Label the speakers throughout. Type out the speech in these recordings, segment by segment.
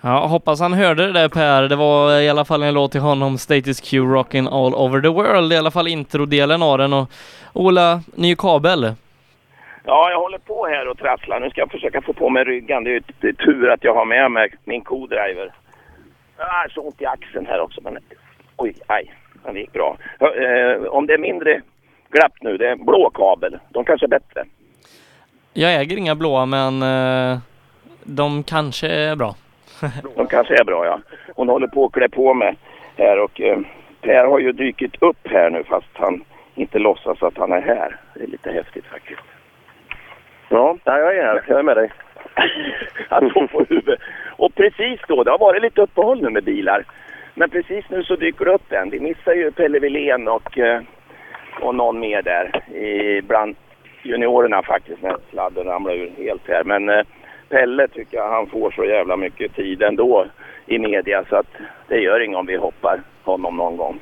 Speaker 1: Ja, hoppas han hörde det där, Per. Det var i alla fall en låt till honom, Status Q, Rockin' All Over The World. I alla fall introdelen av den. Och Ola, ny kabel.
Speaker 2: Ja, jag håller på här och trasslar. Nu ska jag försöka få på mig ryggan. Det är ju tur att jag har med mig min co-driver. Jag har så ont i axeln här också. Men oj, aj. Det gick bra. Om det är mindre glapp nu, det är blå kabel. De kanske är bättre.
Speaker 1: Jag äger inga blåa, men de kanske är bra.
Speaker 2: De kanske är bra, ja. Hon håller på att klä på mig här och Per har ju dykt upp här nu fast han inte låtsas att han är här. Det är lite häftigt faktiskt. Ja, jag är här. Jag är med dig. Han står på huvudet. Och precis då, det har varit lite uppehåll nu med bilar. Men precis nu så dyker det upp en. Vi missar ju Pelle Wilén och någon mer där. Bland juniorerna faktiskt när sladden ramlar ur helt här. Men Pelle tycker jag han får så jävla mycket tid ändå i media så att det gör inget om vi hoppar honom någon gång.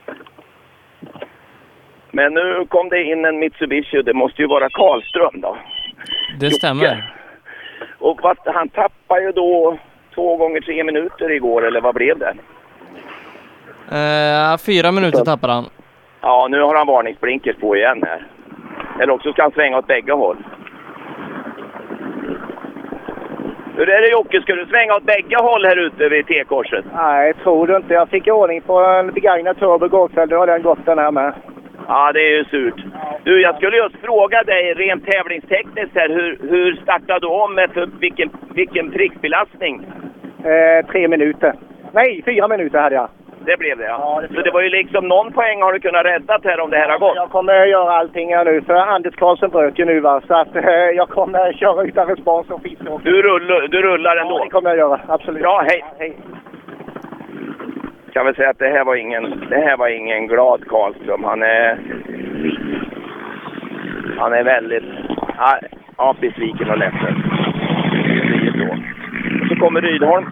Speaker 2: Men nu kom det in en Mitsubishi och det måste ju vara Karlström då.
Speaker 1: Det stämmer.
Speaker 2: Och han tappar ju då 2 gånger 3 minuter igår, eller vad blev det?
Speaker 1: 4 minuter tappar han.
Speaker 2: Ja, nu har han varningsblinkers på igen här. Eller också ska han svänga åt bägge håll. Hur är det, Jocke? Ska du svänga åt bägge håll här ute vid T-korset?
Speaker 3: Nej, tror du inte. Jag fick ordning på en begagnad turbo gåkväll. Nu har den gått den här med.
Speaker 2: Ja, det är ju surt. Du, jag skulle just fråga dig rent tävlingstekniskt här. Hur startade du om med för vilken prickbelastning?
Speaker 3: 3 minuter. Nej, 4 minuter hade jag.
Speaker 2: Det blev det, ja. Så det var ju liksom någon poäng har du kunnat rädda här om det här har gått.
Speaker 3: Jag kommer göra allting här nu, för Anders Karlsson bröt ju nu va. Så att jag kommer köra utan respons och fisk.
Speaker 2: Du rullar ändå?
Speaker 3: Ja, det kommer jag göra. Absolut.
Speaker 2: Ja, hej. Kan väl säga att det här var ingen glad Karlström. Han är väldigt besviken och ledsen. Och så kommer Rydholm.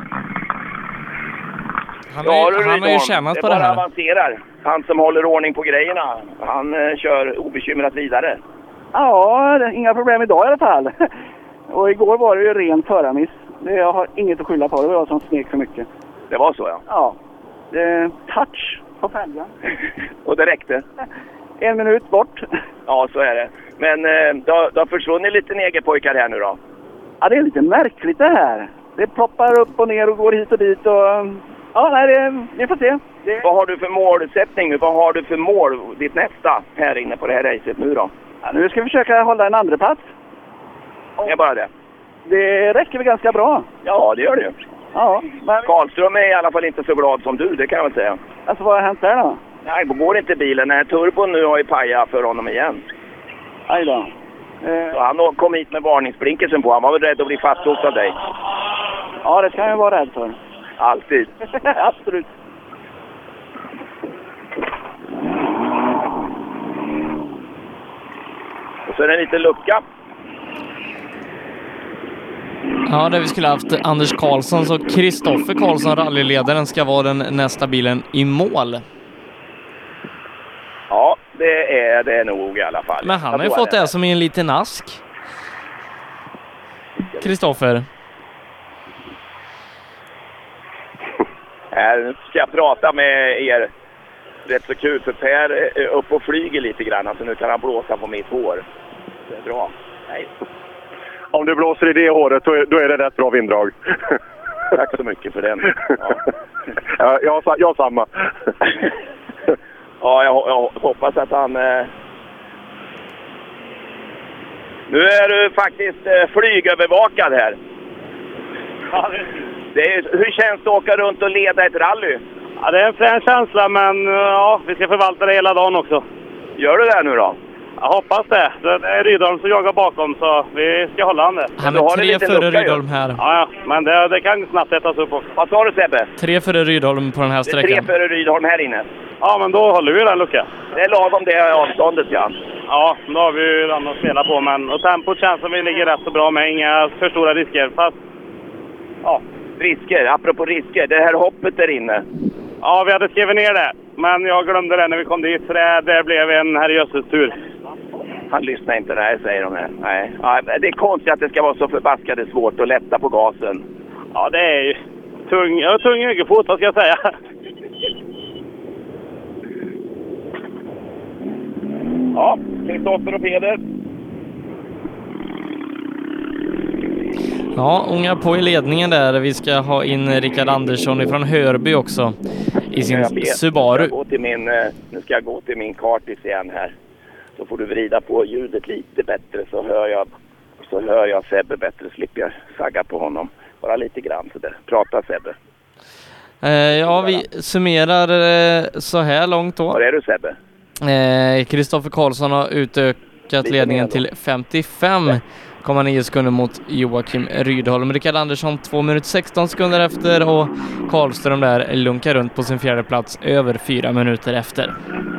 Speaker 1: Han har ju tjänat på det här.
Speaker 2: Avancerar. Han som håller ordning på grejerna. Han kör obekymrat vidare.
Speaker 4: Ja, inga problem idag i alla fall. Och igår var det ju ren förarmiss. Jag har inget att skylla på. Det var jag som snek för mycket.
Speaker 2: Det var så, ja?
Speaker 4: Ja. Touch på fälgen.
Speaker 2: Och det räckte?
Speaker 4: 1 minut bort.
Speaker 2: Ja, så är det. Men det har försvunnit lite negerpojkar här nu då?
Speaker 4: Ja, det är lite märkligt det här. Det ploppar upp och ner och går hit och dit och... Ja, nej, vi får se.
Speaker 2: Vad har du för målsättning nu? Vad har du för mål, ditt nästa här inne på det här racet nu då?
Speaker 4: Ja, nu ska vi försöka hålla en andra plats.
Speaker 2: Det är bara det?
Speaker 4: Det räcker väl ganska bra.
Speaker 2: Ja, det gör det ju.
Speaker 4: Ja, men...
Speaker 2: Karlström är i alla fall inte så glad som du, det kan jag väl säga.
Speaker 4: Alltså, vad har hänt där då?
Speaker 2: Nej, går inte bilen. Nej, turbon nu har ju pajat för honom igen.
Speaker 4: Aj då.
Speaker 2: Så han kom hit med varningsblinkersen på. Han var väl rädd att bli fastlåst av dig.
Speaker 4: Ja, det kan jag vara rädd för.
Speaker 2: Alltid.
Speaker 4: Absolut.
Speaker 2: Och så är det en liten lucka.
Speaker 1: Ja, där vi skulle haft Anders Karlsson, så Kristoffer Karlsson, rallyledaren, ska vara den nästa bilen i mål.
Speaker 2: Ja, det är det nog i alla fall.
Speaker 1: Men han har ju fått det som i en liten ask. Kristoffer.
Speaker 2: Nu ska jag prata med er. Rätt så kul, för Per är uppe och flyger lite grann. Alltså nu kan han blåsa på mitt hår. Det är bra. Nej.
Speaker 5: Om du blåser i det håret, då är det rätt bra vinddrag.
Speaker 2: Tack så mycket för den.
Speaker 5: Ja. Jag samma.
Speaker 2: Ja, jag hoppas att han... Nu är du faktiskt flygövervakad här.
Speaker 6: Ja,
Speaker 2: hur känns det att åka runt och leda ett rally?
Speaker 6: Ja, det är en frän känsla, men ja, vi ska förvalta det hela dagen också.
Speaker 2: Gör du det nu då?
Speaker 6: Jag hoppas det. Det är Rydholm som jagar bakom, så vi ska hålla han det.
Speaker 1: Han är 3 före Rydholm här.
Speaker 6: Ja, men det kan snabbt ätas upp också.
Speaker 2: Vad sa du, Sebbe?
Speaker 1: 3 före Rydholm på den här sträckan.
Speaker 2: 3 före Rydholm här inne.
Speaker 6: Ja, men då håller vi den luckan.
Speaker 2: Det är lagom det avståndet, ja.
Speaker 6: Ja, då har vi ju den att spela på, men och tempot känns som vi ligger rätt så bra med. Inga för stora risker, fast...
Speaker 2: Ja, risker. Apropå risker, det här hoppet där inne.
Speaker 6: Ja, vi hade skrivit ner det, men jag glömde det när vi kom dit. Det blev en herrejösses tur.
Speaker 2: Han lyssnar inte där, säger de här. Nej. Ja, det är konstigt att det ska vara så förbaskade svårt att lätta på gasen.
Speaker 6: Ja, det är ju... tung högerfot, vad ska jag säga.
Speaker 2: Ja, Kristoffer och Peder.
Speaker 1: Ja, unga på i ledningen där. Vi ska ha in Rickard Andersson ifrån Hörby också i sin Subaru.
Speaker 2: Nu ska jag gå till min kartis igen här. Så får du vrida på ljudet lite bättre så hör jag Sebbe bättre. Slipper jag sagga på honom. Bara lite grann så där. Prata Sebbe.
Speaker 1: Ja, vi summerar så här långt då.
Speaker 2: Var är du Sebbe?
Speaker 1: Kristoffer Karlsson har utökat ledningen till 55,9 sekunder mot Joakim Rydholm. Rickard Andersson 2 minuter 16 sekunder efter och Karlström där lunkar runt på sin fjärde plats över 4 minuter efter.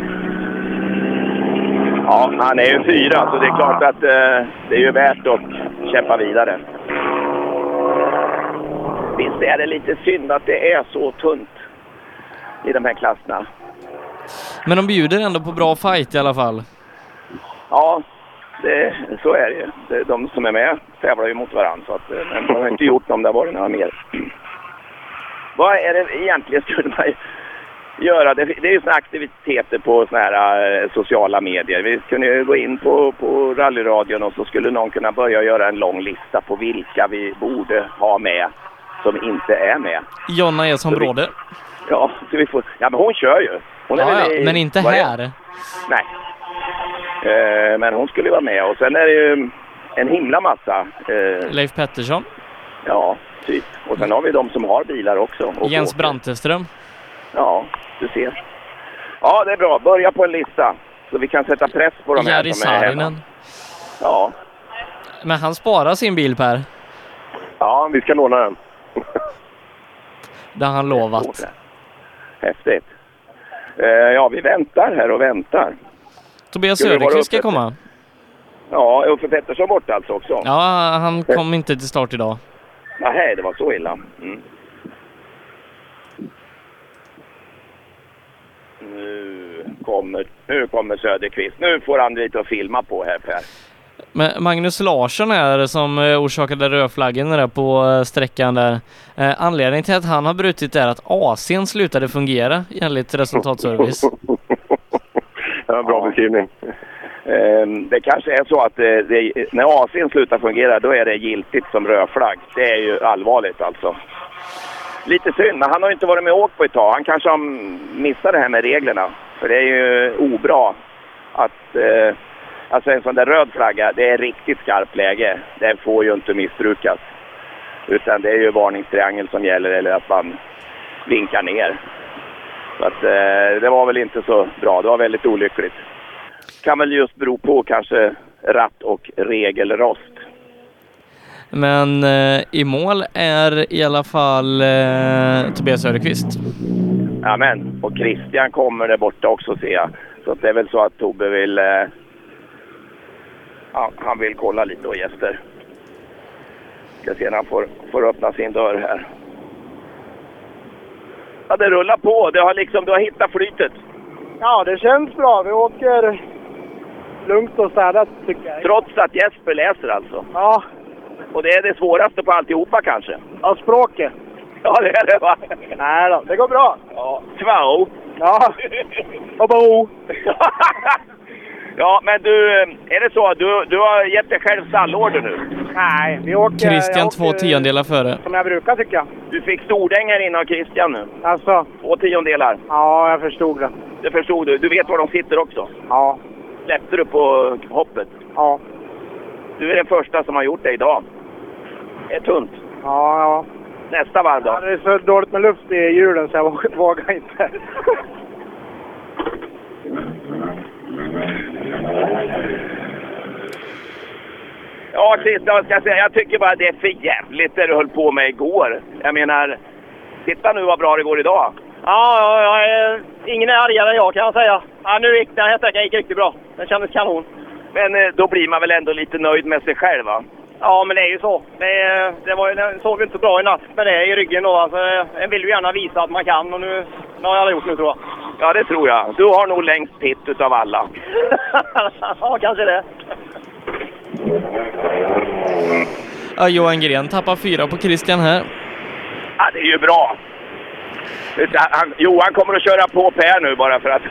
Speaker 2: Ja, han är ju 4 så det är klart att det är ju värt att kämpa vidare. Visst är det lite synd att det är så tunt i de här klasserna. Men
Speaker 1: de bjuder ändå på bra fight i alla fall.
Speaker 2: Ja, så är det ju. De som är med tävlar ju mot varandra så att men de har inte gjort om det varit några mer. Vad är det egentligen skulle man göra? Det är ju såna aktiviteter på såna här sociala medier. Vi kunde ju gå in på rallyradion och så skulle någon kunna börja göra en lång lista på vilka vi borde ha med som inte är med.
Speaker 1: Jonna är som bråde.
Speaker 2: Ja, så vi får, ja, men hon kör ju. Hon är
Speaker 1: men inte här.
Speaker 2: Nej. Men hon skulle vara med. Och sen är det ju en himla massa.
Speaker 1: Leif Pettersson.
Speaker 2: Ja, typ. Och sen har vi de som har bilar också.
Speaker 1: Jens Branteström.
Speaker 2: Ja, du ser. Ja, det är bra. Börja på en lista. Så vi kan sätta press på de här som är hemma. Ja.
Speaker 1: Men han sparar sin bil, Per.
Speaker 5: Ja, vi ska låna den.
Speaker 1: Det har han lovat.
Speaker 2: Häftigt. Ja, vi väntar här och väntar.
Speaker 1: Tobias Söderqvist ska komma.
Speaker 2: Ja, Uffe Pettersson borta alltså också.
Speaker 1: Ja, han kom inte till start idag.
Speaker 2: Nej, det var så illa. Mm. Nu kommer Söderqvist. Nu får han lite att filma på här, Per.
Speaker 1: Men Magnus Larsson är som orsakade rödflaggen där på sträckan där. Anledningen till att han har brutit är att AC:n slutade fungera enligt resultatservice.
Speaker 5: Ja, bra beskrivning.
Speaker 2: Det kanske är så att när AC:n slutar fungera då är det giltigt som rödflagg. Det är ju allvarligt alltså. Lite synd, men han har inte varit med och åkt på ett tag. Han kanske har missat det här med reglerna. För det är ju obra att alltså en sån där röd flagga, det är riktigt skarpt läge. Det får ju inte missbrukas. Utan det är ju varningstriangel som gäller eller att man vinkar ner. Så att det var väl inte så bra. Det var väldigt olyckligt. Kan väl just bero på kanske ratt och regelrost.
Speaker 1: Men i mål är i alla fall Tobias Söderqvist.
Speaker 2: Ja, men och Christian kommer där borta också, ser jag. Så att det är väl så att Tobbe vill han vill kolla lite och gäster. Ska se när han får öppna sin dörr här. Ja, det rullar på. Du har hittat flytet.
Speaker 3: Ja, det känns bra. Vi åker lugnt och städat, tycker jag.
Speaker 2: Trots att Jesper läser alltså?
Speaker 3: Ja.
Speaker 2: Och det är det svåraste på alltihopa kanske?
Speaker 3: Ja, språket.
Speaker 2: Ja, det är det, va?
Speaker 3: Nej då, det går bra.
Speaker 2: Ja. Två.
Speaker 3: Ja. Och bo.
Speaker 2: Ja, men du, är det så? Du har gett dig själv stallorder nu?
Speaker 3: Nej, vi åker...
Speaker 1: Christian 2 tiondelar före.
Speaker 3: Som jag brukar tycka.
Speaker 2: Du fick stordäng här inne av Christian nu.
Speaker 3: Alltså?
Speaker 2: 2 tiondelar.
Speaker 3: Ja, jag förstod det.
Speaker 2: Det förstod du. Du vet var de sitter också?
Speaker 3: Ja.
Speaker 2: Släppte du på hoppet?
Speaker 3: Ja.
Speaker 2: Du är den första som har gjort det idag. Det är tunt.
Speaker 3: Ja.
Speaker 2: Nästa varv då?
Speaker 3: Ja, det är så dåligt med luft i hjulen så jag vågar inte.
Speaker 2: Ja, Christian, jag tycker bara det är för jävligt det du höll på med igår. Jag menar, titta nu vad bra det går idag.
Speaker 3: Ja, ingen är argare än jag, kan jag säga. Ja, nu gick det gick riktigt bra. Det kändes kanon.
Speaker 2: Men då blir man väl ändå lite nöjd med sig själv, va?
Speaker 3: Ja, men det är ju så. Det såg inte så bra i natt med det i ryggen då. Alltså, en vill ju gärna visa att man kan och nu har jag gjort nu, tror jag.
Speaker 2: Ja, det tror jag. Du har nog längst pitt utav alla.
Speaker 3: Ja, kanske det.
Speaker 1: Ja, Johan Gren tappar 4 på Christian här.
Speaker 2: Ja, det är ju bra. Johan kommer att köra på Per nu bara för att...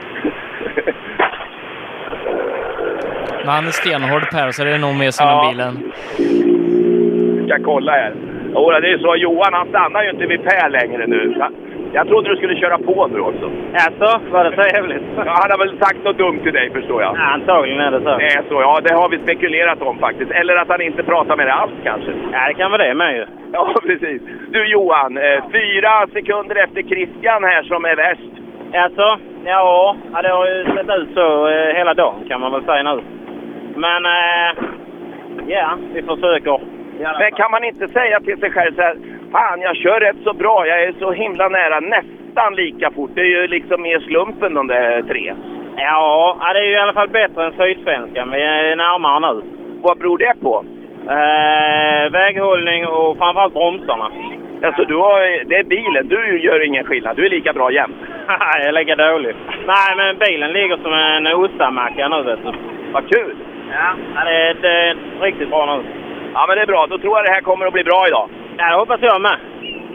Speaker 1: Men han är stenhård Per, så det är nog med sig inom bilen.
Speaker 2: Ska kolla här. Ora, det är så. Johan, han stannar ju inte vid Per längre nu. Jag trodde du skulle köra på nu också.
Speaker 3: Alltså, var det trevligt?
Speaker 2: Ja, han har väl sagt något dumt till dig, förstår jag.
Speaker 3: Ja, antagligen är det så.
Speaker 2: Det är så, ja. Det har vi spekulerat om faktiskt. Eller att han inte pratar med dig alls kanske.
Speaker 3: Ja, det kan vara det med ju.
Speaker 2: Ja, precis. Du Johan, 4 sekunder efter Christian här som är värst.
Speaker 3: Alltså, ja, det har ju sett ut så hela dagen kan man väl säga nu. Men, ja, vi försöker.
Speaker 2: Men kan man inte säga till sig själv så här, fan jag kör rätt så bra, jag är så himla nära, nästan lika fort. Det är ju liksom mer slumpen de där 3.
Speaker 3: Ja, det är ju i alla fall bättre än Sydsvenskan. Vi är närmare nu.
Speaker 2: Vad beror det på?
Speaker 3: Väghållning och framförallt bromsarna.
Speaker 2: Alltså det är bilen, du gör ingen skillnad, du är lika bra jämt.
Speaker 3: Jag är lika dålig. Nej, men bilen ligger som en ostamacka nu, vet du.
Speaker 2: Vad kul!
Speaker 3: Ja, det är riktigt bra nu.
Speaker 2: Ja, men det är bra. Då tror jag det här kommer att bli bra idag.
Speaker 3: Ja, det hoppas jag med.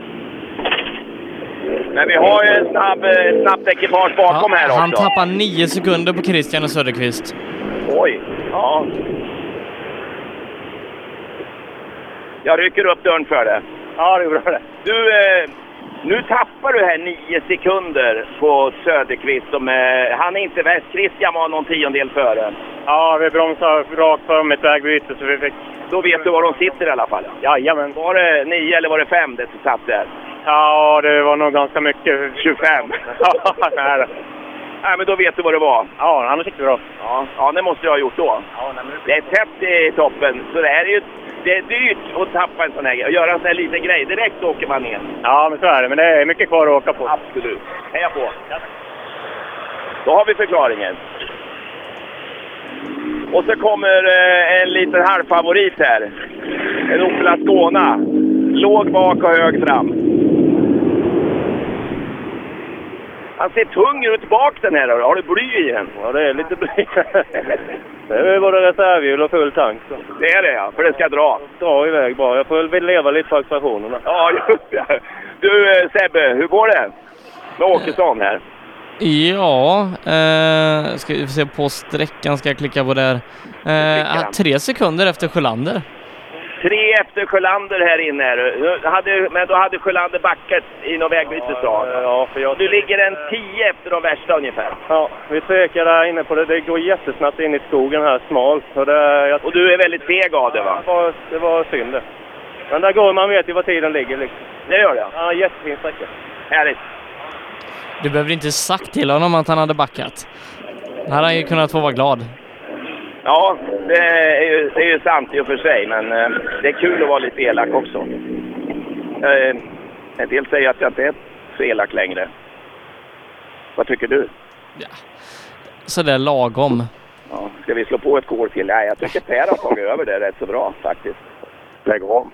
Speaker 2: Men vi har ju snabbt ekipage bakom här också.
Speaker 1: Han tappar 9 sekunder på Christian och Söderqvist.
Speaker 2: Oj, ja. Jag rycker upp dörren för det.
Speaker 3: Ja, det är bra det.
Speaker 2: Du, nu tappar du här 9 sekunder på Söderqvist. Han är inte väst. Christian var någon 10-del före.
Speaker 6: Ja, vi bromsade rakt för ett vägbyte så vi fick...
Speaker 2: Då vet du var de sitter i alla fall.
Speaker 6: Jajamän.
Speaker 2: Var det 9 eller var det 5 det som satt där?
Speaker 6: Ja, det var nog ganska mycket.
Speaker 2: 25.
Speaker 6: Nej,
Speaker 2: Nej, men då vet du vad det var.
Speaker 6: Ja, han är riktigt bra.
Speaker 2: Ja, det måste jag ha gjort då.
Speaker 6: Ja,
Speaker 2: det är tätt i toppen, så det här är ju... Det är dyrt att tappa en sån här grej. Att göra en sån här liten grej. Direkt åker man ner.
Speaker 6: Ja, men så är det. Men det är mycket kvar att åka på.
Speaker 2: Absolut. Heja på. Ja. Då har vi förklaringen. Och så kommer en liten halvfavorit här. En Opel Ascona. Låg bak och hög fram. Han ser tung ut bak den här. Har du bly i den?
Speaker 6: Ja, det är lite bly. Det är både reservhjul och full tank. Så.
Speaker 2: Det är det, ja. För det ska dra.
Speaker 6: Dra iväg bara. Jag får väl leva lite på accelerationerna.
Speaker 2: Ja, just det. Du Sebbe, hur går det med Åkesson här?
Speaker 1: Ja, ska vi se på sträckan, ska jag klicka på där. 3 sekunder efter Sjölander.
Speaker 2: 3 efter Sjölander här inne. Men då hade Sjölander backat i någon vägbytesdag.
Speaker 6: Ja, för
Speaker 2: du ligger en 10 efter de värsta ungefär.
Speaker 6: Ja, vi tvekar där inne på det. Det går jättesnabbt in i skogen här, smalt.
Speaker 2: Och du är väldigt feg av det, va?
Speaker 6: Det var synd det. Men där går man vet ju var tiden ligger liksom.
Speaker 2: Det gör det?
Speaker 6: Ja, jättefin sträcka.
Speaker 2: Härligt.
Speaker 1: Du behöver inte sagt till honom att han hade backat. Här hade han ju kunnat få vara glad.
Speaker 2: Ja, det är ju sant i och för sig, men det är kul att vara lite elak också. En del säger att jag inte är så elak längre. Vad tycker du?
Speaker 1: Ja. Så det är lagom.
Speaker 2: Ja, ska vi slå på ett kår till? Nej, jag tycker Per har tagit över det rätt så bra faktiskt. Lägg om.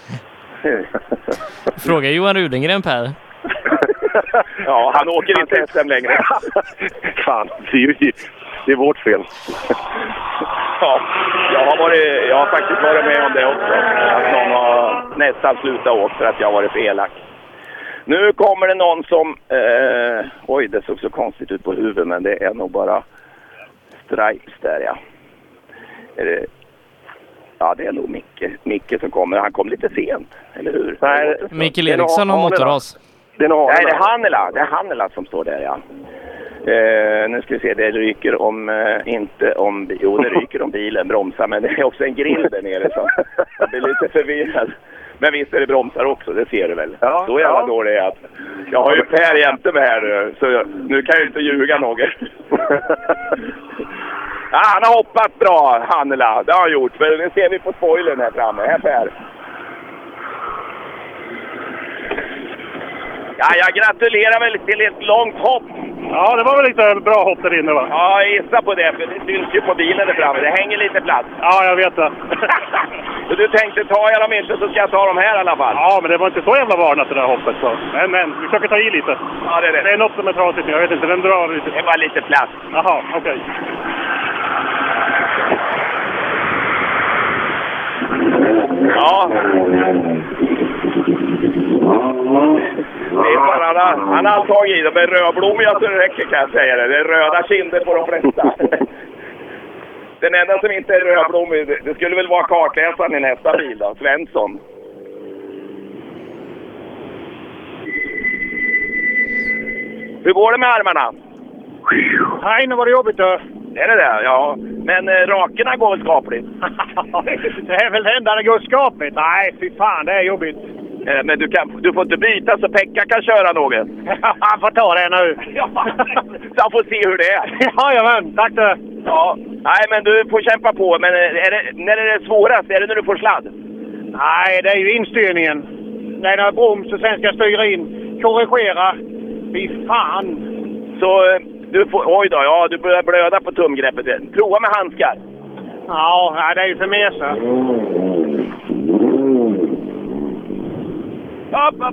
Speaker 1: Fråga Johan Rudengren, Per.
Speaker 2: Ja, han åker inte SM längre.
Speaker 5: Fan, det är vårt fel.
Speaker 2: Ja, jag har faktiskt varit med om det också. Att någon har nästan slutat åka för att jag har varit för elak. Nu kommer det någon som... oj, det såg så konstigt ut på huvudet, men det är nog bara stripes där, ja. Ja, det är nog Micke som kommer. Han kom lite sent, eller hur?
Speaker 5: Nej,
Speaker 1: Mikael Eriksson har motorras.
Speaker 2: Nej, det är Hannela. Det är Hannela som står där, ja. Nu ska vi se, det ryker det ryker om bilen bromsar, men det är också en grill där nere så jag blir lite förvirrad. Men visst är det bromsar också, det ser du väl? Ja, så jävla dåligt är att jag har ju Per jämte med här, så nu kan jag inte ljuga något. Ja, han har hoppat bra, Hannela, det har han gjort, för nu ser vi på spoilern här framme, här Per. Ja, jag gratulerar väl till ett långt hopp.
Speaker 5: Ja, det var väl lite bra hopp där inne, va?
Speaker 2: Ja, jag gissar på det, för det syns ju på bilen där framme. Det hänger lite plats.
Speaker 5: Ja, jag vet det.
Speaker 2: Så du tänkte, tar jag dem inte så ska jag ta dem här i alla fall.
Speaker 5: Ja, men det var inte så jävla varnat det där hoppet. Så. Men vi försöker ta i lite.
Speaker 2: Ja, det är det.
Speaker 5: Det är något som är trasigt nu, jag vet inte, den drar lite.
Speaker 2: Det var lite plats.
Speaker 5: Jaha, okej.
Speaker 2: Ja. Det är bara, han har tagit i dem med rödblommiga så det räcker, kan jag säga det. Det är röda kinder på de flesta. Den enda som inte är rödblommig, det skulle väl vara kartläsaren i nästa bil då, Svensson. Hur går det med armarna?
Speaker 6: Nej, nu var det jobbigt då.
Speaker 2: Är det det? Ja. Men rakerna går väl skapligt?
Speaker 6: Det är väl det enda det går skapligt. Nej, fy fan, det är jobbigt.
Speaker 2: Men du får inte byta så Pekka kan köra något.
Speaker 6: Han får ta det nu.
Speaker 2: Ja, så han får se hur det är.
Speaker 6: Jajamän, tack du.
Speaker 2: Ja, nej men du får kämpa på. Men när är det svårast? Är det när du får sladd?
Speaker 6: Nej, det är ju instyrningen. Det är när broms och sen ska styra in. Korrigera. Fy fan.
Speaker 2: Så du får, oj då, ja du börjar blöda på tumgreppet. Prova med handskar.
Speaker 6: Ja, det är ju för mesa.
Speaker 2: Upp.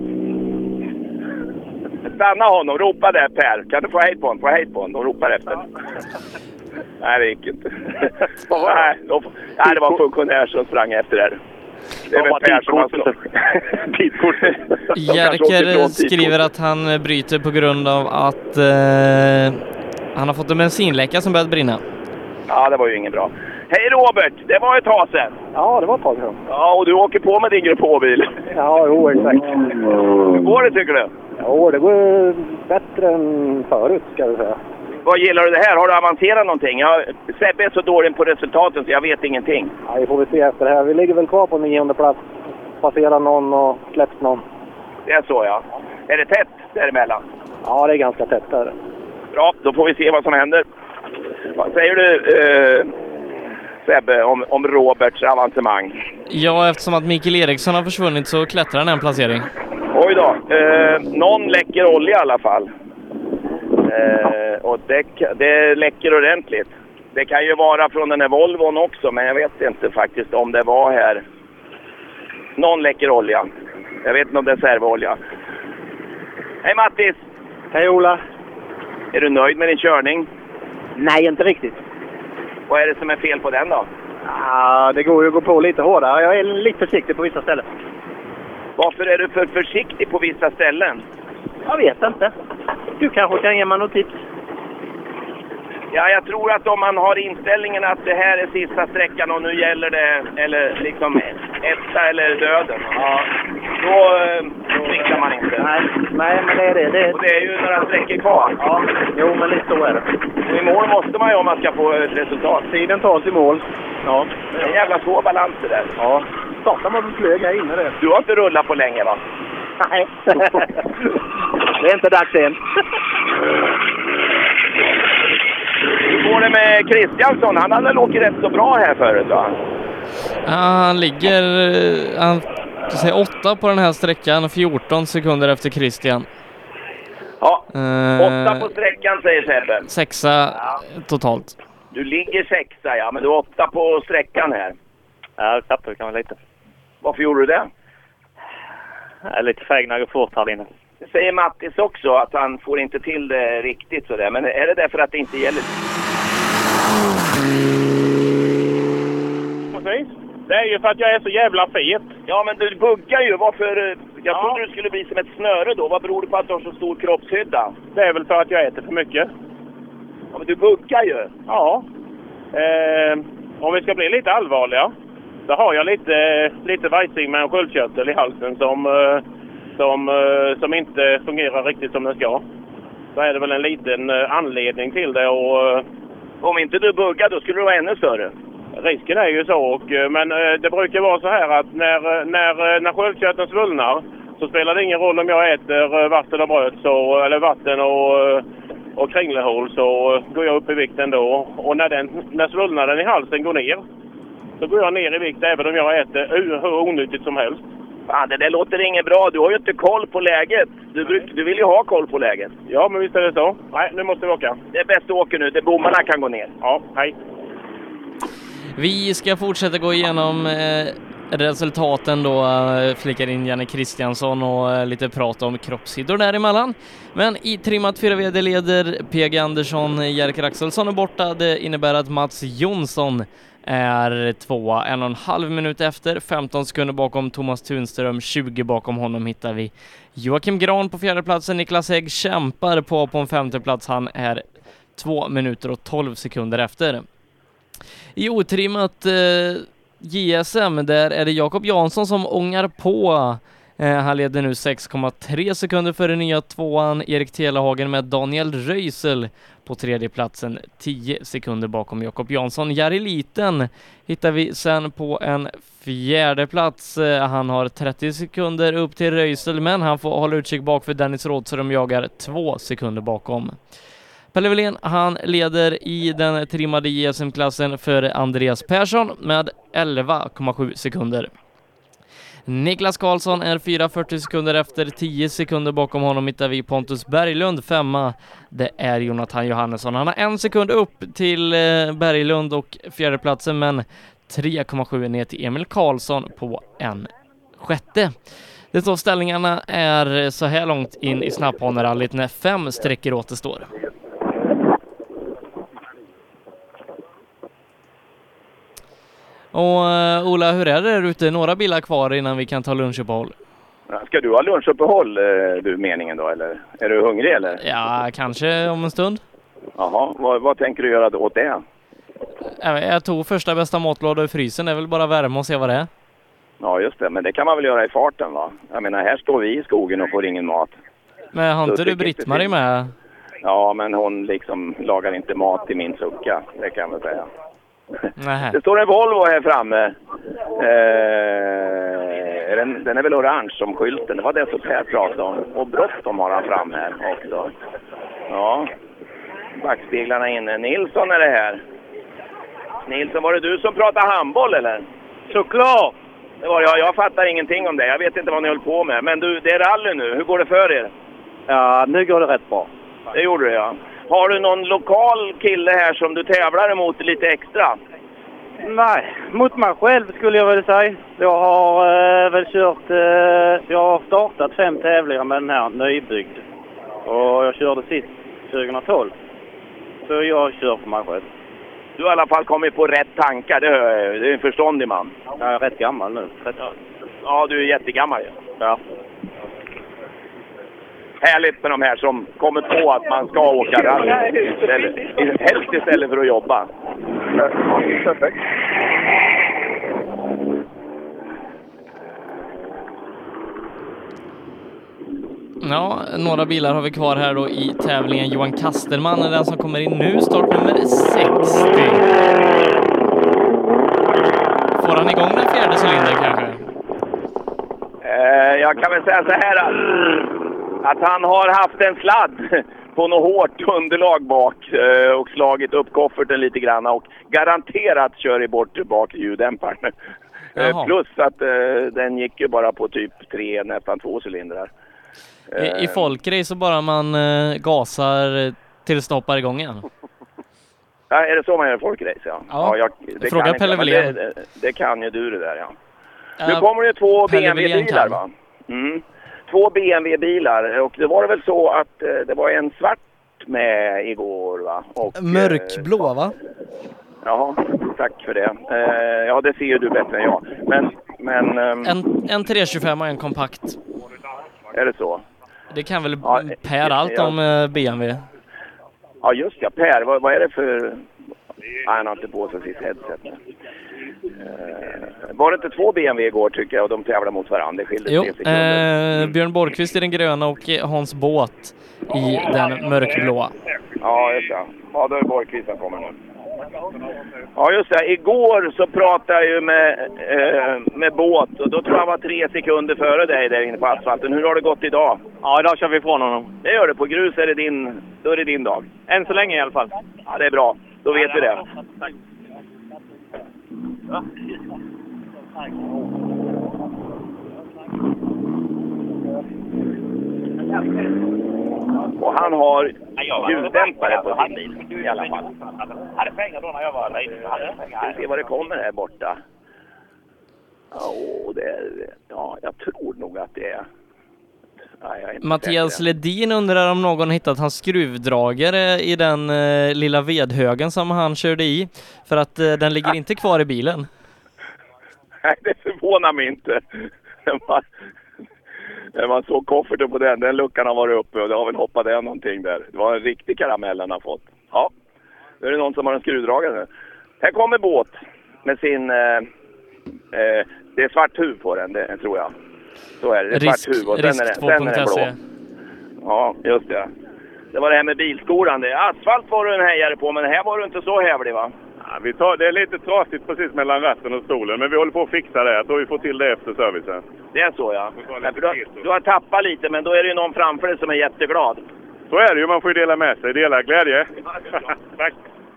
Speaker 2: Stanna honom, ropa där Per. Kan du få hejt på honom? Få hejt på honom, de ropar efter. Nej, det gick inte. Nej, det var funktionär som sprang efter där. Det är väl Per som har slått.
Speaker 1: Jerker skriver att han bryter på grund av att han har fått en bensinläcka som börjat brinna.
Speaker 2: Ja, det var ju ingen bra. Hej Robert, det var ett tag sedan.
Speaker 4: Ja, det var ett tag sedan.
Speaker 2: Ja, och du åker på med din Grupp H-bil.
Speaker 4: Ja, jo, exakt.
Speaker 2: Hur går det tycker du?
Speaker 4: Ja, det går bättre än förut, ska vi säga.
Speaker 2: Vad gillar du det här? Har du avancerat någonting? Sebbe är så dålig på resultaten så jag vet ingenting.
Speaker 4: Ja, vi får väl se efter det här. Vi ligger väl kvar på 9:e plats. Passerar någon och släpps någon.
Speaker 2: Det är så, ja. Är det tätt däremellan?
Speaker 4: Ja, det är ganska tätt där.
Speaker 2: Bra, då får vi se vad som händer. Vad säger du, Sebbe, om Roberts avancemang?
Speaker 1: Ja, eftersom att Mikael Eriksson har försvunnit så klättrar han en placering.
Speaker 2: Oj då, någon läcker olja i alla fall. Och det läcker ordentligt. Det kan ju vara från den här Volvon också, men jag vet inte faktiskt om det var här. Någon läcker olja. Jag vet inte om det är servolja. Hej Mattis!
Speaker 4: Hej Ola!
Speaker 2: Är du nöjd med din körning?
Speaker 4: Nej, inte riktigt.
Speaker 2: Vad är det som är fel på den då?
Speaker 4: Ja, det går ju att gå på lite hårdare. Jag är lite försiktig på vissa ställen.
Speaker 2: Varför är du för försiktig på vissa ställen?
Speaker 4: Jag vet inte. Du kanske kan ge mig något tips?
Speaker 2: Ja, jag tror att om man har inställningen att det här är sista sträckan och nu gäller det, eller liksom etta eller döden, ja, då svickar man inte.
Speaker 4: Nej, men det är det.
Speaker 2: Och det är ju några sträckor kvar.
Speaker 4: Ja, jo, men lite så är det.
Speaker 2: Och i mål måste man ju om man ska få ett resultat.
Speaker 4: Tiden tas i mål. Ja.
Speaker 2: Det är en jävla svår balans det där.
Speaker 4: Ja. Startar man på flög här inne där.
Speaker 2: Du har inte rullat på länge, va?
Speaker 4: Nej. Det är inte dags än.
Speaker 2: Hur går det med Kristiansson? Han hade åkt rätt så bra här förut, va?
Speaker 1: Ja, han ligger 8 på den här sträckan, 14 sekunder efter Christian.
Speaker 2: Ja, 8 på sträckan säger Sebbe.
Speaker 1: 6 totalt.
Speaker 2: Du ligger 6, ja, men du är 8 på sträckan här.
Speaker 3: Ja, jag tappade kanske lite.
Speaker 2: Varför gjorde du det?
Speaker 3: Jag är lite feg när jag går fort här inne.
Speaker 2: Det säger Mattis också, att han får inte till det riktigt sådär. Men är det därför att det inte gäller?
Speaker 6: Precis. Det är ju för att jag är så jävla fet.
Speaker 2: Ja, men du buggar ju. Varför? Jag trodde du skulle bli som ett snöre då. Vad beror det på att du har så stor kroppshydda?
Speaker 6: Det är väl för att jag äter för mycket.
Speaker 2: Ja, men du buggar ju.
Speaker 6: Ja. Om vi ska bli lite allvarliga, så har jag lite vajsing med en sköldkörtel i halsen som inte fungerar riktigt som den ska. Så är det väl en liten anledning till det. Och
Speaker 2: om inte du buggar, då skulle du vara ännu större.
Speaker 6: Risken är ju så, men det brukar vara så här att när sköldkörteln svullnar så spelar det ingen roll om jag äter vatten och bröd eller vatten och kringlehål, så går jag upp i vikt ändå. Och när svullnaden i halsen går ner, så går jag ner i vikt även om jag äter hur onyttigt som helst.
Speaker 2: Fan, det där låter inget bra. Du har ju inte koll på läget. Du vill ju ha koll på läget.
Speaker 6: Ja, men visst är det så. Nej, nu måste vi åka.
Speaker 2: Det är bäst att åka nu. Det bommarna kan gå ner.
Speaker 6: Ja, hej.
Speaker 1: Vi ska fortsätta gå igenom resultaten då, flikar in Janne Kristiansson och lite prat om kroppshiddor däremellan. Men i trimmat 4VD leder PG Andersson, Jerker Axelsson är borta. Det innebär att Mats Jonsson är tvåa 1,5 minut efter. 15 sekunder bakom Thomas Tunström, 20 bakom honom hittar vi Joakim Gran på fjärde platsen. Niklas Hägg kämpar på en femte plats. Han är 2 minuter och 12 sekunder efter. I otrimmat JSM där är det Jakob Jansson som ångar på. Han leder nu 6,3 sekunder före nya tvåan Erik Telehagen med Daniel Röisel på tredje platsen, 10 sekunder bakom Jakob Jansson. Jari Liten hittar vi sen på en fjärde plats. Han har 30 sekunder upp till Röisel, men han får hålla utkik bak för Dennis Rådström jagar 2 sekunder bakom. Pelle Wilén, han leder i den trimmade JSM-klassen för Andreas Persson med 11,7 sekunder. Niklas Karlsson är 4,40 sekunder efter, 10 sekunder bakom honom hittar vi Pontus Berglund, femma. Det är Jonathan Johannesson. Han har 1 sekund upp till Berglund och fjärdeplatsen, men 3,7 ner till Emil Karlsson på en sjätte. Det så ställningarna är så här långt in i snapphanerallyt när 5 sträckor återstår. Och Ola, hur är det där ute? Några bilar kvar innan vi kan ta lunchuppehåll?
Speaker 2: Ska du ha lunchuppehåll, du meningen då, eller? Är du hungrig eller?
Speaker 1: Ja, kanske om en stund.
Speaker 2: Jaha, vad tänker du göra åt det?
Speaker 1: Jag tog första bästa matlåda i frysen, det är väl bara värma och se vad det är.
Speaker 2: Ja, just det, men det kan man väl göra i farten, va? Jag menar, här står vi i skogen och får ingen mat.
Speaker 1: Men har inte du Britt-Marie med?
Speaker 2: Ja, men hon liksom lagar inte mat till min sucka, det kan man säga.
Speaker 1: Nähä.
Speaker 2: Det står en Volvo här framme. Den är väl orange som skylten. Det var det som Per pratade om. Och bråttom har han fram här också. Ja. Backspeglarna inne. Nilsson är det här. Nilsson, var det du som pratade handboll eller?
Speaker 3: Såklart!
Speaker 2: Det var jag fattar ingenting om det. Jag vet inte vad ni höll på med. Men du, det är rally nu. Hur går det för er?
Speaker 3: Ja, nu går det rätt bra.
Speaker 2: Det gjorde det, ja. Har du någon lokal kille här som du tävlar emot lite extra?
Speaker 3: Nej, mot mig själv skulle jag väl säga. Jag har väl kört... jag har startat 5 tävlingar med den här nybyggd. Och jag körde sist 2012. Så jag kör för mig själv.
Speaker 2: Du har i alla fall kommit på rätt tankar, det är en förståndig man.
Speaker 3: Jag är rätt gammal nu.
Speaker 2: Ja, du är jättegammal.
Speaker 3: Ja.
Speaker 2: Härligt med de här som kommer på att man ska åka rally. Helst istället för att jobba. Perfekt.
Speaker 1: Ja, några bilar har vi kvar här då i tävlingen. Johan Kasterman är den som kommer in nu, startnummer 60. Får han igång den fjärde cylindern kanske?
Speaker 2: Jag kan väl säga så här att han har haft en sladd på något hårt underlag bak och slagit upp kofferten lite grann och garanterat kör i bort bak ljuddämparen. Plus att den gick ju bara på typ 3, nästan 2 cylindrar.
Speaker 1: I folkrace så bara man gasar till stoppar igång igen.
Speaker 2: Ja, är det så man gör folkrace? Ja,
Speaker 1: fråga Pelle Wilén.
Speaker 2: Det kan ju du det där, ja. Nu kommer det 2 BMW-bilar, va? 2 BMW-bilar. Och det var väl så att det var en svart med igår, va? Och,
Speaker 1: mörkblå, va?
Speaker 2: Ja, tack för det. Ja, det ser ju du bättre än jag. Men
Speaker 1: en 325 och en kompakt.
Speaker 2: Är det så?
Speaker 1: Det kan väl Per allt om BMW?
Speaker 2: Ja, just det. Per, vad är det för... Han har inte på sig sitt headset. Var det inte 2 BMW igår tycker jag och de tävlar mot varandra? Det skilde 3 sekunder.
Speaker 1: Björn Borgqvist i den gröna och Hans Båt i den mörkblåa.
Speaker 2: Ja, just det. Ja, då är Borgqvist som kommer nu. Ja, just det. Igår så pratade jag ju med Båt och då tror jag var 3 sekunder före dig där inne på asfalten. Hur har det gått idag?
Speaker 3: Ja, idag kör vi ifrån honom.
Speaker 2: Det gör det. På grus är det då är det din dag.
Speaker 3: Än så länge i alla fall.
Speaker 2: Ja, det är bra. Då vet vi det.
Speaker 3: Tack.
Speaker 2: Ja. Och han har ljuddämpare på sin bil i alla fall.
Speaker 3: Hade pengar då när jag var där.
Speaker 2: Ska vi se vad det kommer här borta. Ja, jag tror nog att det är Nej,
Speaker 1: Mattias Ledin undrar om någon hittat hans skruvdragare i den lilla vedhögen som han körde i. För att den ligger inte kvar i bilen.
Speaker 2: Nej, det förvånar mig inte. När man såg kofferten på den luckan har varit uppe och det har väl hoppat en någonting där. Det var en riktig karamell han har fått. Ja, nu är det någon som har en skruvdragare. Här kommer båt med sin... det är svart huvud på den, det tror jag. Så är det. Det är svart huvud och sen är den blå. Ja, just det. Det var det här med bilskolan. Asfalt var du en hejare på, men här var du inte så hävlig, va?
Speaker 5: Ja, det är lite trasigt precis mellan ratten och stolen, men vi håller på att fixa det. Jag tror vi får till det efter servicen.
Speaker 2: Det är så, ja. Du har tappat lite, men då är det ju någon framför dig som är jätteglad.
Speaker 5: Så är det ju, man får ju dela med sig. Dela glädje. Tack.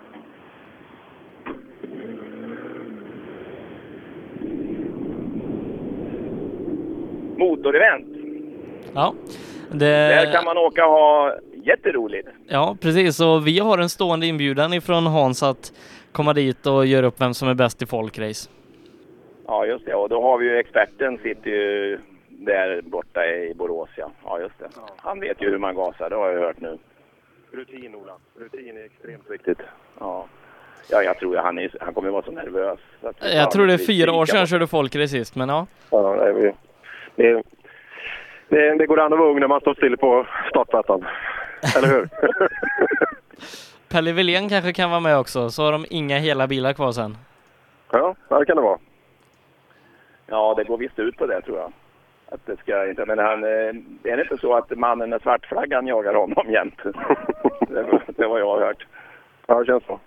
Speaker 2: Motorevent.
Speaker 1: Ja.
Speaker 2: Där kan man åka och ha jätteroligt.
Speaker 1: Ja, precis. Och vi har en stående inbjudan ifrån Hans att komma dit och göra upp vem som är bäst i folkrace.
Speaker 2: Ja, just det. Och då har vi ju experten sitter ju där borta i Borås, ja. Ja, just det. Han vet ju hur man gasar, det har jag hört nu.
Speaker 5: Rutin, Ola. Rutin är extremt viktigt.
Speaker 2: Ja. Ja, jag tror han kommer vara så nervös.
Speaker 1: Jag tror det är 4 år sedan han körde folkrace sist, men ja.
Speaker 5: Ja, det går an att vara ung när man står still på startplattan. Eller hur?
Speaker 1: Pelle Wilén kanske kan vara med också, så har de inga hela bilar kvar sen.
Speaker 5: Ja, det kan det vara.
Speaker 2: Ja, det går visst ut på det, tror jag. Att det ska inte, men är det inte så att mannen med svartflaggan jagar honom jämt? Det var jag har hört.
Speaker 5: Ja, det känns så.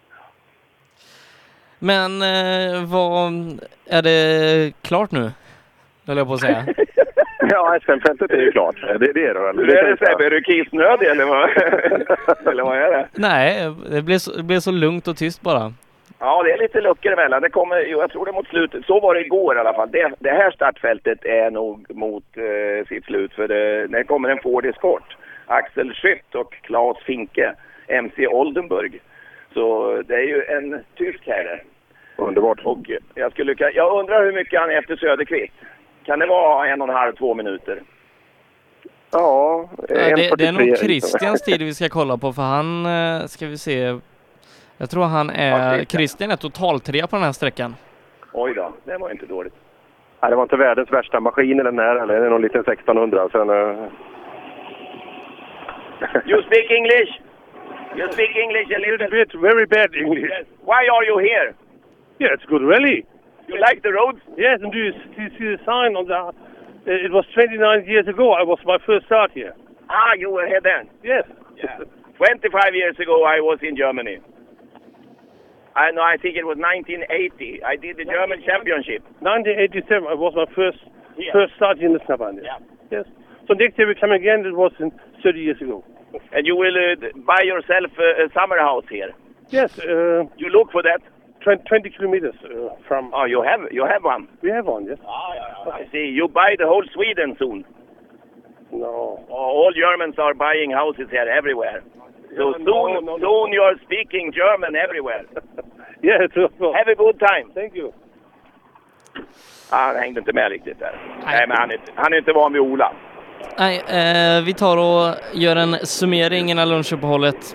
Speaker 1: Men vad är det klart nu? Höll jag på att säga.
Speaker 5: Ja, SM-fältet är ju klart. Det är det då, eller?
Speaker 2: Det är det Sebbe, är du kissnödig eller vad? Eller vad är det?
Speaker 1: Nej, det blev så lugnt och tyst bara.
Speaker 2: Ja, det är lite luckor emellan. Det kommer, jag tror det är mot slutet. Så var det igår i alla fall. Det här startfältet är nog mot sitt slut. För det kommer en Ford Escort. Axel Schütt och Claes Finke. MC Oldenburg. Så det är ju en tysk här.
Speaker 5: Underbart.
Speaker 2: Och jag undrar hur mycket han är efter Söderqvist. Kan det vara 1,5-2 minuter?
Speaker 5: Ja,
Speaker 1: det är nog Christians tid vi ska kolla på. För han, ska vi se... Jag tror Christian är totaltrea på den här sträckan.
Speaker 2: Oj då, det var inte dåligt.
Speaker 5: Nej, det var inte världens värsta maskin eller när, eller det är någon liten 1600. Sen,
Speaker 2: You speak English? You speak English a little
Speaker 5: bit, very bad English.
Speaker 2: Yes. Why are you here?
Speaker 5: Yeah, it's good rally.
Speaker 2: You like the roads?
Speaker 5: Yes, and do you see the sign on the... it was 29 years ago. I was my first start here.
Speaker 2: Ah, you were here then?
Speaker 5: Yes.
Speaker 2: Yeah. 25 years ago I was in Germany. I think it was 1980. I did the German Championship.
Speaker 5: 1987 I was my first start in the Snapband.
Speaker 2: Yeah.
Speaker 5: Yes. So next year we come again. It was 30 years ago.
Speaker 2: And you will buy yourself a summer house here?
Speaker 5: Yes.
Speaker 2: You look for that?
Speaker 5: 20 kilometers from...
Speaker 2: Oh, you have one?
Speaker 5: We have one, yes.
Speaker 2: I see. You buy the whole Sweden soon?
Speaker 5: No.
Speaker 2: All Germans are buying houses here everywhere. So soon you're speaking German everywhere.
Speaker 5: Yeah, so.
Speaker 2: Have a good time.
Speaker 5: Thank you.
Speaker 2: Han hängde inte med riktigt där. Nej, men han är inte van vid Ola.
Speaker 1: Nej, vi tar och gör en summering innan lunchuppehållet.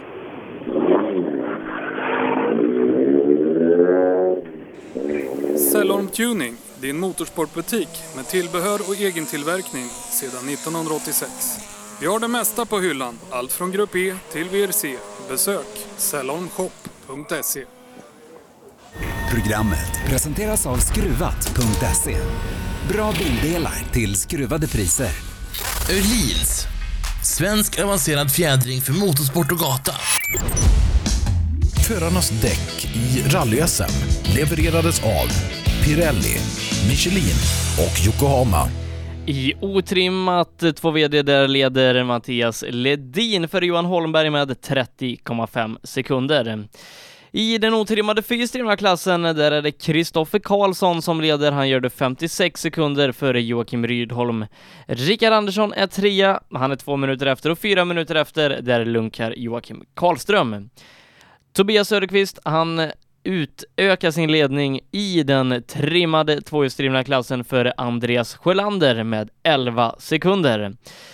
Speaker 7: Cellorm Tuning, din motorsportbutik med tillbehör och egen tillverkning sedan 1986. Vi har det mesta på hyllan, allt från Grupp E till VRC. Besök cellormshop.se.
Speaker 8: Programmet presenteras av Skruvat.se. Bra bildelar till skruvade priser.
Speaker 9: Öhlins, svensk avancerad fjädring för motorsport och gata.
Speaker 10: Förarnas däck i rally-SM levererades av Pirelli, Michelin och Yokohama.
Speaker 1: I otrimmat 2VD där leder Mattias Ledin för Johan Holmberg med 30,5 sekunder. I den otrimmade fyrstrimma klassen där är det Kristoffer Karlsson som leder. Han gör det 56 sekunder före Joakim Rydholm. Rickard Andersson är 3, han är 2 minuter efter och 4 minuter efter där lunkar Joakim Karlström. Tobias Söderqvist, han utökar sin ledning i den trimmade tvåhjulsdrivna klassen för Andreas Sjölander med 11 sekunder.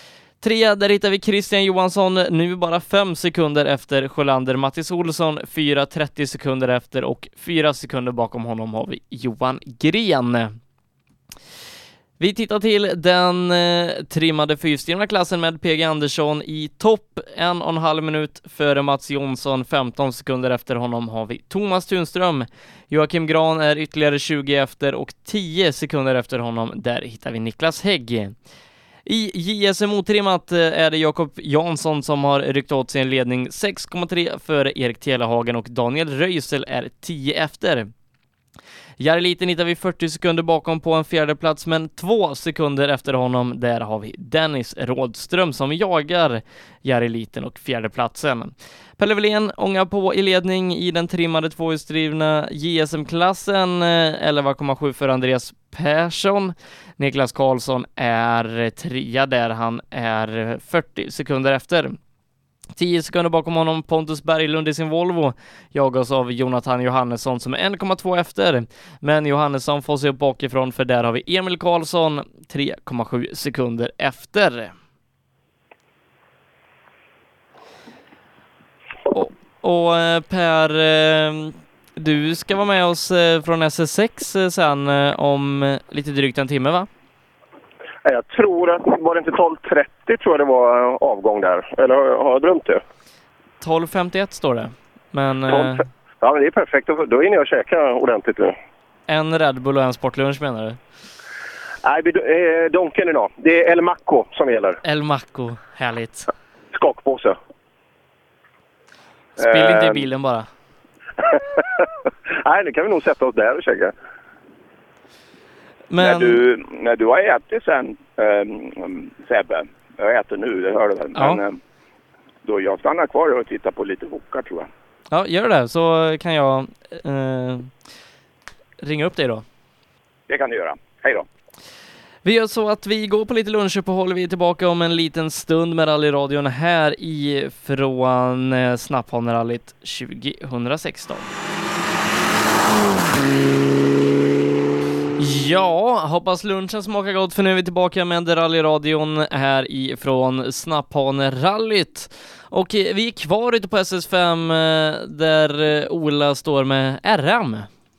Speaker 1: 3, där hittar vi Christian Johansson, nu bara 5 sekunder efter Sjölander. Mattis Olsson 4:30 sekunder efter, och 4 sekunder bakom honom har vi Johan Gren. Vi tittar till den trimmade fyrstrimna klassen med PG Andersson i topp, 1,5 minut före Mats Jonsson. 15 sekunder efter honom har vi Thomas Tunström. Joakim Gran är ytterligare 20 efter, och 10 sekunder efter honom där hittar vi Niklas Hägg. I JSM otrimmat är det Jakob Jansson som har ryckt åt sin ledning, 6,3 före Erik Telehagen, och Daniel Röisel är 10 efter. Järliten hittar vi 40 sekunder bakom på en fjärde plats, men 2 sekunder efter honom där har vi Dennis Rådström som jagar Järliten och fjärde platsen. Pelle Wilén ångar på i ledning i den trimmade tvåhjulsdrivna JSM-klassen, 11,7 för Andreas Persson. Niklas Karlsson är 3 där, han är 40 sekunder efter. 10 sekunder bakom honom Pontus Berglund i sin Volvo, jagas av Jonathan Johannesson som är 1,2 efter. Men Johannesson får sig upp bakifrån, för där har vi Emil Karlsson 3,7 sekunder efter. Och Per, du ska vara med oss från SS6 sen om lite drygt en timme, va?
Speaker 11: Jag tror att, var det inte 12:30 tror jag det var avgång där? Eller har jag drömt det?
Speaker 1: 12:51 står det. Men,
Speaker 11: ja, men det är perfekt. Då är ni och käka ordentligt nu.
Speaker 1: En Red Bull och en sportlunch menar du?
Speaker 11: Nej, Donken idag. Det är El Macco som gäller.
Speaker 1: El Macco, härligt.
Speaker 11: Skakpåse.
Speaker 1: Spill inte i bilen bara.
Speaker 11: Nej, det kan vi nog sätta oss där och käka.
Speaker 1: Men...
Speaker 2: När du har ätit sen, Sebbe, jag äter nu, det hör du väl.
Speaker 1: Ja.
Speaker 2: Men då jag stannar kvar och tittar på lite hockar tror jag.
Speaker 1: Ja, gör det, så kan jag ringa upp dig då.
Speaker 2: Det kan du göra. Hej då.
Speaker 1: Vi gör så att vi går på lite lunchuppehåll. Vi är tillbaka om en liten stund med rallyradion här från Snapphanerallyt 2016. Ja, hoppas lunchen smakar gott, för nu är vi tillbaka med rallyradion här ifrån Snapphanerallyt. Och vi är kvar ute på SS5 där Ola står med RM.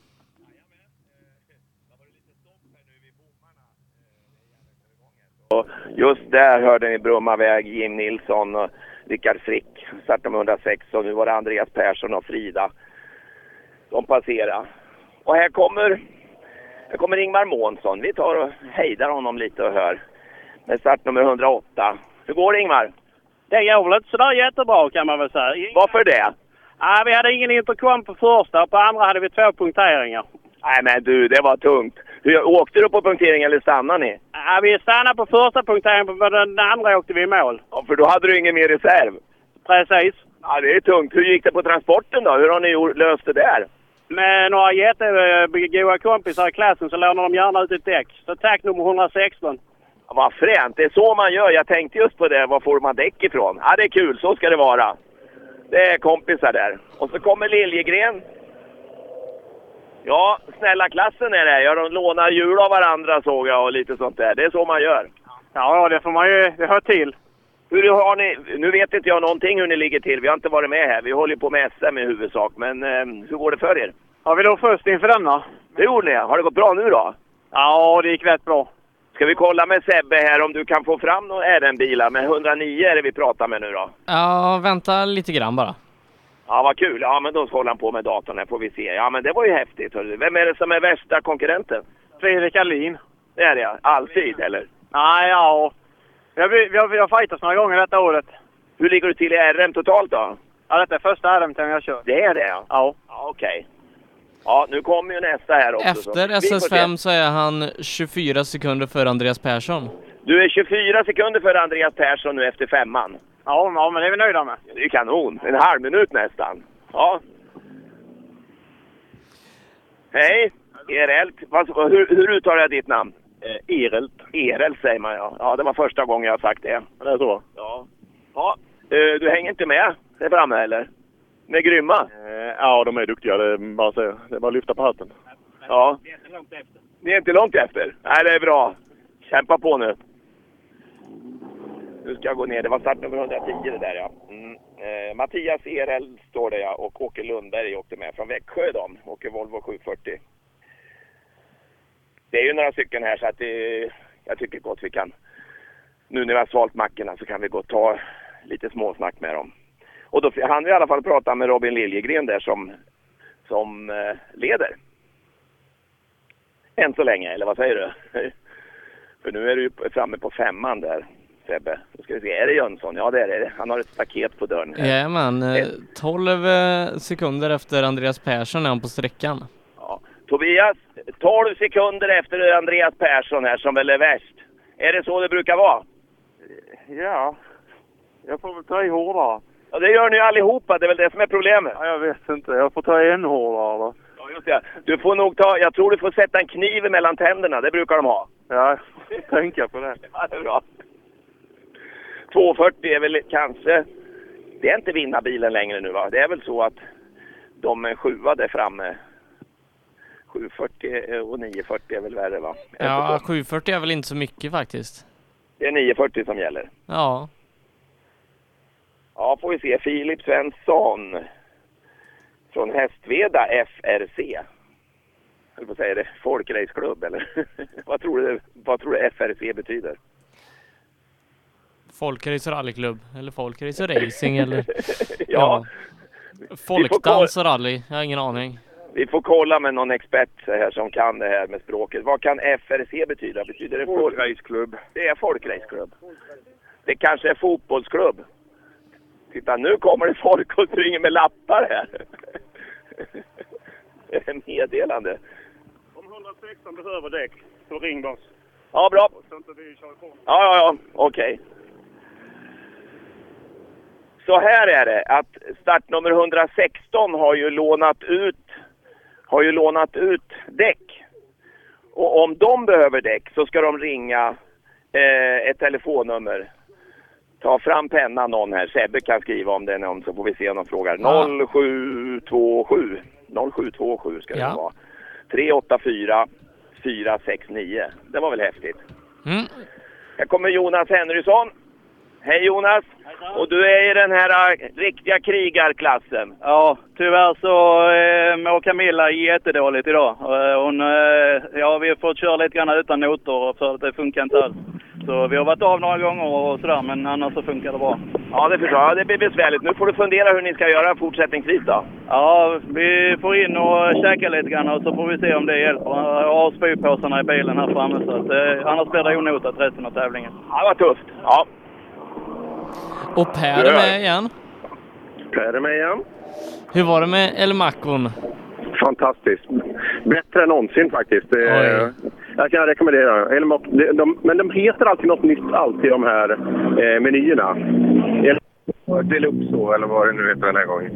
Speaker 2: Just där hörde ni Brummaväg, Jim Nilsson och Rickard Frick, startnummer 106, och nu var det Andreas Persson och Frida som passerar. Och här kommer Ingmar Månsson. Vi tar och hejdar honom lite och hör med startnummer 108. Hur går det, Ingmar?
Speaker 3: Det går väl inte sådär jättebra kan man väl säga.
Speaker 2: Varför det?
Speaker 3: Vi hade ingen intercom på första, på andra hade vi 2 punkteringar.
Speaker 2: Nej men du, det var tungt. Åkte du på punktering eller stannade ni?
Speaker 3: Vi stannade på första punkteringen, på den andra åkte vi i mål.
Speaker 2: Ja, för då hade du ingen mer reserv.
Speaker 3: Precis.
Speaker 2: Ja, det är tungt. Hur gick det på transporten då? Hur har ni löst det där?
Speaker 3: Med några jättegoda kompisar i klassen så lånar de gärna ut ett däck. Så tack nummer 116.
Speaker 2: Ja, vad fränt. Det är så man gör. Jag tänkte just på det. Var får man däck ifrån? Ja, det är kul. Så ska det vara. Det är kompisar där. Och så kommer Liljegren. Ja, snälla klassen är det. Ja, de lånar hjul av varandra såg jag och lite sånt där. Det är så man gör.
Speaker 3: Ja, det får man ju hör till.
Speaker 2: Hur har ni, nu vet inte jag någonting hur ni ligger till. Vi har inte varit med här. Vi håller på med SM i huvudsak. Men hur går det för er?
Speaker 3: Ja, vi låg först inför denna.
Speaker 2: Det gjorde ni. Har det gått bra nu då?
Speaker 3: Ja, det gick rätt bra.
Speaker 2: Ska vi kolla med Sebbe här om du kan få fram några RN-bilar? Med 109 är det vi pratar med nu då.
Speaker 1: Ja, vänta lite grann bara.
Speaker 2: Ja, vad kul. Ja, men då håller han på med datorn här, får vi se. Ja, men det var ju häftigt. Hörru. Vem är det som är värsta konkurrenten?
Speaker 3: Fredrik Alin.
Speaker 2: Det är det, alltid, eller?
Speaker 3: Nej, ja. Vi har fightats några gånger detta året.
Speaker 2: Hur ligger du till i RM totalt då?
Speaker 3: Ja, detta är första RM-tävlingen jag kör.
Speaker 2: Det är det, ja?
Speaker 3: Ja.
Speaker 2: Ja, okej. Ja, nu kommer ju nästa här också.
Speaker 1: Efter SS5 så är han 24 sekunder för Andreas Persson.
Speaker 2: Du är 24 sekunder för Andreas Persson nu efter 5:an.
Speaker 3: Ja, men det är vi nöjda med.
Speaker 2: Det är kanon. En halv minut nästan. Ja. Hej, Erelt. Hur uttalar jag ditt namn?
Speaker 11: Erelt.
Speaker 2: Erelt säger man, ja. Ja, det var första gången jag har sagt det.
Speaker 11: Det är så?
Speaker 2: Ja. Ja, du hänger inte med där framme, eller? Med grymma?
Speaker 11: Ja, de är duktiga. Det är bara att lyfta på hatten.
Speaker 2: Ja. Det är inte långt efter. Det är inte långt efter? Nej, det är bra. Kämpa på nu. Nu ska jag gå ner. Det var startnummer 110 det där, ja. Mattias ERL står det, ja. Och Åke Lundberg åkte med från Växjö, de. Åker Volvo 740. Det är ju några stycken här så att jag tycker gott vi kan... Nu när vi har svalt mackorna så kan vi gå och ta lite småsnack med dem. Och då hann vi i alla fall prata med Robin Liljegren där som leder. Än så länge, eller vad säger du? För nu är du ju framme på 5:an där, Sebbe. Då ska vi se, är det Jönsson? Ja, det är det. Han har ett staket på dörren.
Speaker 1: Jajamän, 12 sekunder efter Andreas Persson är han på sträckan.
Speaker 2: Ja. Tobias, 12 sekunder efter Andreas Persson här som väl är värst. Är det så det brukar vara?
Speaker 12: Ja, jag får väl ta i hårdare.
Speaker 2: Ja, det gör ni allihopa. Det är väl det som är problemet.
Speaker 12: Ja, jag vet inte. Jag får ta ännu hårdare då.
Speaker 2: Ja, just det. Du får nog jag tror du får sätta en kniv mellan tänderna. Det brukar de ha.
Speaker 12: Ja, jag tänker på det.
Speaker 2: Ja, det är bra. 240 är väl kanske... Det är inte vinnarbilen längre nu, va? Det är väl så att de är 7 där framme. 740 och 940 är väl värre, va?
Speaker 1: Ja, 740 är väl inte så mycket faktiskt.
Speaker 2: Det är 940 som gäller.
Speaker 1: Ja.
Speaker 2: Ja, får vi se. Filip Svensson från Hästveda FRC. Jag får säga det, folkraceklubb eller? Vad tror du FRC betyder?
Speaker 1: Folkrace rallyklubb eller folkrace racing eller
Speaker 2: ja.
Speaker 1: Folkdans och rally, jag har ingen aning.
Speaker 2: Vi får kolla med någon expert här som kan det här med språket. Vad kan FRC betyda? Betyder det
Speaker 12: folkraceklubb?
Speaker 2: Det är folkraceklubb. Det kanske är fotbollsklubb. Titta, nu kommer det folk och springer med lappar här. Det är meddelande.
Speaker 12: Om 116 behöver däck, så ring oss.
Speaker 2: Ja, bra.
Speaker 12: Så inte vi kör på.
Speaker 2: Ja, okej. Så här är det, att startnummer 116 har ju lånat ut däck. Och om de behöver däck så ska de ringa ett telefonnummer. Ta fram pennan någon här. Sebbe kan skriva om det är någon, så får vi se om de frågar. 0727 ska det vara. 384 469. Det var väl häftigt. Här kommer Jonas Henrysson. Hej Jonas! Och du är i den här riktiga krigarklassen.
Speaker 13: Ja, tyvärr så mår Camilla jättedåligt idag. Vi har fått köra lite grann utan noter för att det funkar inte alls. Så vi har varit av några gånger och sådär, men annars så funkar det bra.
Speaker 2: Ja, det förstår jag. Det blir besvärligt. Nu får du fundera hur ni ska göra fortsättningsvis då.
Speaker 13: Ja, vi får in och käka lite grann och så får vi se om det hjälper. Jag har spypåsarna i bilen här framme, så att, annars blir det onotat resten av tävlingen.
Speaker 2: Ja, det var tufft. Ja.
Speaker 1: Och Per är med igen.
Speaker 11: Per är med igen.
Speaker 1: Hur var det med El Macon?
Speaker 11: Fantastiskt. Bättre än någonsin faktiskt. Jag kan rekommendera. Men de heter alltid något nytt, alltid de här menyerna. Deluxo eller vad det nu heter den här gången.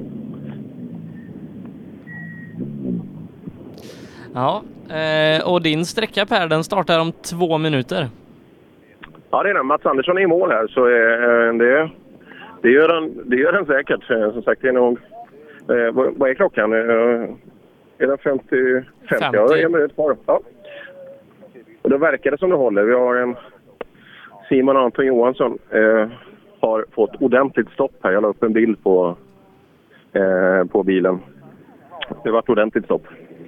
Speaker 1: Ja, och din sträcka Per, den startar om 2 minuter.
Speaker 11: Ja, det är det. Mats Andersson är i mål här, så det gör den säkert. Som sagt, det är nog... vad är klockan? Är den 50? Ja, det är en minut kvar. Ja. Och då verkar det som det håller. Vi har en Simon Anton Johansson har fått ordentligt stopp här. Jag la upp en bild på bilen. Det var ett ordentligt stopp.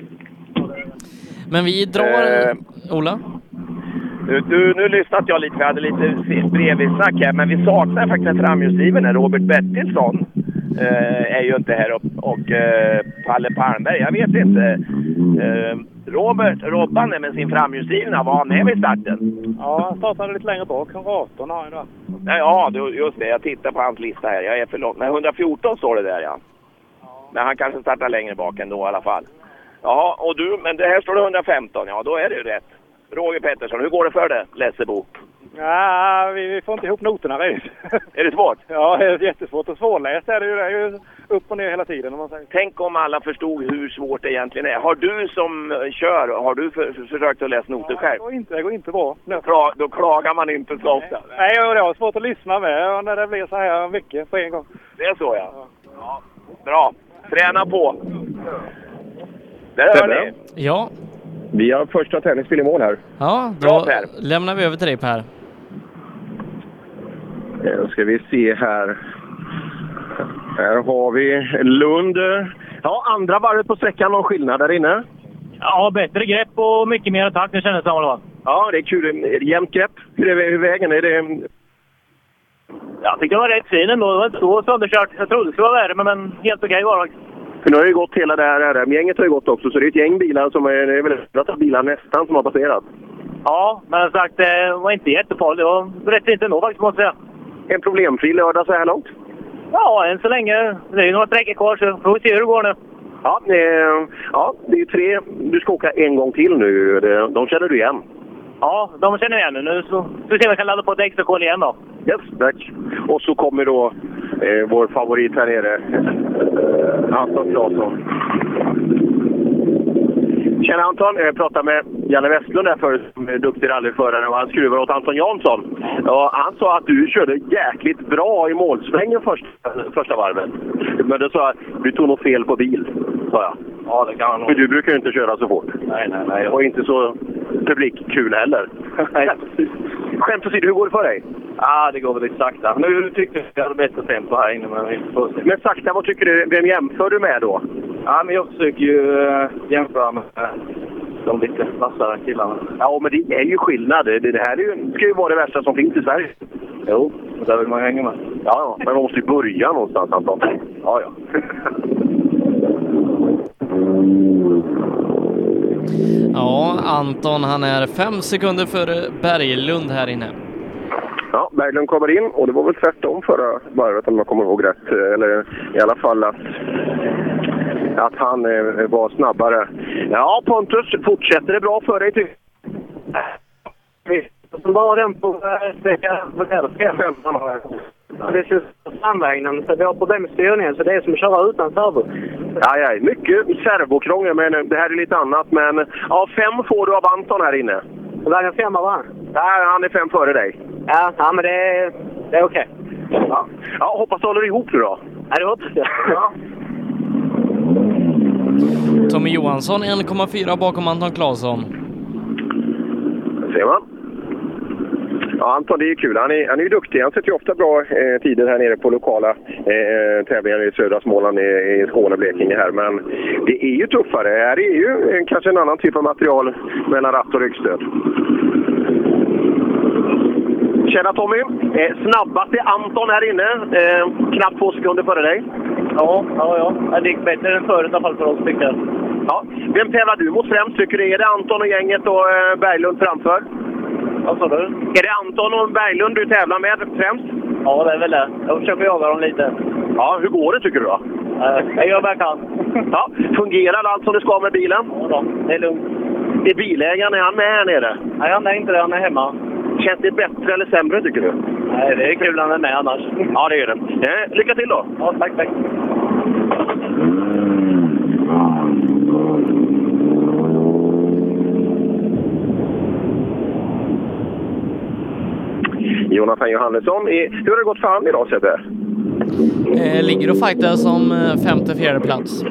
Speaker 1: Men vi drar... Ola?
Speaker 2: Nu lyssnat jag lite, vi hade lite bredvidsnack här, men vi saknar faktiskt en framhjulsdriven här. Robert Bertilsson är ju inte här och Palle Palmberg, jag vet inte. Robban är med sin framhjulsdrivna, var han med vid starten?
Speaker 12: Ja, han startade lite längre bak, 118 har han då.
Speaker 2: Ja, just det, jag tittar på hans lista här, jag är för långt. Men 114 står det där, ja. Men han kanske startar längre bak ändå i alla fall. Ja, och men det här står det 115, ja då är det ju rätt. Roger Pettersson, hur går det för det, Lessebo?
Speaker 12: Ja, vi får inte ihop noterna riktigt.
Speaker 2: Är det svårt?
Speaker 12: Ja, det är jättesvårt och svårläst. Det är ju upp och ner hela tiden. Om man säger.
Speaker 2: Tänk om alla förstod hur svårt det egentligen är. Har du som har du försökt att läsa noter själv?
Speaker 12: Det går inte bra.
Speaker 2: Då klagar man inte så ofta.
Speaker 12: Nej, det har svårt att lyssna med när det blir så här mycket på en gång.
Speaker 2: Det är så, ja. Bra. Träna på. Det hör ni.
Speaker 1: Ja.
Speaker 11: Vi har första tennisspel i mål här.
Speaker 1: Ja, då lämnar vi över till dig Per.
Speaker 11: Ska vi se här. Här har vi Lund. Ja, andra varvet på sträckan, någon skillnad där inne?
Speaker 14: Ja, bättre grepp och mycket mer attack, det kändes som.
Speaker 11: Ja, det är kul. Jämnt grepp. Hur är vägen? Är det...
Speaker 14: Jag tyckte det var rätt fin ändå. Det var inte så sönderkört. Jag trodde det skulle vara värre, men helt okej var det.
Speaker 11: För nu har ju gått hela det här RM-gänget har ju gått också, så det är ett gäng bilar som är... Det är väl ett bilar nästan som har passerat.
Speaker 14: Ja, men sagt, det var inte jättefarligt. Det var rätt fint ändå faktiskt, måste jag säga.
Speaker 11: En problemfri lördag så här långt?
Speaker 14: Ja, än så länge. Det är ju några sträckor kvar, så får vi se hur det går nu.
Speaker 11: Ja, det är ju 3. Du ska åka en gång till nu. De känner du igen?
Speaker 14: Ja, de känner igen nu. Så vi ser om jag kan ladda på ett extra kol igen då.
Speaker 11: Yes, tack. Och så kommer då vår favorit här nere. Anton Claesson. Tjena Anton, jag pratade med Janne Westlund där förut, som är duktig rallyförare, och han skruvar åt Anton Jansson. Ja, han sa att du körde jäkligt bra i målsvängen första varvet. Men det sa du tog nog fel på bil, sa jag.
Speaker 14: Ja, det kan han nog.
Speaker 11: Men du brukar ju inte köra så fort.
Speaker 14: Nej.
Speaker 11: Och inte så publikkul heller.
Speaker 14: Nej.
Speaker 11: Skämt åsido, hur går det för dig?
Speaker 14: Ja, det går väl lite sakta. Nu tyckte jag att jag hade bättre tempo här inne.
Speaker 11: Men sakta, vad tycker du? Vem jämför du med då?
Speaker 14: Ja, men jag försöker ju jämföra med de lite vassare killarna.
Speaker 11: Ja, men det är ju skillnad. Det här ska ju vara det värsta som finns i Sverige.
Speaker 14: Jo, och där vill man hänga med.
Speaker 11: Ja, men man måste ju börja någonstans, Anton. Ja.
Speaker 1: Ja, Anton han är 5 sekunder före Berglund här inne.
Speaker 11: Ja, Berglund kommer in och det var väl tvärtom förra varvet om jag kommer ihåg rätt. Eller i alla fall att han var snabbare. Ja, Pontus, fortsätter det bra för dig tycker jag?
Speaker 14: Så var den på sträcka 15 har jag. Det känns på samvägnen, så vi har problem med styrningen, så det är som att köra utan servo.
Speaker 11: Ja, mycket servokrångel, men det här är lite annat. Men ja, 5 får du av Anton här inne.
Speaker 14: Och där är 5 av han?
Speaker 11: Nej, han är 5 före dig.
Speaker 14: Ja, men det är okej.
Speaker 11: Ja, hoppas du håller ihop nu då.
Speaker 14: Ja, det hoppas jag.
Speaker 11: Ja.
Speaker 1: Tommy Johansson 1,4 bakom Anton Claesson.
Speaker 11: Ser man. Ja, Anton, det är kul. Han är ju duktig. Han sätter ju ofta bra tider här nere på lokala tävlingar i södra Småland, i Skåne och Blekinge här. Men det är ju tuffare. Här är ju kanske en annan typ av material mellan ratt och ryggstöd. Tjena Tommy. Snabbast är Anton här inne. Knappt 2 sekunder före dig.
Speaker 14: Ja. Det gick bättre än förut i alla fall för oss tycker jag.
Speaker 11: Ja. Vem tävlar du mot främst tycker du? Är det Anton och gänget och Berglund framför?
Speaker 14: Vad sa du?
Speaker 11: Är det Anton och Berglund du tävlar med främst?
Speaker 14: Ja, det är väl det. Jag försöker jaga dem lite.
Speaker 11: Ja, hur går det tycker du då?
Speaker 14: Jag gör vad jag kan.
Speaker 11: Ja, fungerar allt som det ska med bilen?
Speaker 14: Ja, det är lugnt.
Speaker 11: Är bilägaren, är han med här nere?
Speaker 14: Nej, han är inte det. Han är hemma.
Speaker 11: Känns det bättre eller sämre tycker du?
Speaker 14: Nej, det är kul när han är med annars.
Speaker 11: Ja, det är det. Lycka till då!
Speaker 14: Ja, tack.
Speaker 11: Jonathan Johannesson, hur har det gått för han idag Sebbe?
Speaker 1: Ligger och fightar som 5:e-4:e plats.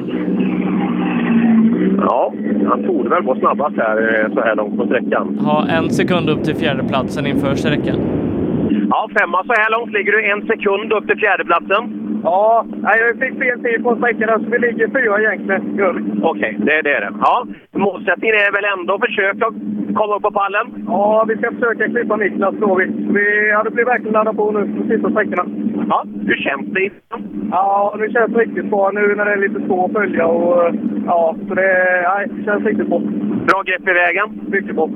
Speaker 11: Ja, han tog väl på snabbast här så här långt på sträckan.
Speaker 1: Ja, 1 sekund upp till 4:e platsen inför sträckan.
Speaker 11: Ja, 5 så här långt ligger du 1 sekund upp till 4:e platsen.
Speaker 12: Ja, jag fick fel tid på sträckan så vi ligger 4 egentligen.
Speaker 11: Okej, det är det. Ja, målsättningen är väl ändå att försöka komma upp på pallen?
Speaker 12: Ja, vi ska försöka klippa Niklas då. Vi hade blivit verkligen ladda på nu på sista sträckorna.
Speaker 11: Ja, hur känns det?
Speaker 12: Ja, det känns riktigt bra nu när det är lite svårt att följa och ja, så det känns riktigt bra.
Speaker 11: Bra grepp i vägen?
Speaker 12: Mycket bra.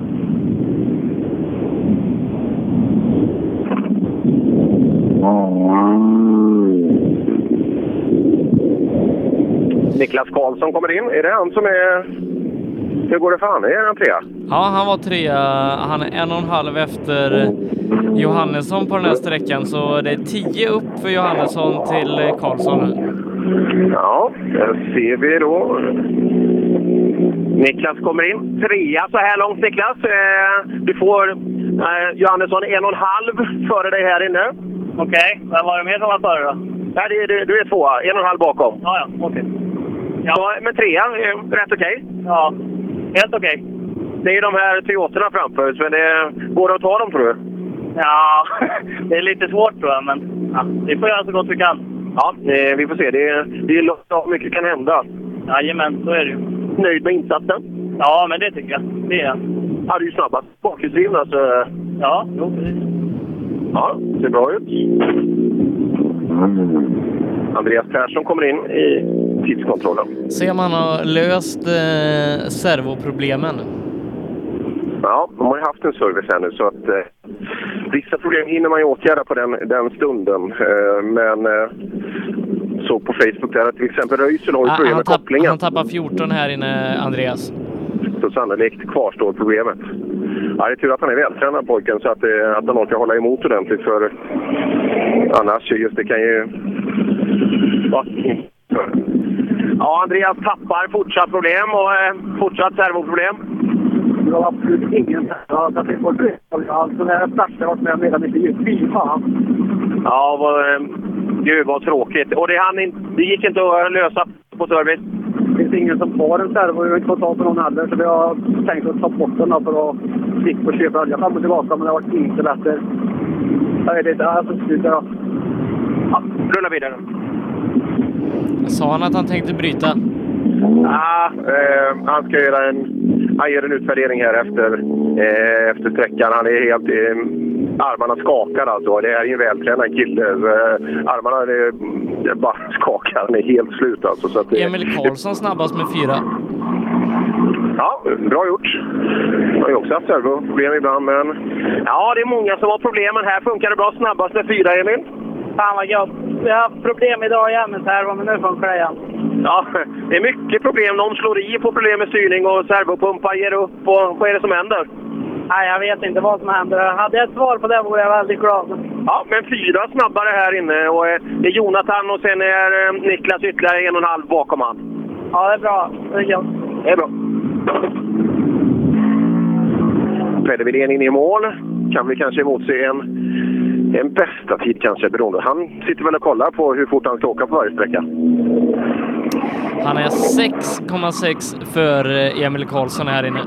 Speaker 11: Niklas Karlsson kommer in. Är det han som är... Hur går det för han? Är han 3?
Speaker 1: Ja, han var 3. Han är 1,5 efter Johannesson på den här sträckan. Så det är 10 upp för Johannesson till Karlsson.
Speaker 11: Ja, där ser vi då. Niklas kommer in. 3 så här långt Niklas. Du får Johannesson 1,5 före dig här inne.
Speaker 14: Okej, men var det mer som var före då?
Speaker 11: Nej, du är 2. 1,5 bakom.
Speaker 14: Ja, okej.
Speaker 11: Ja, men 3 är rätt okej.
Speaker 14: Ja, helt okej.
Speaker 11: Det är de här Toyotorna framför, men det går det att ta dem tror du?
Speaker 3: Ja, det är lite svårt tror jag, men ja, vi får göra så gott vi kan.
Speaker 11: Ja, vi får se. Det är mycket kan hända.
Speaker 3: Jajamän, så är det ju.
Speaker 11: Nöjd med insatsen?
Speaker 3: Ja, men det tycker jag. Det är jag.
Speaker 11: Ja, du är ju snabbast bakhjulsdrivna, så...
Speaker 3: Ja, jo, precis.
Speaker 11: Ja, det ser bra ut. Andreas Persson kommer in i tidskontrollen.
Speaker 1: Se om han har löst servoproblemen.
Speaker 11: Ja, de har ju haft en service här nu så att vissa problem hinner man ju åtgärda på den stunden. Men så på Facebook där att till exempel Röisel har ju problem med kopplingen.
Speaker 1: Han tappar 14 här inne, Andreas.
Speaker 11: Så sannolikt kvarstår problemet. Ja, det är tur att han är vältränad pojken så att han orkar hålla emot ordentligt för annars just det kan ju... Ja, Andreas tappar fortsatt problem och fortsatt servoproblem.
Speaker 14: Det var absolut ingen trafik på det. Alltså när jag startade var med redan lite djupt. Fy fan.
Speaker 11: Ja, gud vad tråkigt. Och det gick inte att lösa på service.
Speaker 14: Det finns ingen som har en servo. Jag har inte fått ta på någon heller. Så vi har tänkt att ta bort den för att sticka och köpa olja fram och tillbaka. Men det har varit inte bättre. Jag vet inte. Alltså, ja,
Speaker 11: rulla vidare.
Speaker 1: Sa han att han tänkte bryta?
Speaker 11: Ja, han ska göra en utvärdering här efter sträckan. Han är helt... armarna skakar alltså. Det är ju en vältränad kille. Armarna är bara skakar. Han är helt slut alltså. Så att
Speaker 1: Emil Karlsson snabbast med 4.
Speaker 11: Ja, bra gjort. Jag har ju också haft servoproblem ibland, men... Ja, det är många som har problem, men här funkar det bra snabbast med 4, Emil.
Speaker 3: Fan vad gott. Jag har haft problem idag igen med servo, men nu funkar det igen.
Speaker 11: Ja, det är mycket problem. De slår i, får problem med styrning och servopumpar ger upp. Vad är det som händer?
Speaker 3: Nej, jag vet inte vad som händer. Hade jag ett svar på det vore jag väldigt glad.
Speaker 11: Ja, men 4 snabbare här inne. Och det är Jonathan och sen är Niklas ytterligare 1,5 bakom han.
Speaker 3: Ja, det är bra. Det är gott.
Speaker 11: Det är bra. Peder Wilén in i mål. Kan vi kanske emotse en bästa tid kanske beroende. Han sitter väl och kollar på hur fort han ska åka på varje sträcka.
Speaker 1: Han är 6,6 för Emil Karlsson här inne.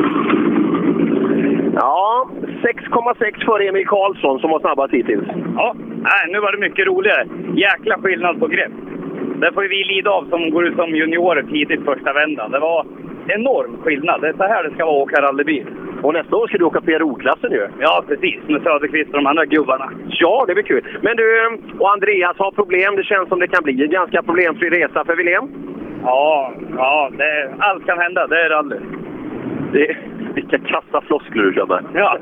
Speaker 11: Ja, 6,6 för Emil Karlsson som var snabbast hittills.
Speaker 3: Ja, nu var det mycket roligare. Jäkla skillnad på grepp. Det får vi lida av som går ut som juniorer tidigt första vändan. Det var enorm skillnad. Det är så här det ska vara att åka rallybil.
Speaker 11: Och nästa år ska du åka PRO-klassen ju.
Speaker 3: Ja, precis. Med Söderqvist och de andra gubbarna.
Speaker 11: Ja, det blir kul. Men du och Andreas har problem. Det känns som det kan bli en ganska problemfri resa för Wilén.
Speaker 3: Ja, allt kan hända. Det är rally.
Speaker 11: Vilka kassa floskler du känner.
Speaker 3: Ja.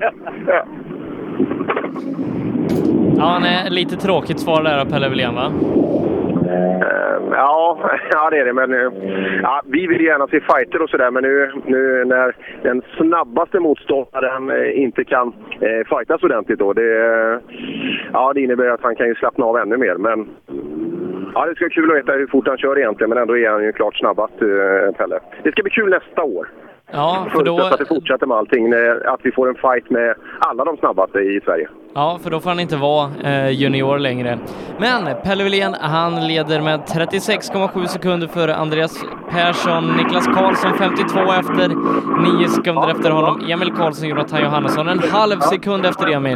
Speaker 1: Ja, nej, lite tråkigt svar där av Pelle Wilén, va?
Speaker 11: Ja, det är det. Men ja, vi vill gärna se fighter och sådär. Men nu när den snabbaste motståndaren inte kan fightas ordentligt då. Det innebär att han kan ju slappna av ännu mer. Men ja, det ska bli kul att veta hur fort han kör egentligen. Men ändå är han ju klart snabbast, Pelle. Det ska bli kul nästa år.
Speaker 1: Ja, för då...
Speaker 11: att det fortsätter med allting. Att vi får en fight med alla de snabbaste i Sverige.
Speaker 1: Ja, för då får han inte vara junior längre. Men Pelle Wilén, han leder med 36,7 sekunder före Andreas Persson. Niklas Karlsson 52 efter, 9 sekunder efter honom. Emil Karlsson, Jonathan Johannesson, en halv sekund efter Emil.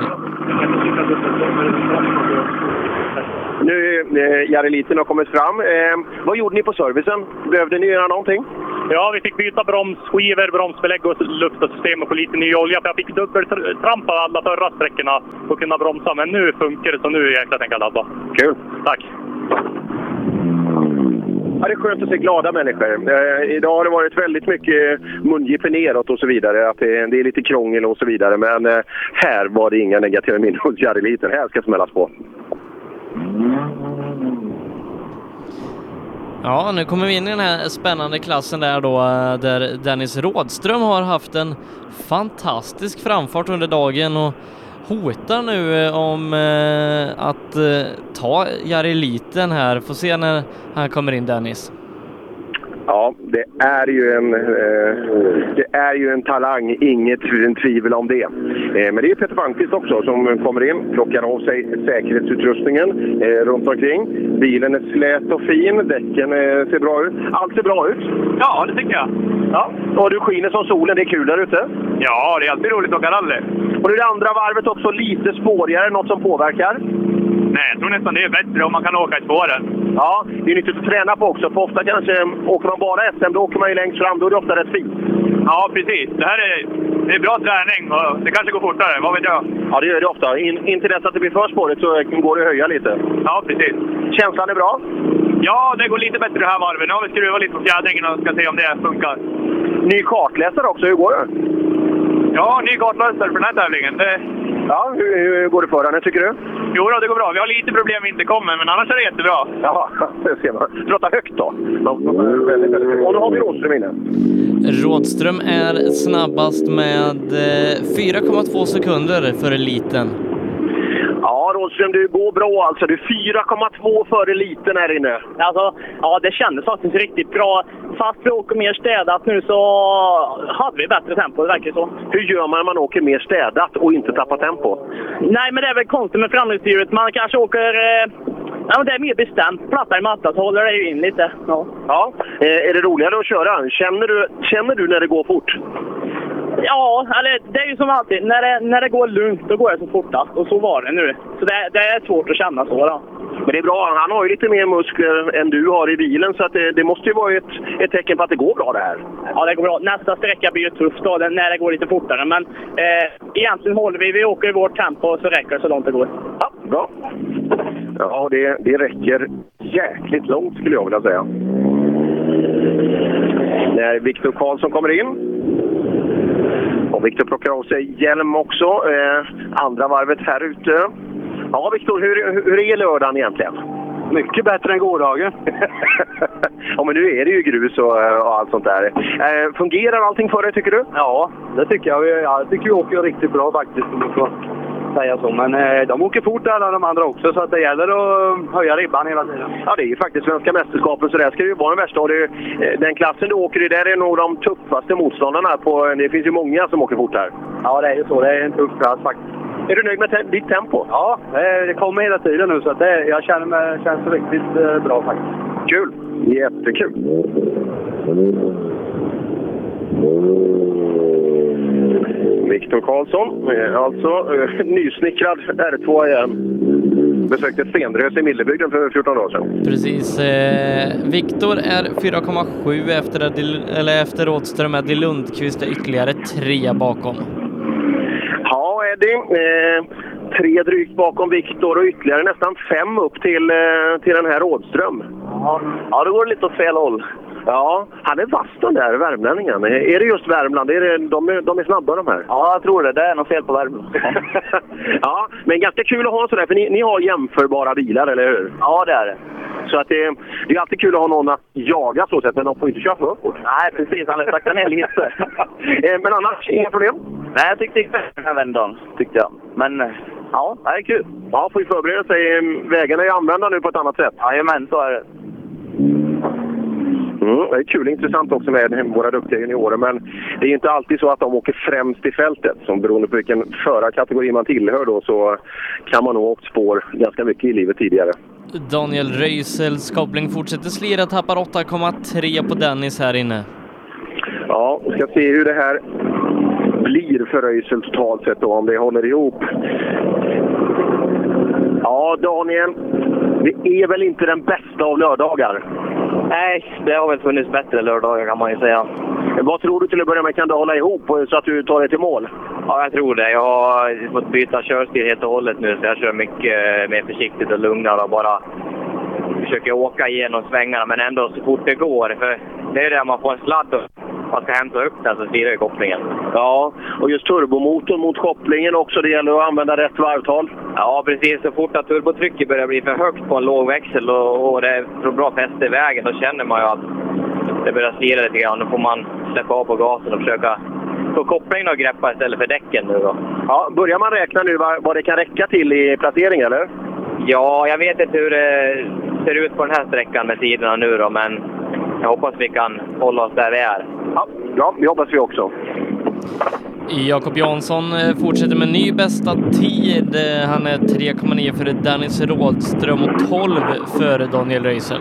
Speaker 11: Nu Jareliten har kommit fram. Vad gjorde ni på servicen? Behövde ni göra någonting?
Speaker 15: Ja, vi fick byta bromsskivor, bromsbelägg och luftsystem och få lite ny olja. För jag fick dubbeltrampa alla förra sträckorna för att kunna bromsa. Men nu funkar det, så nu är jag jäkla tänka ladda.
Speaker 11: Kul.
Speaker 15: Tack.
Speaker 11: Ja, det är skönt att se glada människor. Idag har det varit väldigt mycket mungipen neråt och så vidare. Att det är lite krångel och så vidare. Men här var det inga negativa minnen hos Jareliten. Här ska smällas på.
Speaker 1: Ja, nu kommer vi in i den här spännande klassen där Dennis Rådström har haft en fantastisk framfart under dagen och hotar nu om att ta Jareliten här. Får se när han kommer in, Dennis.
Speaker 11: Ja, det är ju en talang, inget tvivel om det. Men det är Peter Palmqvist också som kommer in, plockar av sig säkerhetsutrustningen runt omkring. Bilen är slät och fin, däcken ser bra ut. Allt ser bra ut.
Speaker 3: Ja, det tycker jag.
Speaker 11: Ja, och du skiner som solen, det är kul där ute.
Speaker 16: Ja, det är alltid roligt att åka rally.
Speaker 11: Och nu är det andra varvet också lite spårigare, något som påverkar?
Speaker 16: Nej, jag tror nästan det är bättre om man kan åka i spåren.
Speaker 11: Ja, det är nyttigt att träna på också. För ofta kanske åker man bara SM, då åker man ju längst fram. Då är det ofta rätt fint.
Speaker 16: Ja, precis. Det är bra träning och det kanske går fortare, vad vet jag?
Speaker 11: Ja, det gör det ofta. In till dess att det blir för spåret så går det att höja lite.
Speaker 16: Ja, precis.
Speaker 11: Känslan är bra?
Speaker 16: Ja, det går lite bättre det här varvet. Nu har vi skruvat lite på fjädringen och ska se om det funkar.
Speaker 11: Ny kartläsare också, hur går det?
Speaker 16: Ja, ny kartläsare för den här tävlingen.
Speaker 11: Ja, hur går det för henne, tycker du?
Speaker 16: Jo då, det går bra. Vi har lite problem med inte kommer, men annars är det jättebra.
Speaker 11: Ja, det ser man. Prata högt då. Väldigt, väldigt högt. Och nu har vi Rådström inne.
Speaker 1: Rådström är snabbast med 4,2 sekunder för eliten.
Speaker 11: Ja, Rådström, du går bra alltså. Du är 4,2 före eliten här inne.
Speaker 17: Alltså, ja, det kändes faktiskt riktigt bra. Fast vi åker mer städat nu så hade vi bättre tempo, det verkar så.
Speaker 11: Hur gör man när man åker mer städat och inte tappar tempo?
Speaker 17: Nej, men det är väl konstigt med framhjulsstyret. Man kanske åker... Ja, det är mer bestämt. Plattar i matta så håller det ju in lite.
Speaker 11: Ja. Är det roligare att köra? Känner du när det går fort?
Speaker 17: Ja, eller det är ju som alltid. När det går lugnt, då går det så fortast. Och så var det nu. Så det är svårt att känna så då.
Speaker 11: Men det är bra. Han har ju lite mer muskler än du har i bilen. Så att det måste ju vara ett tecken på att det går bra det här.
Speaker 17: Ja, det går bra. Nästa sträcka blir ju tuff då, när det går lite fortare. Men egentligen håller vi åker i vårt tempo så räcker det så långt det går.
Speaker 11: Ja, bra. Ja, det räcker jäkligt långt skulle jag vilja säga. När Viktor Karlsson kommer in. Och Viktor plockar av sig hjälm också. Andra varvet här ute. Ja, Viktor, hur är lördagen egentligen?
Speaker 14: Mycket bättre än gårdagen.
Speaker 11: Ja, men nu är det ju grus och allt sånt där. Fungerar allting för dig, tycker du?
Speaker 14: Ja, det tycker jag. Jag tycker vi åker riktigt bra faktiskt. Säga så. Men de åker fort alla de andra också, så att det gäller att höja ribban hela tiden.
Speaker 11: Ja, det är ju faktiskt svenska mästerskapen, så det ska ju vara den värsta. Och den klassen du åker i, där är nog de tuffaste motståndarna. Det finns ju många som åker fort här.
Speaker 14: Ja, det är ju så. Det är en tuff klass faktiskt.
Speaker 11: Är du nöjd med ditt tempo?
Speaker 14: Ja, det kommer hela tiden nu, så att jag känns riktigt bra faktiskt.
Speaker 11: Kul! Jättekul! Viktor Karlsson, alltså nysnickrad R2 igen. Besökte Stenrös i Millebygden för 14 år sedan.
Speaker 1: Precis. Viktor är 4,7 efter Rådström. Eddie Lundqvist är ytterligare 3 bakom.
Speaker 11: Ja, Eddie. 3 drygt bakom Viktor och ytterligare nästan 5 upp till den här Rådström.
Speaker 17: Ja, det går lite åt fel håll.
Speaker 11: Ja, han är vass den där värmlänningen. Är det just Värmland? De är snabba de här?
Speaker 17: Ja, jag tror det. Det är något fel på Värmland.
Speaker 11: Ja, men ganska kul att ha sådär, för ni har jämförbara bilar, eller hur?
Speaker 17: Ja, det är det.
Speaker 11: Så att det är alltid kul att ha någon att jaga så sätt, men de får inte köra för fort.
Speaker 17: Nej, precis. Han har sagt ner lite.
Speaker 11: Men annars, inga problem?
Speaker 17: Nej, jag tyckte det gick bättre den här vändan, tyckte jag. Men ja, det är kul.
Speaker 11: Ja, får ju förbereda sig. Vägarna är använda nu på ett annat sätt.
Speaker 17: Jajamän, så är det.
Speaker 11: Det är kul, intressant också med våra duktiga juniorer, men det är inte alltid så att de åker främst i fältet. Som beroende på vilken förarkategori man tillhör då, så kan man nog åkt spår ganska mycket i livet tidigare.
Speaker 1: Daniel Röisels koppling fortsätter slira, tappar 8,3 på Dennis här inne.
Speaker 11: Ja, vi ska se hur det här blir för Röisel totalt sett då, om det håller ihop. Ja, Daniel, det är väl inte den bästa av lördagar?
Speaker 17: Nej, det har väl funnits bättre lördagar kan man ju säga.
Speaker 11: Vad tror du till att börja med, kan du hålla ihop så att du tar dig till mål?
Speaker 17: Ja, jag tror det. Jag har fått byta körstil helt och hållet nu, så jag kör mycket mer försiktigt och lugnare och bara försöker åka igenom svängarna, men ändå så fort det går. För det är det, man får en sladd och man ska hämta upp den så slirar kopplingen.
Speaker 11: Ja, och just turbomotorn mot kopplingen också, det gäller att använda rätt varvtal.
Speaker 17: Ja, precis. Så fort att turbotrycket börjar bli för högt på en låg växel och det är för bra fäste i vägen, då känner man ju att det börjar slira lite grann. Då får man släppa av på gasen och försöka få kopplingen att greppa istället för däcken nu då.
Speaker 11: Ja, börjar man räkna nu vad det kan räcka till i placering, eller?
Speaker 17: Ja, jag vet inte hur det ser ut på den här sträckan med tiderna nu då, men jag hoppas vi kan hålla oss där vi är.
Speaker 11: Ja, det hoppas vi också.
Speaker 1: Jakob Jansson fortsätter med ny bästa tid. Han är 3,9 för Dennis Rådström och 12 för Daniel Röisel.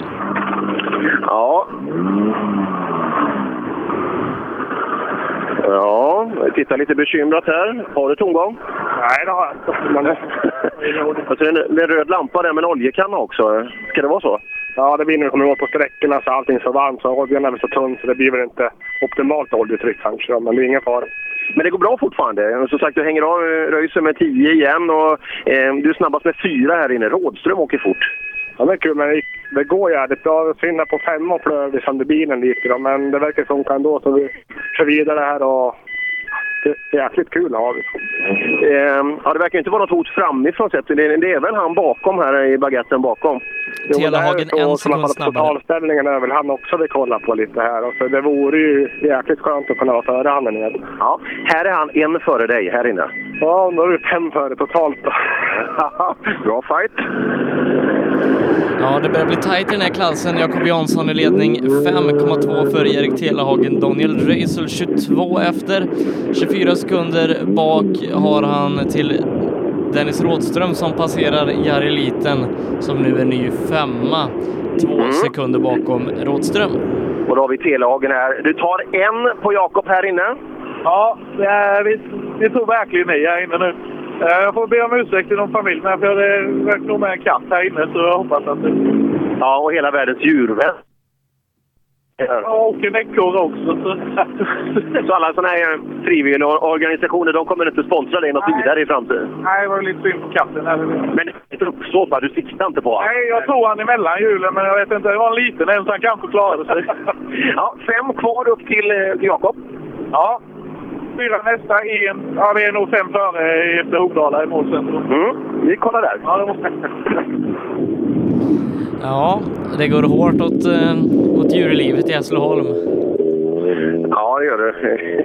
Speaker 11: Ja. Ja, tittar lite bekymrat här. Har du tomgång?
Speaker 12: Nej, det har jag inte.
Speaker 11: Alltså, det är en röd lampa där med en oljekanna också. Ska det vara så?
Speaker 12: Ja, det blir nu kommer på sträckorna så allting så varmt så oljan är så tunn så det blir väl inte optimalt oljetryck kanske, men det är ingen fara.
Speaker 11: Men det går bra fortfarande. Som sagt, du hänger av Röisen med 10 igen och du är snabbast med 4 här inne. Rådström åker fort.
Speaker 12: Ja, det är kul, men det går jävligt bra. Synd på 5 och flög vi sönder bilen lite då, men det verkar funka ändå så vi kör vidare här och det är jäkligt kul har vi.
Speaker 11: Ja, det verkar inte vara något hot framifrån sett. Det är väl han bakom här i baguetten bakom.
Speaker 1: Telehagen en sekund snabbare.
Speaker 12: Totalställningen är väl han också vill kolla på lite här. Och så det vore ju jäkligt skönt att kunna vara före han ner.
Speaker 11: Ja, här är han en före dig här inne.
Speaker 12: Ja, då är det 5 före totalt då.
Speaker 11: Bra fight.
Speaker 1: Ja, det börjar bli tajt i den här klassen. Jakob Jansson i ledning 5,2 för Erik Telehagen. Daniel Röisel 22 efter. 24 sekunder bak har han till Dennis Rådström som passerar Jari Liten som nu är ny 5:a. 2 sekunder bakom Rådström.
Speaker 11: Och då har vi Telehagen här. Du tar en på Jakob här inne.
Speaker 12: Ja, vi tog verkligen i här inne nu. Jag får be om ursäkt till någon familj, men för det verkar nog med en katt här inne så jag hoppas att det...
Speaker 11: Ja, och hela världens djurvän.
Speaker 12: Ja, och en ekorre också.
Speaker 11: Så alla sådana här frivilliga organisationer, de kommer inte sponsra dig något vidare i framtiden?
Speaker 12: Nej, det var lite synd på katten.
Speaker 11: Men det är uppstått va? Du siktar inte på?
Speaker 12: Nej, jag tror han emellan hjulen, men jag vet inte. Det var en liten en så han kanske klarade sig.
Speaker 11: Ja, 5 kvar upp till Jakob.
Speaker 12: Ja. 4 nästa en. Ja, vi är nog 5 före efter Hogdala i målcentrum.
Speaker 11: Vi kollar där.
Speaker 12: Ja, det måste...
Speaker 1: Ja, det går hårt åt djurlivet i Hässleholm.
Speaker 11: Ja, det gör det.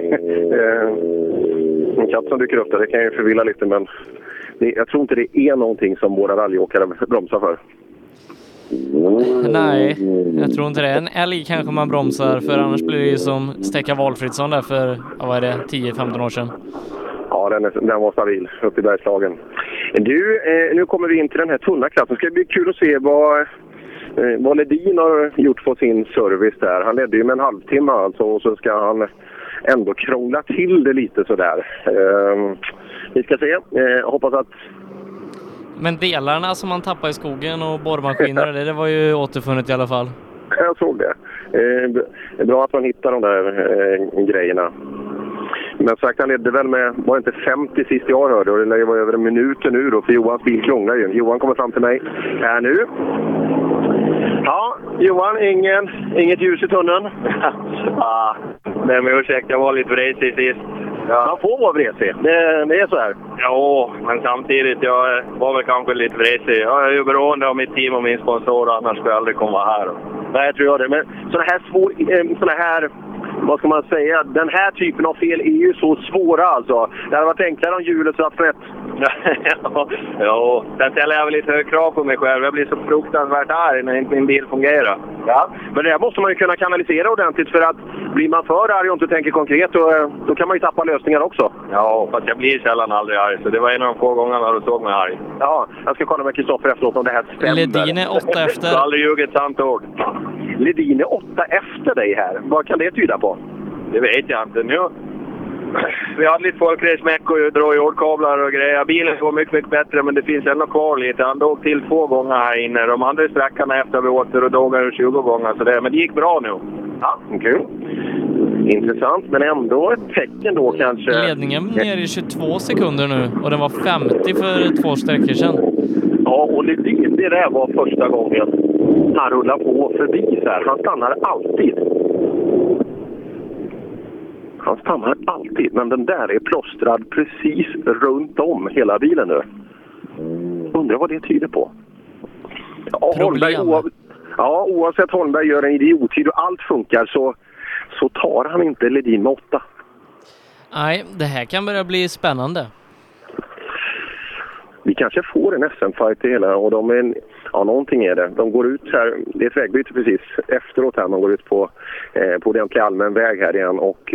Speaker 11: En katt som dyker upp där, det kan ju förvilla lite, men jag tror inte det är någonting som våra rallyåkare bromsar för.
Speaker 1: Nej, jag tror inte det. En älg kanske man bromsar för, annars blir det ju som Stecka Valfridsson där för, vad är det, 10-15 år sedan.
Speaker 11: Ja, den var stabil uppe i Bergslagen. Du, nu kommer vi in till den här tunna klassen. Det ska bli kul att se vad Ledin har gjort på sin service där. Han ledde ju med en halvtimme alltså, och så ska han ändå krångla till det lite sådär. Vi ska se. Hoppas att...
Speaker 1: Men delarna som man tappar i skogen och borrmaskiner, det var ju återfunnet i alla fall.
Speaker 11: Jag såg det. Det är bra att man hittar de där grejerna. Men sagt, han ledde väl med, var inte 50 sist jag hörde, och det lär ju vara över en minut nu då, för Johans bil krånglar ju. Johan kommer fram till mig här nu. Ja, Johan, inget ljus i tunneln?
Speaker 17: Nej, men ursäkta, jag var lite vresig sist.
Speaker 11: Ja. Man får vara vresig, det är så här.
Speaker 17: Ja, men samtidigt, jag var väl kanske lite vresig. Jag är ju beroende av mitt team och min sponsor, annars skulle jag aldrig komma här.
Speaker 11: Nej, jag tror jag det. Men såna här, vad ska man säga, den här typen av fel är ju så svåra alltså. Det hade varit enklare om hjulet satt rätt.
Speaker 17: Ja, sen ställer jag väl lite hög krav på mig själv. Jag blir så fruktansvärt arg när inte min bil fungerar.
Speaker 11: Ja, men det här måste man ju kunna kanalisera ordentligt, för att blir man för arg och inte tänker konkret, då kan man ju tappa lösningar också.
Speaker 17: Ja, fast jag blir sällan aldrig arg, så det var en av de få gångerna du såg mig arg.
Speaker 11: Ja, jag ska kolla med Kristoffer efteråt om det här stämmer.
Speaker 1: Ledin är 8 efter.
Speaker 17: Jag har aldrig ljugit sant ord.
Speaker 11: Ledin är 8 efter dig här. Vad kan det tyda på?
Speaker 17: Det vet jag inte. Nu, vi hade lite folkracemäck och dra jordkablar och grejer. Bilen går mycket, mycket bättre, men det finns ändå kvar lite. Han dog till 2 gånger här inne. De andra sträckorna efter vi åter och dog 20 gånger. Så men det gick bra nu.
Speaker 11: Ja, kul. Intressant, men ändå ett tecken då kanske.
Speaker 1: Ledningen ner i 22 sekunder nu och den var 50 för 2 sträckor sedan.
Speaker 11: Ja, och det där var första gången han rullar på förbi så här. Han stannar alltid. Han stannar alltid, men den där är plåstrad precis runt om hela bilen nu. Undrar vad det tyder på. Ja, Holmberg, oavsett Holmberg gör en idiottid och allt funkar så tar han inte Ledin med 8.
Speaker 1: Nej, det här kan börja bli spännande.
Speaker 11: Vi kanske får en SM-fight i hela, och någonting är det. De går ut här, det är ett vägbyte precis efteråt här, man går ut på ordentlig allmän väg här igen och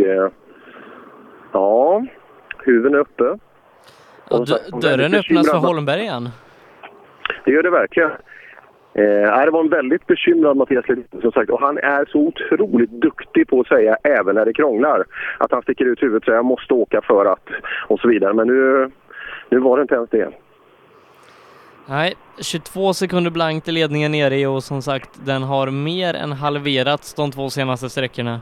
Speaker 11: huven är uppe.
Speaker 1: Ja, dörren öppnas för Holmberg igen.
Speaker 11: Det gör det verkligen. Det var en väldigt bekymrad Mattias Ledin som sagt, och han är så otroligt duktig på att säga även när det krånglar att han sticker ut huvudet så jag måste åka för att och så vidare, men nu var det inte ens det.
Speaker 1: Nej, 22 sekunder blankt i ledningen nere och som sagt den har mer än halverats de 2 senaste sträckorna.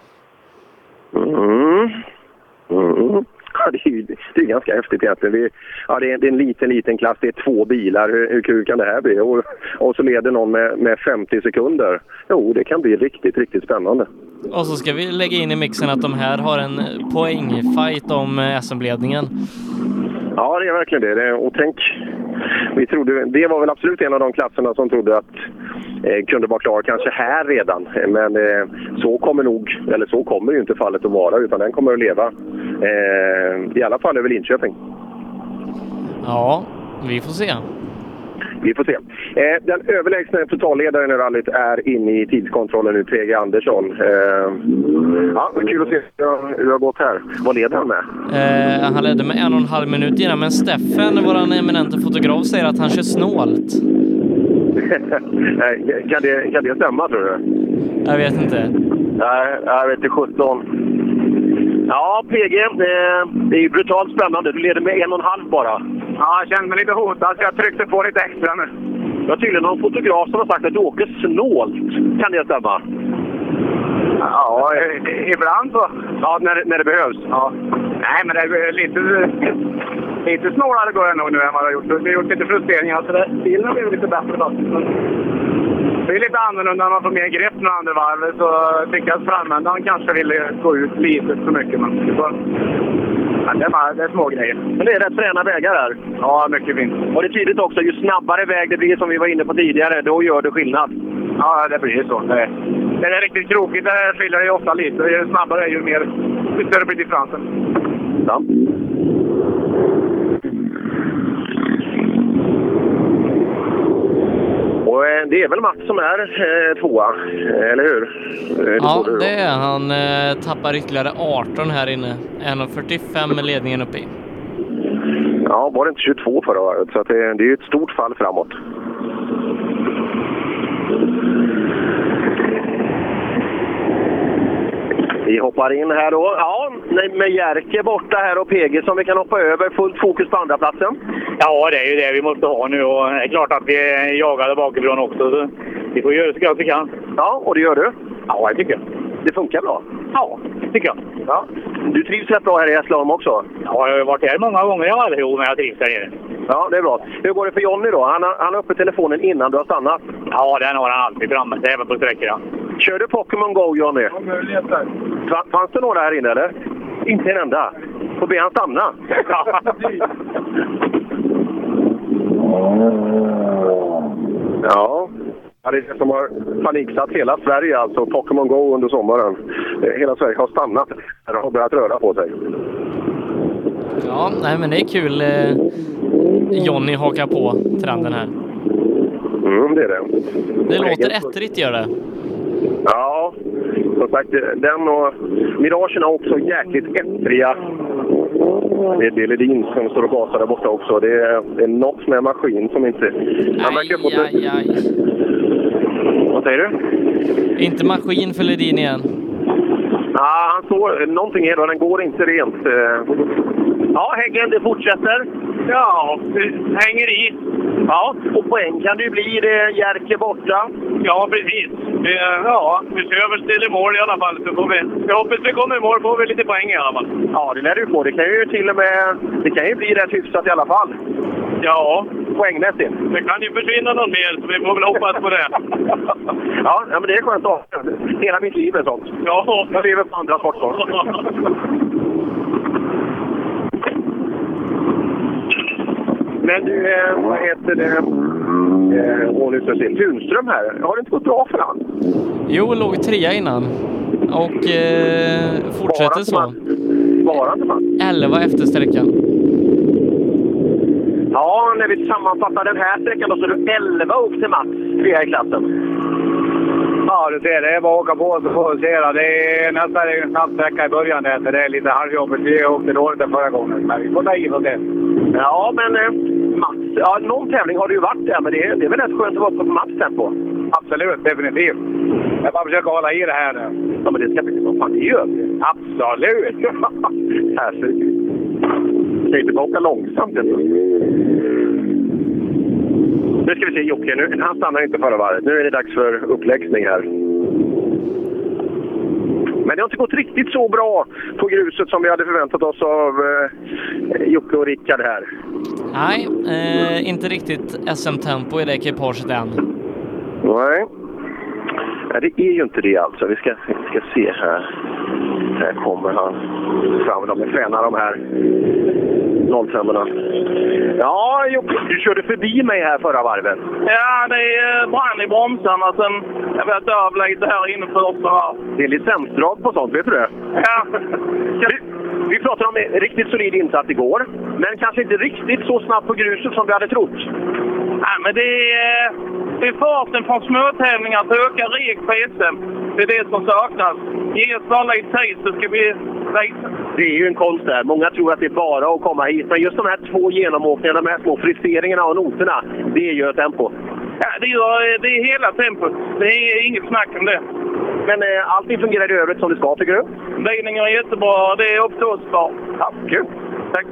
Speaker 11: Ja, det är ganska häftigt egentligen. Det är en liten klass, det är 2 bilar. Hur kul kan det här bli? Och så leder någon med 50 sekunder. Jo, det kan bli riktigt, riktigt spännande.
Speaker 1: Och så ska vi lägga in i mixen att de här har en poängfight om SM-ledningen.
Speaker 11: Ja, det är verkligen det. Och tänk, vi trodde, det var väl absolut en av de klasserna som trodde att kunde vara klar kanske här redan. Men så kommer ju inte fallet att vara, utan den kommer att leva. I alla fall över Linköping.
Speaker 1: Ja, vi får se.
Speaker 11: Vi får se. Den överlägsna totalledaren i rallyt är inne i tidskontrollen nu, PG Andersson. Ja, kul att se hur det har gått här. Vad leder han med?
Speaker 1: Han ledde med 1,5 minut innan, men Steffen, våran eminente fotograf, säger att han kör snålt.
Speaker 11: Kan det stämma, tror du?
Speaker 1: Jag vet inte.
Speaker 11: Nej, jag vet inte, 17. Ja, PG, det är ju brutalt spännande. Du leder med 1,5 bara.
Speaker 16: Ja, jag känner mig lite hotad så jag tryckte på lite extra nu.
Speaker 11: Jag har tydligen någon fotograf som har sagt att du åker snålt. Kan det stämma?
Speaker 16: Ja, ibland så.
Speaker 11: Ja, när det behövs.
Speaker 16: Ja. Nej, men det är lite snålare går det nog nu än vad jag har gjort. Vi har gjort lite justeringar så bilen har blivit lite bättre då. Det är lite annorlunda när man får mer grepp med andra varv, så tycker jag att framändan kanske vill gå ut lite för mycket. Men det är små grejer.
Speaker 11: Men det är rätt fräna vägar här.
Speaker 16: Ja, mycket fint.
Speaker 11: Och det är tydligt också, ju snabbare väg det blir, som vi var inne på tidigare, då gör det skillnad.
Speaker 16: Ja, det blir så. Det är riktigt krokigt, det skiljer ju ofta lite. Ju snabbare ju större blir differensen.
Speaker 11: Ja. Och det är väl Mats som är tvåa, eller hur?
Speaker 1: Ja, det är han. Tappar ytterligare 18 här inne. 1,45 med ledningen uppe i.
Speaker 11: Ja, var det inte 22 förra året, så att det är ju ett stort fall framåt. Vi hoppar in här då. Ja, med Jerke borta här och PG som vi kan hoppa över. Fullt fokus på andra platsen.
Speaker 16: Ja, det är ju det vi måste ha nu. Och det är klart att vi är jagade bakifrån också. Så vi får göra så gott vi kan.
Speaker 11: Ja, och det gör du?
Speaker 16: Ja, det tycker jag.
Speaker 11: Det funkar bra?
Speaker 16: Ja, det tycker jag.
Speaker 11: Ja. Du trivs rätt bra här i Hässleholm också?
Speaker 16: Ja, jag har varit här många gånger. Jo, men jag trivs här nere.
Speaker 11: Ja, det är bra. Hur går det för Jonny då? Han har uppe telefonen innan du har stannat.
Speaker 16: Ja, den har han alltid framme. Även på sträckor. Ja.
Speaker 11: Kör du Pokémon Go, Jonny?
Speaker 16: Ja, möjligheter.
Speaker 11: Fanns det några här inne, eller? Inte en enda. Får be han stanna. Ja. Ja, det är det som har paniksatt hela Sverige, alltså Pokémon Go under sommaren. Hela Sverige har stannat och har börjat röra på sig.
Speaker 1: Ja, nej men det är kul. Jonny hakar på trenden här.
Speaker 11: Det är det.
Speaker 1: Det låter ettrigt, gör det.
Speaker 11: Ja, som sagt, den och Miragen är också jäkligt ettriga. Det är Ledin som står och gasar där borta också. Det är något med maskin som inte...
Speaker 1: Aj.
Speaker 11: Vad säger du?
Speaker 1: Inte maskin för Ledin igen.
Speaker 11: Ja, han står någonting här och den går inte rent. Ja, Häggen, det fortsätter.
Speaker 16: Ja, hänger i.
Speaker 11: Ja, och poäng kan det ju bli. Det är Jerke borta.
Speaker 16: Ja, precis. Vi kör väl till i mål i alla fall. Så får jag hoppas vi kommer i mål, får vi lite poäng i alla fall.
Speaker 11: Ja, det lär du få. Det kan ju till och med... Det kan ju bli rätt hyfsat i alla fall.
Speaker 16: Ja.
Speaker 11: Poängmässigt.
Speaker 16: Det kan ju försvinna någon mer, så vi får väl hoppas på det.
Speaker 11: Ja, men det är skönt att hela mitt liv är sånt.
Speaker 16: Ja.
Speaker 11: Jag lever på andra sportformer. Men du, vad heter det? Nu ska se. Tunström här. Har det inte gått bra för han?
Speaker 1: Jo, låg 3 innan. Och fortsätter så.
Speaker 11: Svarande man.
Speaker 1: 11 efter sträckan.
Speaker 11: Ja, när vi sammanfattar den här sträckan då så är det 11 upp till Mats. 3 i klassen.
Speaker 16: Ja, du ser, det är bara att åka på och få se. Det är nästan en snabb sträcka i början där, så det är lite halvjobbigt. Vi åkte dåligt den förra gången, men vi får ta i för det.
Speaker 11: Ja, men Mats ja, någon tävling har det ju varit där, men det är väl rätt skönt att vara på matchtempo.
Speaker 16: Absolut, definitivt. Jag bara försöker hålla i det här nu.
Speaker 11: Ja, men det ska bli så fan, det gör vi.
Speaker 16: Absolut.
Speaker 11: Herregud. Ska inte åka långsamt ändå. Nu ska vi se Jocke, nu, han stannar inte förra varvet. Nu är det dags för uppläxning här. Men det har inte gått riktigt så bra på gruset som vi hade förväntat oss av Jocke och Rickard här.
Speaker 1: Nej, inte riktigt SM-tempo i det ekipaget än.
Speaker 11: Nej, det är ju inte det alltså. Vi ska se här. Här kommer han fram. De är fräna de här 05-orna. Ja, Jocke, du körde förbi mig här förra varvet.
Speaker 16: Ja, det brann i bromsarna. Sen jag vet av lite här inne första varv.
Speaker 11: Det är licensdrag på sånt, vet du det?
Speaker 16: Ja.
Speaker 11: Vi pratar om en riktigt solid insats igår. Men kanske inte riktigt så snabbt på gruset som vi hade trott.
Speaker 16: Nej, men det är farten från småtävlingar att öka rek på SM. Det är det som saknas. Ge oss bara lite tid så ska vi visa.
Speaker 11: Det är ju en konst där. Många tror att det är bara att komma hit. Men just de här 2 genomåkningarna, de här små friseringarna och noterna, det gör tempo.
Speaker 16: Ja, det är hela tempot. Det är inget snack om det.
Speaker 11: Men allting fungerar i övrigt som det ska, tycker du?
Speaker 16: Bilen är jättebra. Det är upp till oss bara.
Speaker 11: Ja, kul. Tack.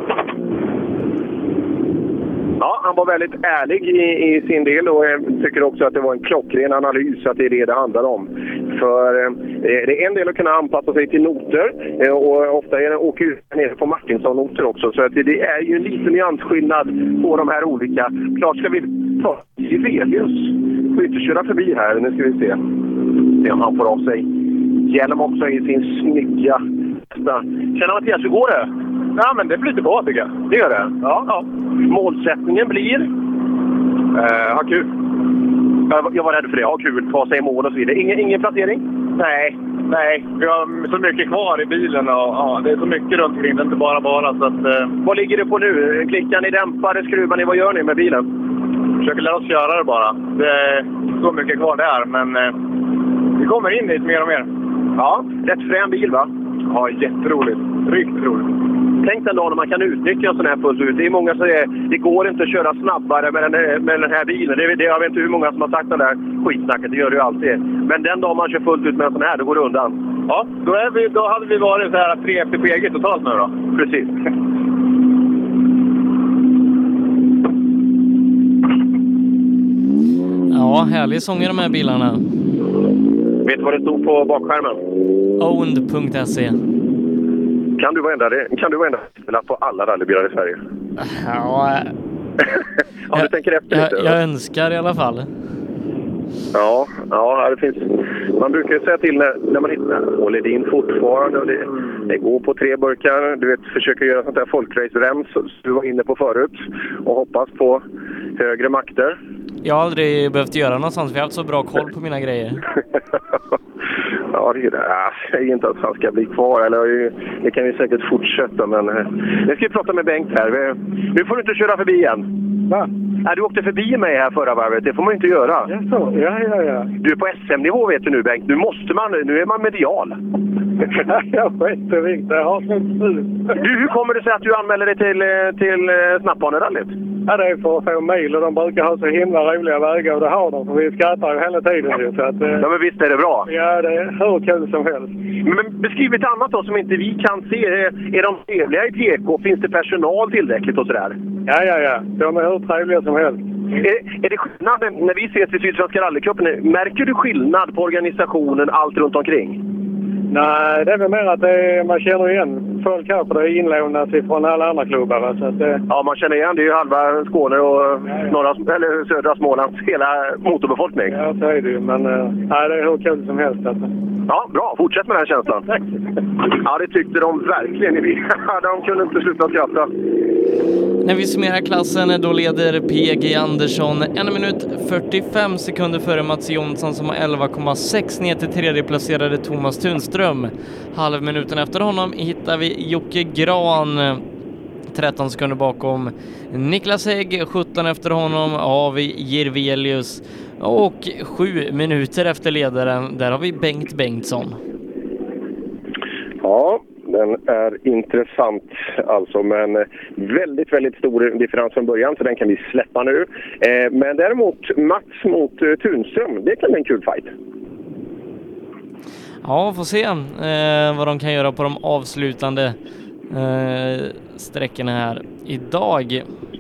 Speaker 11: Ja, han var väldigt ärlig i sin del och tycker också att det var en klockren analys, att det är det handlar om. För det är en del att kunna anpassa sig till noter och ofta är det åker ut ner på Martinsson-noter också. Så att det är ju en liten nyansskillnad på de här olika. Klart ska vi ta Sibelius. Får inte köra förbi här, nu ska vi se om han får av sig hjälm också i sin snygga. Tjena Mattias, hur går det?
Speaker 16: Ja, men det flyter bra tycker jag.
Speaker 11: Det gör det?
Speaker 16: Ja.
Speaker 11: Målsättningen blir?
Speaker 16: Ha kul.
Speaker 11: Jag var rädd för det. Ha kul, ta sig i mål och så vidare. Ingen placering?
Speaker 16: Nej. Vi har så mycket kvar i bilen och det är så mycket runt omkring. Det är inte bara så att...
Speaker 11: Vad ligger det på nu? Klickar ni dämpare, skruvar ni? Vad gör ni med bilen?
Speaker 16: Försöker lära oss köra det bara. Det är så mycket kvar där, men vi kommer in dit mer och mer.
Speaker 11: Ja, rätt frän bil va?
Speaker 16: Ja, jätteroligt. Riktigt roligt.
Speaker 11: Tänk den dag när man kan utnyttja en sån här fullt ut. Det är många som säger det går inte att köra snabbare med den här bilen. Jag vet inte hur många som har sagt den där skitsnacket, det gör det ju alltid. Men den dag man kör fullt ut med en sån här, då går det undan.
Speaker 16: Ja, då hade vi varit så här 3 efter PG totalt nu då.
Speaker 11: Precis.
Speaker 1: Ja, härlig sång i de här bilarna.
Speaker 11: Vet du vad det stod på bakskärmen?
Speaker 1: Owned.se.
Speaker 11: Kan du vara ända på alla rallybilar i Sverige?
Speaker 1: Ja,
Speaker 11: ja, du tänker efter lite.
Speaker 1: Jag önskar i alla fall.
Speaker 11: Ja, det finns. Man brukar ju säga till när man hittar Åledin fortfarande och det går på 3 burkar. Du vet, försöker göra sånt där folkrace-rems som du var inne på förut och hoppas på högre makter.
Speaker 1: Jag har aldrig behövt göra någonstans för jag har haft så bra koll på mina grejer.
Speaker 11: Ja, det är det. Jag säger inte att han ska bli kvar. Eller, det kan vi säkert fortsätta, men jag ska prata med Bengt här. Nu får du inte köra förbi igen.
Speaker 12: Va?
Speaker 11: Du åkte förbi mig här förra varvet. Det får man inte göra.
Speaker 12: Ja.
Speaker 11: Du är på SM-nivå vet du nu, Bengt. Nu är man medial.
Speaker 12: Jag skiter viktigt. Jag har
Speaker 11: hur kommer det sig att du anmäler dig till Snappbanerallyt?
Speaker 12: Ja, det är för att få mil och de brukar ha så himla roliga vägar och det har de. För vi skrattar ju hela tiden. Så att,
Speaker 11: ja, men visst är det bra.
Speaker 12: Ja, det är hur kul som helst.
Speaker 11: Men beskriv ett annat då som inte vi kan se. Är de trevliga i TK? Finns det personal tillräckligt och sådär?
Speaker 12: Ja. De är hur trevliga som helst.
Speaker 11: Är det skillnad när vi ses i Sydsvenska rallycupen? Märker du skillnad på organisationen, allt runt omkring?
Speaker 12: Nej, det är väl mer att man känner igen folk här för det är inlånat från alla andra klubbar. Så att,
Speaker 11: ja, man känner igen. Det är ju halva Skåne och södra Smålands hela motorbefolkning.
Speaker 12: Ja, så är det ju. Men nej, det är hur kul som helst. Alltså.
Speaker 11: Ja, bra. Fortsätt med den känslan.
Speaker 12: Tack.
Speaker 11: Ja, det tyckte de verkligen. De kunde inte sluta skratta.
Speaker 1: När vi summerar klassen då leder PG Andersson 1 minut 45 sekunder före Mats Jonsson som har 11,6 ner till tredjeplacerade Thomas Tunström. Halvminuten efter honom hittar vi Jocke Gran 13 sekunder bakom Niklas Hägg, 17 efter honom har vi Jirvelius och 7 minuter efter ledaren där har vi Bengt Bengtsson.
Speaker 11: Ja, Den är intressant alltså, men väldigt, väldigt stor differens från början, så den kan vi släppa nu. Men däremot Mats mot Tunström, det kan bli en kul fight.
Speaker 1: Ja, får se vad de kan göra på de avslutande sträckorna här idag.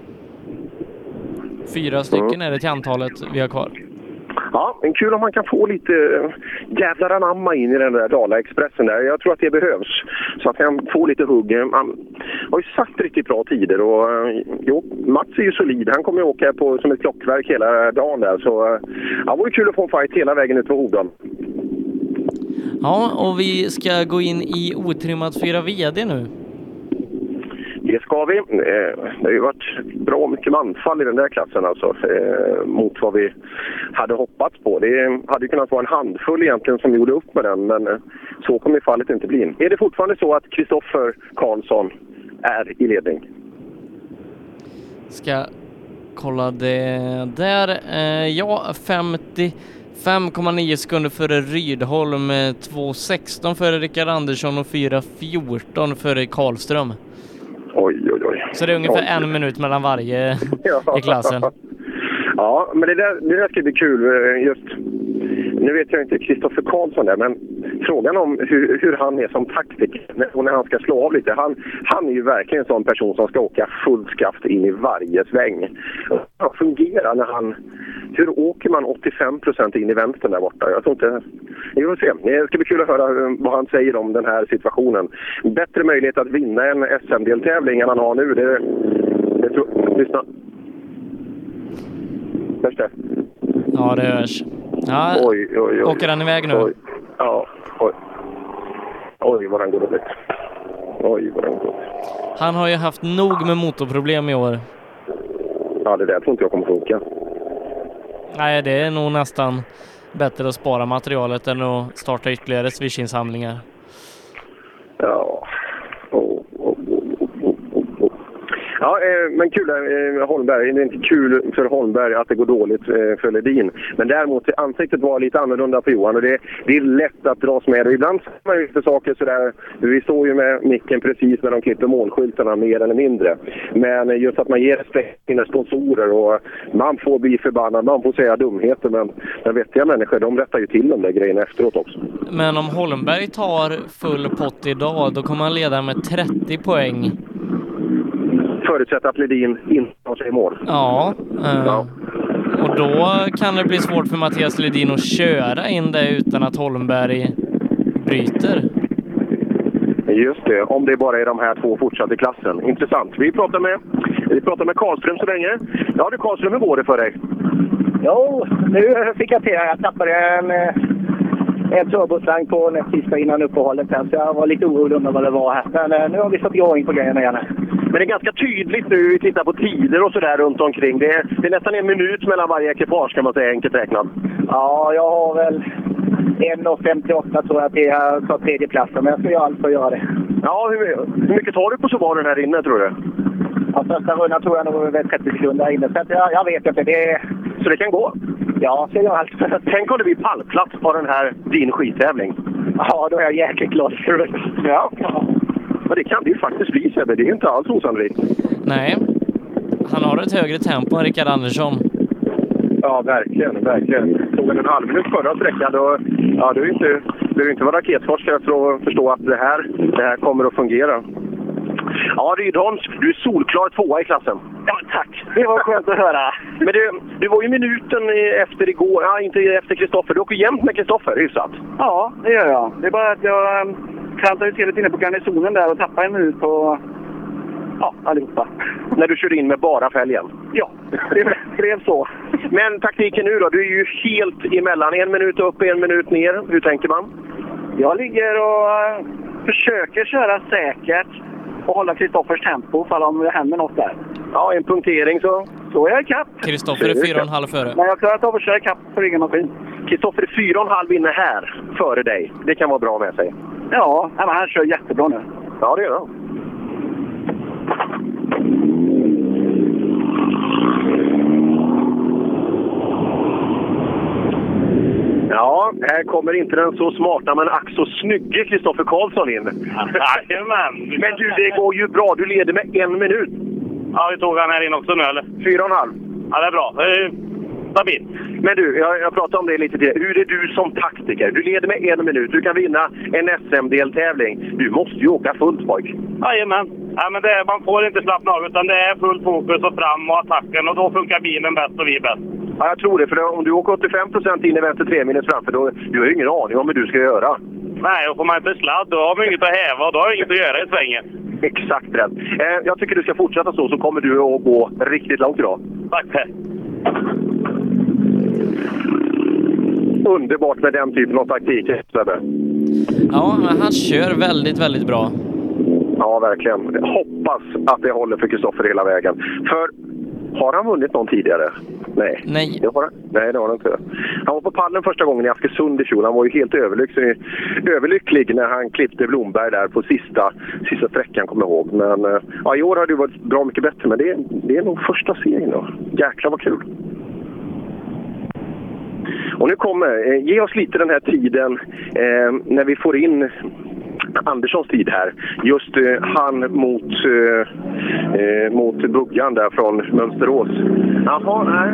Speaker 1: 4 stycken är det till antalet vi har kvar.
Speaker 11: Ja, men kul om man kan få lite jävlar anamma in i den där Dala-expressen där. Jag tror att det behövs. Så att han får lite hugg. Han har ju sagt riktigt bra tider. Och Mats är ju solid. Han kommer ju åka på som ett klockverk hela dagen där. Så det vore kul att få en fight hela vägen ut på Hodan.
Speaker 1: Ja, och vi ska gå in i otrimmat 4 VD nu.
Speaker 11: Det ska vi. Det har ju varit bra mycket manfall i den där klassen alltså, mot vad vi hade hoppats på. Det hade ju kunnat vara en handfull egentligen som gjorde upp med den, men så kommer fallet inte bli. Är det fortfarande så att Kristoffer Karlsson är i ledning?
Speaker 1: Ska kolla det där. Ja, 55,9 sekunder före Rydholm, 2.16 före Rickard Andersson och 4.14 före Karlström.
Speaker 11: Oj.
Speaker 1: Så det är ungefär en minut mellan varje i klassen.
Speaker 11: Ja, men det där ska bli kul. Just nu vet jag inte Kristoffer Karlsson där, men frågan om hur han är som taktiker och när han ska slå av lite. Han är ju verkligen en sån person som ska åka fullt skaft in i varje sväng. Han fungerar när han... Hur åker man 85% in i vänstern där borta? Jag tror inte... Vi får se. Det ska bli kul att höra vad han säger om den här situationen. Bättre möjlighet att vinna en SM-deltävling än han har nu. Det tror... Lyssna. Hörs det?
Speaker 1: Ja, det hörs. Ja,
Speaker 11: oj.
Speaker 1: åker han iväg nu?
Speaker 11: Oj. Ja, oj. Oj, vad han går dåligt.
Speaker 1: Han har ju haft nog med motorproblem i år.
Speaker 11: Ja, det där tror inte jag kommer funka.
Speaker 1: Nej, det är nog nästan bättre att spara materialet än att starta ytterligare Swish-insamlingar.
Speaker 11: Ja. Ja, men kul Holmberg. Det är inte kul för Holmberg att det går dåligt för Ledin. Men däremot ansiktet var lite annorlunda på Johan och det är lätt att dras med. Och ibland ser man ju för saker sådär. Vi står ju med micken precis när de klipper målskyltarna mer eller mindre. Men just att man ger respekt till sponsorer och man får bli förbannad, man får säga dumheter. Men vettiga människor, de rättar ju till de där grejerna efteråt också.
Speaker 1: Men om Holmberg tar full pott idag, då kommer han leda med 30 poäng.
Speaker 11: Förutsätter att Ledin inte har sig i mål.
Speaker 1: Ja. Och då kan det bli svårt för Mattias Ledin att köra in det utan att Holmberg bryter.
Speaker 11: Just det, om det bara är de här 2 fortsatt i klassen. Intressant. Vi pratar med Karlström så länge. Ja, det Karlström, hur går det för dig?
Speaker 18: Jo, nu fick jag till. Jag tappade en turboslang på näst sista innan uppehållet sen, så jag var lite orolig om vad det var här. Men nu har vi fått igång på grejerna igen.
Speaker 11: Men det är ganska tydligt nu, vi tittar på tider och sådär runt omkring. Det är nästan en minut mellan varje ekipage kan man säga, enkelt räknat.
Speaker 18: Ja, jag har väl 1.58 tror jag att jag tar 3:e platsen, men jag ska göra allt för att göra det.
Speaker 11: Ja, hur mycket tar du på Subarun här inne tror du?
Speaker 18: Ja, första rundan tror jag nog väl 30 sekunder här inne, så jag vet inte.
Speaker 11: Så det kan gå?
Speaker 18: Ja, så jag gör allt.
Speaker 11: Tänk om det blir pallplats på den här din skittävling.
Speaker 18: Ja, då är jag jäkligt glad för det.
Speaker 11: Ja. Men det kan det ju faktiskt bli, Sebbe. Det är inte alls osannolikt.
Speaker 1: Nej. Han har ett högre tempo än Rickard Andersson.
Speaker 11: Ja, verkligen. Tog en halv minut förra sträckan. Du är inte vara raketforskare för att förstå att det här kommer att fungera. Ja, Rydholms, du är solklar 2 i klassen.
Speaker 18: Ja, tack. Det var skönt att höra.
Speaker 11: Men du var ju minuten efter igår. Ja, inte efter Kristoffer. Du åker jämnt med Kristoffer, hyfsat.
Speaker 4: Ja, det gör jag. Det är bara att jag klantade till lite inne på garnisonen där och tappade en minut på allihopa.
Speaker 11: När du körde in med bara fälgen?
Speaker 4: Ja, det blev så.
Speaker 11: Men taktiken nu då? Du är ju helt emellan. 1 minut upp, 1 minut ner. Hur tänker man?
Speaker 4: Jag ligger och försöker köra säkert och hålla Kristoffers tempo om det händer något där.
Speaker 11: Ja, en punktering så är jag i kapp.
Speaker 1: Kristoffer är 4,5 före.
Speaker 4: Men jag klarar av att köra i kapp för egen maskin.
Speaker 11: Kristoffer är 4,5 inne här före dig. Det kan vara bra med sig.
Speaker 4: Ja, men han kör jättebra nu.
Speaker 11: Ja, det gör han. Ja, Ja, här kommer inte den så smarta men ack så snygge Kristoffer Karlsson in.
Speaker 6: Jajamän.
Speaker 11: Men du, det går ju bra. Du leder med 1 minut.
Speaker 6: Ja, vi tog han här in också nu, eller?
Speaker 11: 4,5.
Speaker 6: Ja, det är bra. Stabilt.
Speaker 11: Men du, jag pratade om det lite till. Hur är du som taktiker? Du leder med 1 minut. Du kan vinna en SM-deltävling. Du måste ju åka fullt, pojk.
Speaker 6: Jajamän. Ja, men man får inte slappna av, utan det är full fokus och fram och attacken. Och då funkar bilen bäst och vi bäst.
Speaker 11: Ja, jag tror det. För om du åker 85% in i vänster 3 minus framför, då du har ju ingen aning om hur du ska göra.
Speaker 6: Nej, och får man inte sladd, då har man inget att häva och då har jag inget att göra i svängen.
Speaker 11: Exakt rätt. Jag tycker du ska fortsätta så kommer du att gå riktigt långt idag.
Speaker 6: Tack.
Speaker 11: Underbart med den typen av taktik, Sebbe.
Speaker 1: Ja, men han kör väldigt, väldigt bra.
Speaker 11: Ja, verkligen. Jag hoppas att det håller för Kristoffer hela vägen. För har han vunnit någon tidigare? Nej.
Speaker 1: Nej.
Speaker 11: Det har han inte. Han var på pallen första gången i Askersund i fjol. Han var ju helt överlycklig när han klippte Blomberg där på sista sträckan, kommer jag ihåg. Men ja, i år har det varit bra mycket bättre, men det är nog första serien då. Jäklar vad kul. Och nu ge oss lite den här tiden när vi får in Anderssons tid här. Just han mot Buggan där från Mönsterås. Jaha, nej.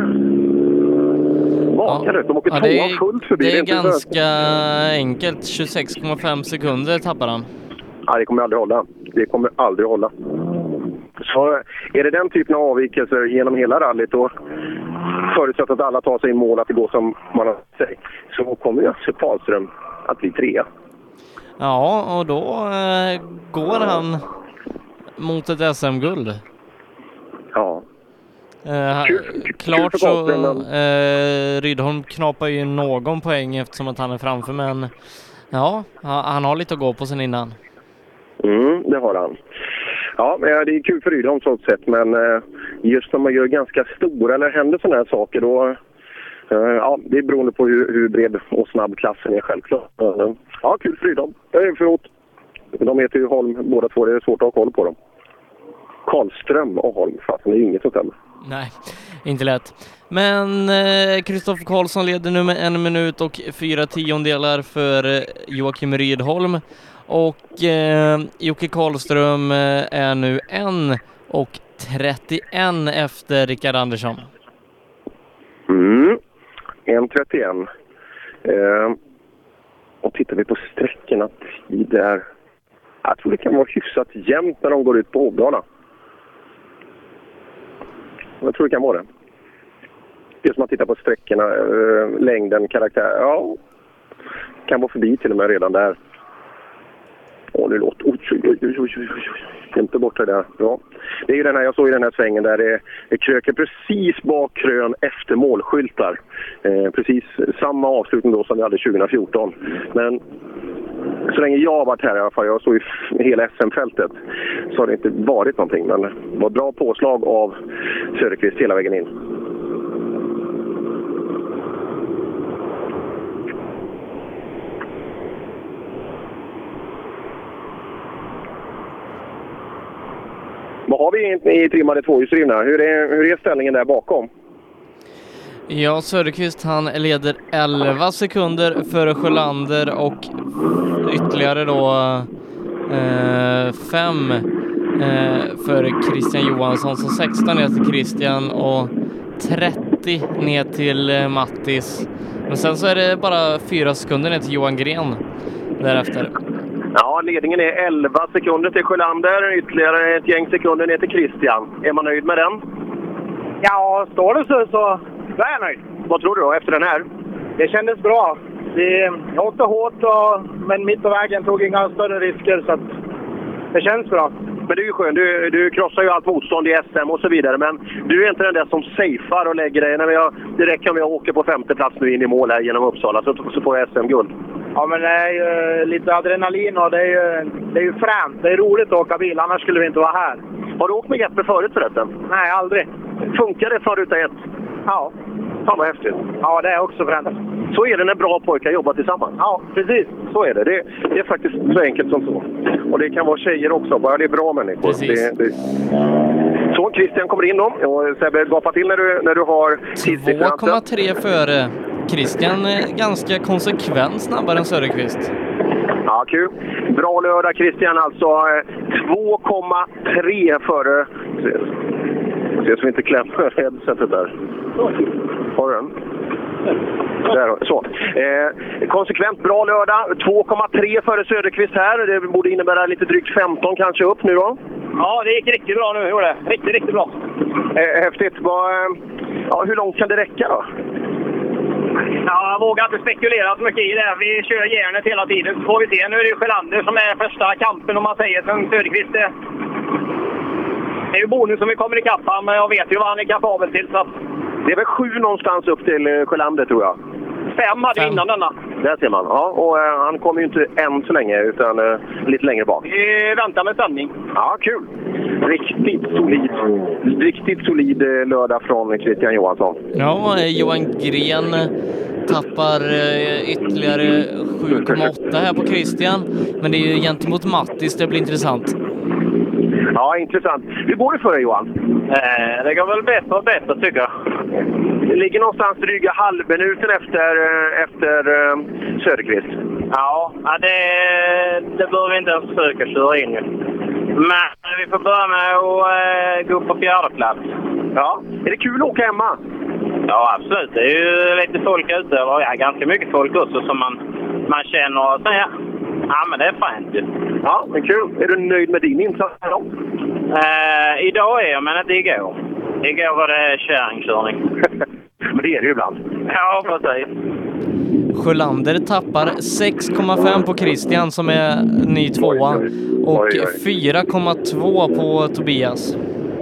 Speaker 11: De åker tvåan fullt förbi.
Speaker 1: Det är ganska enkelt. 26,5 sekunder tappar han.
Speaker 11: Ja, det kommer aldrig hålla. Så är det den typen av avvikelser genom hela rallyt då, förutsatt att alla tar sig i mål att det går som man har sagt, så kommer ju Axel Karlström att bli 3.
Speaker 1: Ja, och då går han mot ett SM-guld.
Speaker 11: Ja.
Speaker 1: Klart så Rydholm knapar ju någon poäng eftersom att han är framför, men ja, han har lite att gå på sen innan.
Speaker 11: Det har han. Ja, det är kul för Rydholm så sett, men just när man gör ganska stora eller händer sådana här saker då, ja, det är beroende på hur bred och snabb klassen är självklart. Ja, kul för Rydholm. Förlåt. De heter ju Holm båda två, det är svårt att ha koll på dem. Karlström och Holm, fast det är inget sånt där.
Speaker 1: Nej, inte lätt. Men Kristoffer Karlsson leder nu med 1 minut och 4/10 för Joakim Rydholm. Och Jocke Karlström är nu 1:31 efter Rickard Andersson.
Speaker 11: 1:31. Och tittar vi på sträckorna där. Jag tror det kan vara hyfsat jämnt när de går ut på Hovdala. Jag tror det kan vara det. Det är som att titta på sträckorna, längden, karaktär. Ja, kan vara förbi till och med redan där. Det låter... Inte bort det där. Ja. Det är ju den här, jag såg i den här svängen där det kröker precis bak krön efter målskyltar. Precis samma avslutning då som vi hade 2014. Men så länge jag har varit här i alla fall, jag såg i hela SM-fältet, så har det inte varit någonting. Men det var bra påslag av Söderqvist hela vägen in. Vad har vi i trimmade tvåhjulsdrivna? Hur är ställningen där bakom?
Speaker 1: Ja, Söderqvist han leder 11 sekunder före Sjölander och ytterligare då 5 för Christian Johansson. Så 16 ner till Christian och 30 ner till Mattis. Men sen så är det bara 4 sekunder ner till Johan Gren därefter.
Speaker 11: Ja, ledningen är 11 sekunder till Sjölander, ytterligare ett gäng sekunder ner till Christian. Är man nöjd med den?
Speaker 14: Ja, står det så är jag nöjd.
Speaker 11: Vad tror du då efter den här?
Speaker 14: Det kändes bra. Jag åkte hårt, men mitt på vägen tog inga större risker, så att det känns bra.
Speaker 11: Men det är ju skönt, du krossar ju allt motstånd i SM och så vidare, men du är inte den där som safear och lägger dig. Det räcker om jag åker på 5:e plats nu in i mål här genom Uppsala, så får jag SM-guld.
Speaker 14: Ja, men det är ju lite adrenalin och det är ju fränt. Det är roligt att åka bil, annars skulle vi inte vara här.
Speaker 11: Har du åkt med Jeppe förut förresten?
Speaker 14: Nej, aldrig.
Speaker 11: Funkar det för ruta 1?
Speaker 14: Ja.
Speaker 11: Fan vad häftigt.
Speaker 14: Ja, det är också fränt.
Speaker 11: Så är det när bra pojkar jobbar tillsammans.
Speaker 14: Ja, precis.
Speaker 11: Så är det. Det är faktiskt så enkelt som så. Och det kan vara tjejer också, bara det är bra människor.
Speaker 1: Precis.
Speaker 11: Så Christian kommer in då. Och Sebbe, gapa till när du har tidssiffran.
Speaker 1: 2,3 före Christian ganska konsekvent snabbare än Söderqvist.
Speaker 11: Ja, kul. Bra lördag Christian, alltså 2,3 före. Se så vi inte klämmer headsetet där. Har du den? Där, så. Konsekvent bra lördag. 2,3 före Söderqvist här. Det borde innebära lite drygt 15 kanske upp nu då.
Speaker 16: Ja, det gick riktigt bra nu. Gjorde det. Riktigt bra.
Speaker 11: Häftigt. Hur långt kan det räcka då?
Speaker 16: Ja, jag vågar inte spekulera så mycket i det. Vi kör järnet hela tiden. Så får vi se. Nu är det ju Sjölander som är första kampen om man säger. Sen Söderqvist det är ju bonus som vi kommer ikapp, men jag vet ju vad han är kapabel till. Så.
Speaker 11: Det är väl 7 någonstans upp till Sjölander tror jag.
Speaker 16: 5 hade vi innan denna.
Speaker 11: Där ser man. Ja, och han kommer ju inte än så länge utan lite längre bak.
Speaker 16: Vi väntar med sändning.
Speaker 11: Ja, kul. Riktigt solid lördag från Christian Johansson.
Speaker 1: Ja, Johan Gren tappar ytterligare 7,8 här på Christian. Men det är ju gentemot Mattis, det blir intressant.
Speaker 11: Ja, intressant. Hur går det för dig Johan?
Speaker 16: Det går väl bättre och bättre tycker jag.
Speaker 11: Det ligger någonstans dryga halvminuten efter Söderqvist.
Speaker 16: Ja, det bör vi inte ens försöka köra in. Men vi får börja med att gå upp på 4:e plats.
Speaker 11: Ja, är det kul att åka hemma?
Speaker 16: Ja, absolut. Det är ju lite folk ute. Ja, ganska mycket folk också som man känner. Så, ja, men det är fint ju.
Speaker 11: Ja, men kul. Är du nöjd med din insats här då?
Speaker 16: Idag är jag, men inte igår. Igår var det kärringkörning.
Speaker 11: Men det är det ju ibland.
Speaker 16: Ja, precis.
Speaker 1: Sjölander tappar 6,5 på Christian som är ny tvåa och 4,2 på Tobias.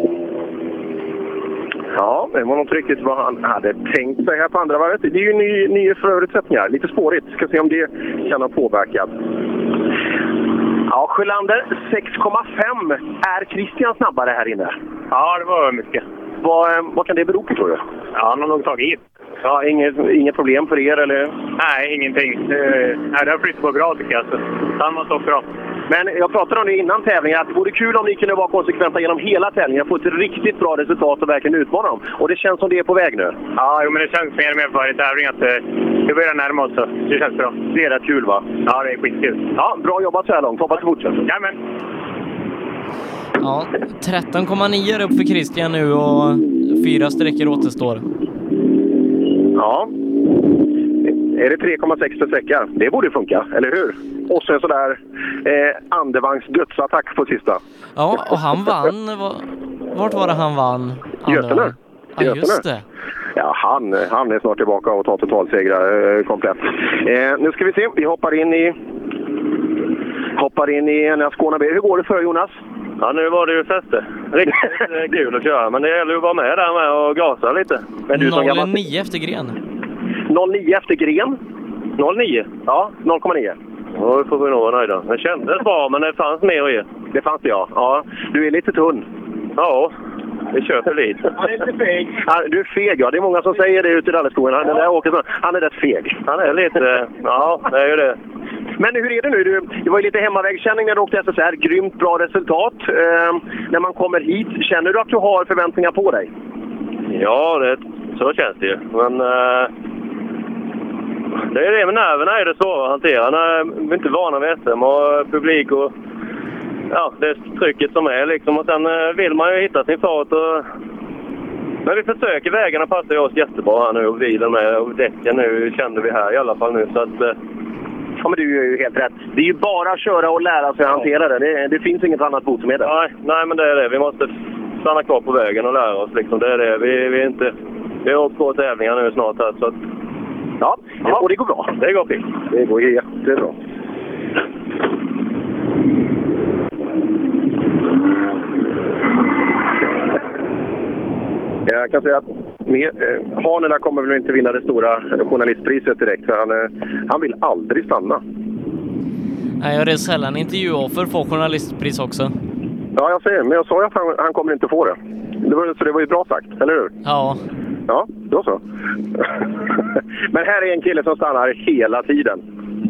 Speaker 11: Ja, det var nog riktigt vad han hade tänkt sig här på andra varvet. Det är ju nya förutsättningar. Lite spårigt. Ska se om det kan ha påverkat. Ja, Sjölander 6,5. Är Christian snabbare här inne?
Speaker 16: Ja, det var mycket.
Speaker 11: Vad kan det bero på tror du?
Speaker 16: Ja, han har nog tagit in.
Speaker 11: Ja, inget problem för er eller?
Speaker 16: Nej, ingenting. Det har flyttat på bra tycker jag. Så han var så bra.
Speaker 11: Men jag pratade om det innan tävlingen, att det vore kul om ni kunde vara konsekventa genom hela tävlingen, få ett riktigt bra resultat och verkligen utmana dem. Och det känns som det är på väg nu.
Speaker 16: Ja, men det känns mer och mer för varje tävling att det börjar närma oss. Så det känns bra.
Speaker 11: Det är rätt kul va?
Speaker 16: Ja, det är skitkul.
Speaker 11: Ja, bra jobbat så här långt. Hoppas det fortsätter.
Speaker 16: Jajamän.
Speaker 1: Ja, 13,9 upp för Christian nu och 4 sträckor återstår.
Speaker 11: Ja. Är det 3,6 för sträcka? Det borde funka, eller hur? Och så en sådär andevagns dödsattack på sista.
Speaker 1: Ja, och han vann. Vart var det han vann?
Speaker 11: Götene.
Speaker 1: Ja, just det.
Speaker 11: Ja, han är snart tillbaka och tar totalsegrar komplett. Nu ska vi se. Vi hoppar in i en Skåne B. Hur går det för Jonas?
Speaker 6: Ja, nu var det ju fäste. Riktigt kul att köra, men det gäller ju att vara med där med och gasa lite.
Speaker 1: 0,9 efter gren.
Speaker 11: 0,9 efter gren?
Speaker 6: 0,9?
Speaker 11: Ja, 0,9.
Speaker 6: Ja, det får vi nog vara nöjda. Det kändes bra, men det fanns mer att ge.
Speaker 11: Det fanns det, ja. Du är lite tunn.
Speaker 6: Ja, vi köper lite.
Speaker 16: Han är lite feg.
Speaker 11: Ja, du är feg, ja. Det är många som säger det ute i rallyskogen. Han är rätt feg.
Speaker 6: Han är lite... Ja, det är ju det.
Speaker 11: Men hur är det nu? Det var ju lite hemmavägskänning när du åkte SSR. Grymt bra resultat. När man kommer hit, känner du att du har förväntningar på dig?
Speaker 6: Ja, så känns det ju. Men det är det med nerverna är det svåra att hantera. Vi är inte vana vid SM och publik och ja, det trycket som är liksom. Och sen vill man ju hitta sin fart. Men vi försöker, vägarna passar ju oss jättebra här nu och bilen med och däcken nu kände vi här i alla fall nu. Så att,
Speaker 11: ja, men du är ju helt rätt. Det är ju bara att köra och lära sig att hantera det. Det finns inget annat botemedel.
Speaker 6: Nej, men det är det. Vi måste stanna kvar på vägen och lära oss. Liksom. Det är det. Vi har åkt på tävlingar nu snart här. Så att,
Speaker 11: ja, och det går bra.
Speaker 6: Det går fint.
Speaker 11: Det går jättebra. Jag kan säga att Hanerna kommer väl inte vinna det stora journalistpriset direkt. För han vill aldrig stanna.
Speaker 1: Nej, jag är sällan intervjuoffer får journalistpris också.
Speaker 11: Ja, jag säger, men jag sa att han kommer inte få det. Så det var ju bra sagt, eller hur?
Speaker 1: Ja.
Speaker 11: Ja, då så. Men här är en kille som stannar hela tiden.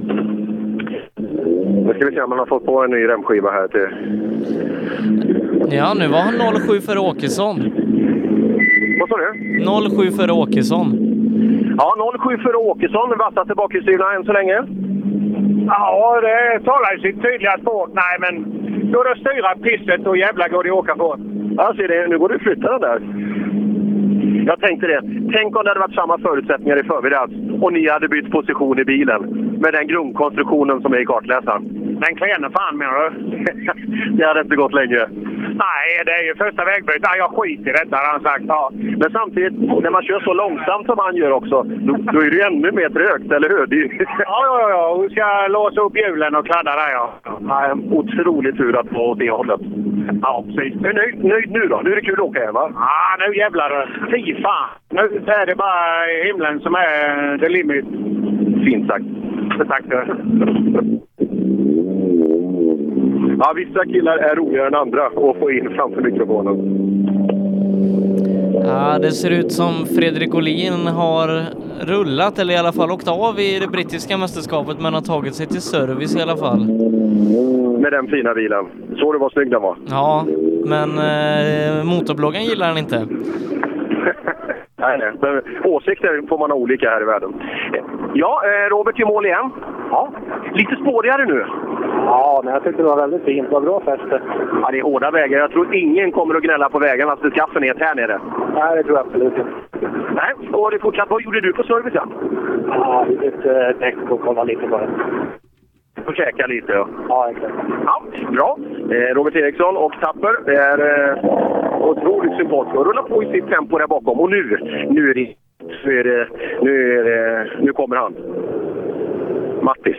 Speaker 11: Nu ska vi se om man har fått på en ny remskiva här till...
Speaker 1: Ja, nu var han 0,7 för Åkesson.
Speaker 11: Vad sa du?
Speaker 1: 0,7 för Åkesson.
Speaker 11: Ja, 07 för Åkesson. Vassaste bakhjulsdrivna än så länge.
Speaker 16: Ja, det talar ju sitt tydliga språk. Nej, men då du styrar pisset och jävla går det att åka på.
Speaker 11: Ja, ser det. Nu går du och flyttar den där. Jag tänkte det. Tänk om det hade varit samma förutsättningar i förmiddags och ni hade bytt position i bilen med den grundkonstruktionen som är i kartläsaren.
Speaker 16: Den klena fan menar du?
Speaker 11: Det hade inte gått länge.
Speaker 16: Nej, det är ju första vägbytet. Nej, jag skiter i detta har han sagt. Ja.
Speaker 11: Men samtidigt, när man kör så långsamt som han gör också, då är det ju ännu mer trögt, eller hur?
Speaker 16: Ja. Vi ska låsa upp hjulen och kladda där, ja.
Speaker 11: Nej, otroligt tur att få åt det hållet. Ja, precis. Är du nöjd nu då? Nu är det kul att åka här, va?
Speaker 16: Ja, nu jävlar. Fy fan. Nu är det bara himlen som är the limit.
Speaker 11: Fint sagt.
Speaker 16: Tack.
Speaker 11: Ja, vissa killar är roligare än andra att få in framför mikrofonen.
Speaker 1: Ja, det ser ut som Fredrik Olin har rullat, eller i alla fall åkt av i det brittiska mästerskapet, men har tagit sig till service i alla fall.
Speaker 11: Med den fina bilen. Så det var snygg den var.
Speaker 1: Ja, men motorbloggen gillar han inte.
Speaker 11: Nej. Men åsikter får man ha olika här i världen. Ja, Robert i mål igen. Ja. Lite spårigare nu.
Speaker 14: Ja, men jag tyckte det var väldigt fint. Det var bra fäste.
Speaker 11: Ja, det är hårda vägar. Jag tror ingen kommer att gnälla på vägarnas beskaffenhet här nere.
Speaker 14: Nej, det tror jag absolut inte.
Speaker 11: Nej, och det fortsatt. Vad gjorde du på servicen?
Speaker 14: Ja, lite däck och kolla lite bara.
Speaker 11: Och käka lite, ja.
Speaker 14: Ja, exakt.
Speaker 11: Ja, bra. Robert Eriksson och Tapper. Det är otroligt sympatiskt. Och rullar på i sitt tempo där bakom. Och nu kommer han. Mattis.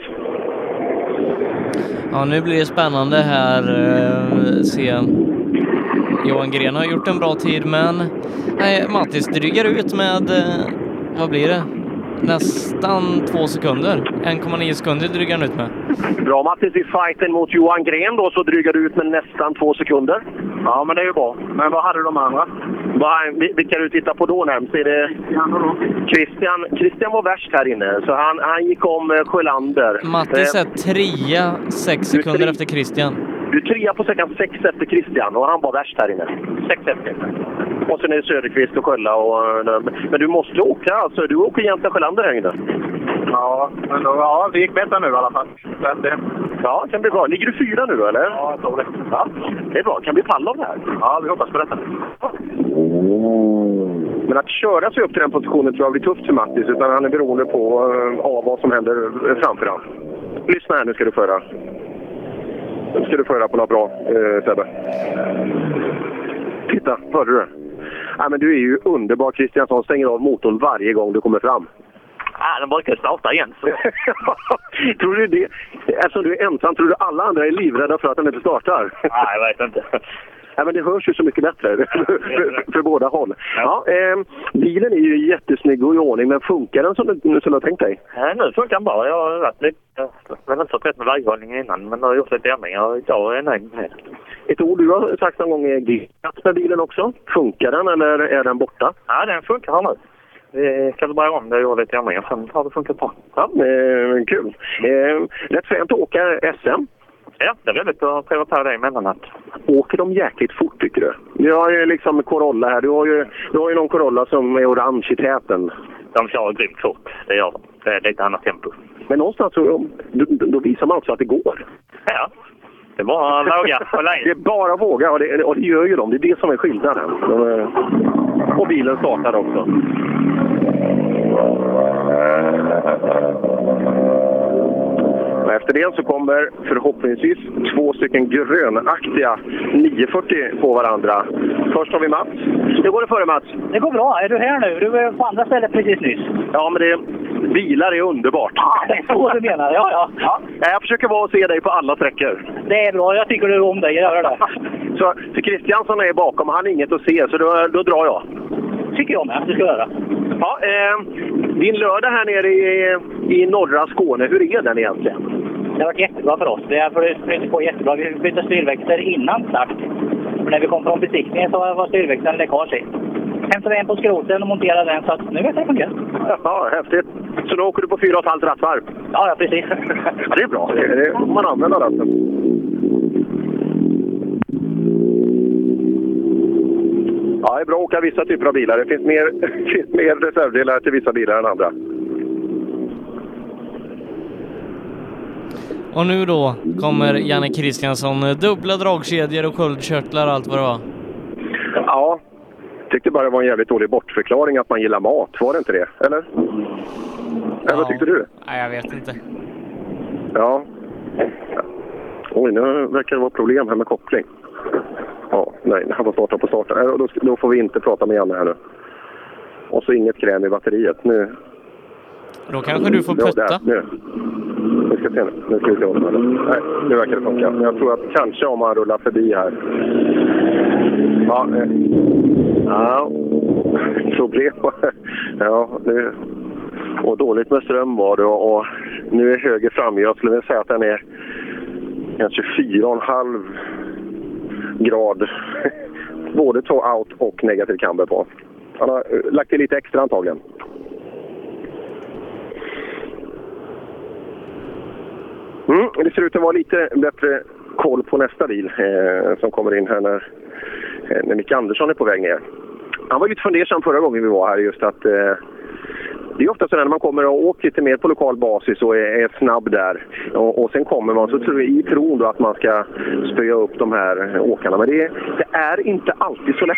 Speaker 1: Ja, nu blir det spännande här. Se. Johan Gren har gjort en bra tid, men Mattis drygar ut med, vad blir det? Nästan 2 sekunder. 1,9 sekunder drygar han ut med.
Speaker 11: Bra Mattis i fighten mot Johan Gren då, så drygar du ut med nästan 2 sekunder. Ja, men det är ju bra. Men vad hade de andra? Vilka du tittar på då närmast? Är det Christian var värst här inne, så han gick om Sjölander.
Speaker 1: Mattis är 3 6 sekunder efter Christian.
Speaker 11: Du är 3 på säkert 6 efter Christian och han var värst här inne. 6 efter. Och sen är det Söderqvist och Skölla. Men du måste åka alltså. Du åker jämte Sjölander här inne.
Speaker 16: Ja, men då, det gick bättre nu i alla fall.
Speaker 11: Ja, det kan bli bra. Ligger du 4 nu då, eller?
Speaker 16: Ja, jag tror det.
Speaker 11: Ja, det är bra. Kan bli pall av det här?
Speaker 16: Ja, vi hoppas på detta.
Speaker 11: Men att köra sig upp till den positionen tror jag blir tufft för Mattis. Utan han är beroende på av vad som händer framför honom. Lyssna här, nu ska du föra. Nu ska du föra på något bra, Sebbe. Titta, hörde du? Ja, men du är ju underbar, Christian, som stänger av motorn varje gång du kommer fram.
Speaker 17: Ja, den brukar starta igen. Så.
Speaker 11: Tror du det? Eftersom du är ensam, tror du alla andra är livrädda för att den inte startar?
Speaker 17: Nej, jag vet inte.
Speaker 11: Ja, men det hörs ju så mycket bättre för båda håll. Ja, bilen är ju jättesnygg och i ordning, men funkar den som du har tänkt dig?
Speaker 17: Ja, nu funkar den bra. Jag har varit lite... Jag har inte sett med väghållningen innan, men jag har gjort lite ändringar och jag är nöjd med det.
Speaker 11: Ett ord du har sagt någon gång är glittat med bilen också. Funkar den eller är den borta?
Speaker 17: Ja, den funkar här nu. Vi ska bara om det och göra lite ändringar, sen har det funkat bra.
Speaker 11: Ja, kul. Rätt fint att åka SM.
Speaker 17: Ja, det är väldigt att prioritera det emellanåt.
Speaker 11: Åker de jäkligt fort, tycker du? Vi har ju liksom Corolla här. Du har ju någon Corolla som är orange i täten.
Speaker 17: De kör grymt fort, det gör de. Det är lite annat tempo.
Speaker 11: Men någonstans så, då visar man också att det går.
Speaker 17: Ja, det är bara att våga hålla in.
Speaker 11: Det är bara att våga, och det gör ju de. Det är det som är skillnaden. Och bilen startar också. Och efter det så kommer förhoppningsvis 2 stycken grönaktiga 940 på varandra. Först har vi Mats. Hur går det före, Mats?
Speaker 18: Det går bra. Är du här nu? Du är på andra stället precis nyss.
Speaker 11: Ja, men bilar är underbart.
Speaker 18: Ja, det är så du menar. Ja.
Speaker 11: Jag försöker vara och se dig på alla sträckor.
Speaker 18: Det är bra. Jag tycker du om dig. Gör det.
Speaker 11: Så för Kristiansson är bakom. Han har inget att se, så då drar jag.
Speaker 18: Tycker jag med. Du ska göra.
Speaker 11: Ja, din lördag här nere i norra Skåne, hur är den egentligen?
Speaker 18: Det har varit jättebra för oss. Det har flyttat på jättebra. Vi bytte styrväxter innan start. När vi kom från besiktningen så var styrväxeln läckage i. Hämtade en på skroten och monterade den, så att nu vet jag fungerar.
Speaker 11: Ja, häftigt. Så då åker du på 4,5 rattvarv?
Speaker 18: Ja, precis.
Speaker 11: Ja, det är bra. Det man använder ratten. Ja, det är bra att åka vissa typer av bilar. Det finns mer reservdelar till vissa bilar än andra.
Speaker 1: Och nu då kommer Janne Kristiansson, dubbla dragkedjor och sköldkörtlar och allt vad det var.
Speaker 11: Ja, tyckte bara det var en jävligt dålig bortförklaring att man gillar mat. Var det inte det? Eller? Ja. Vad tyckte du?
Speaker 1: Nej, jag vet inte.
Speaker 11: Ja. Oj, nu verkar det vara problem här med koppling. Ja, nej, han får starta på starten. Då får vi inte prata med Janne här nu. Och så inget kräm i batteriet. Nu.
Speaker 1: Då kanske du får putta.
Speaker 11: Ja, nu. Vi ska se nu. Nu ska vi se om det. Nej, nu verkar det funka. Jag tror att kanske om man rullar förbi här. Ja, problem. Ja, det. Och dåligt med ström var det. Och nu är höger framme. Jag skulle vilja säga att den är kanske 4,5 grad. Både out och negativ camber på. Han har lagt till lite extra antagligen. Det ser ut att vara lite bättre koll på nästa bil som kommer in här när Micke Andersson är på väg ner. Han var lite fundersam förra gången vi var här just att det är ofta så när man kommer och åker lite mer på lokal basis och är snabb där. Och sen kommer man så tror jag i tron då att man ska spöja upp de här åkarna. Men det är inte alltid så lätt.